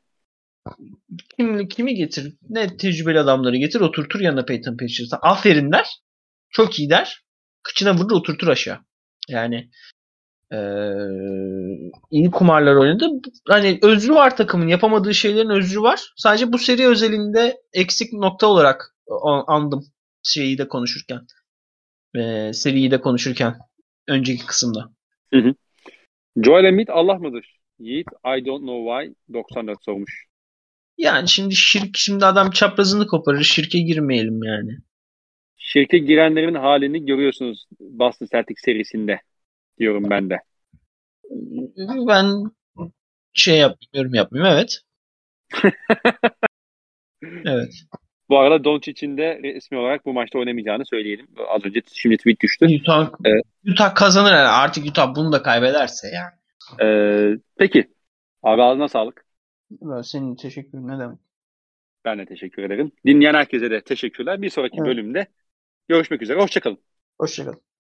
kim kimi getir? Ne tecrübeli adamları getir oturtur yanına Peyton Pritchard'a. Aferin der. Çok iyi der. Kıçına vurur oturtur aşağı. Yani ee, iyi kumarlar oynadı. Hani özrü var takımın. Yapamadığı şeylerin özrü var. Sadece bu seri özelinde eksik nokta olarak andım şeyi de konuşurken. E, seriyi de konuşurken önceki kısımda. Hı hı. Joel Embiid Allah mıdır? Yiğit I don't know why doksan dört sormuş. Yani şimdi şirk şimdi adam çaprazını koparır. Şirke girmeyelim yani. Şirke girenlerin halini görüyorsunuz Boston Celtics serisinde diyorum ben de. Ben şey yapmıyorum yapmıyorum evet. Evet. Bu arada Doncic'in de resmi olarak bu maçta oynamayacağını söyleyelim. Az önce şimdi tweet düştü. Utah, Ee, Utah kazanır yani. Artık Utah bunu da kaybederse yani. e, peki. Abi ağzına sağlık. Ben senin teşekkür ne demek. Ben de teşekkür ederim. Dinleyen herkese de teşekkürler. Bir sonraki Evet. bölümde görüşmek üzere. Hoşçakalın. Hoşçakalın.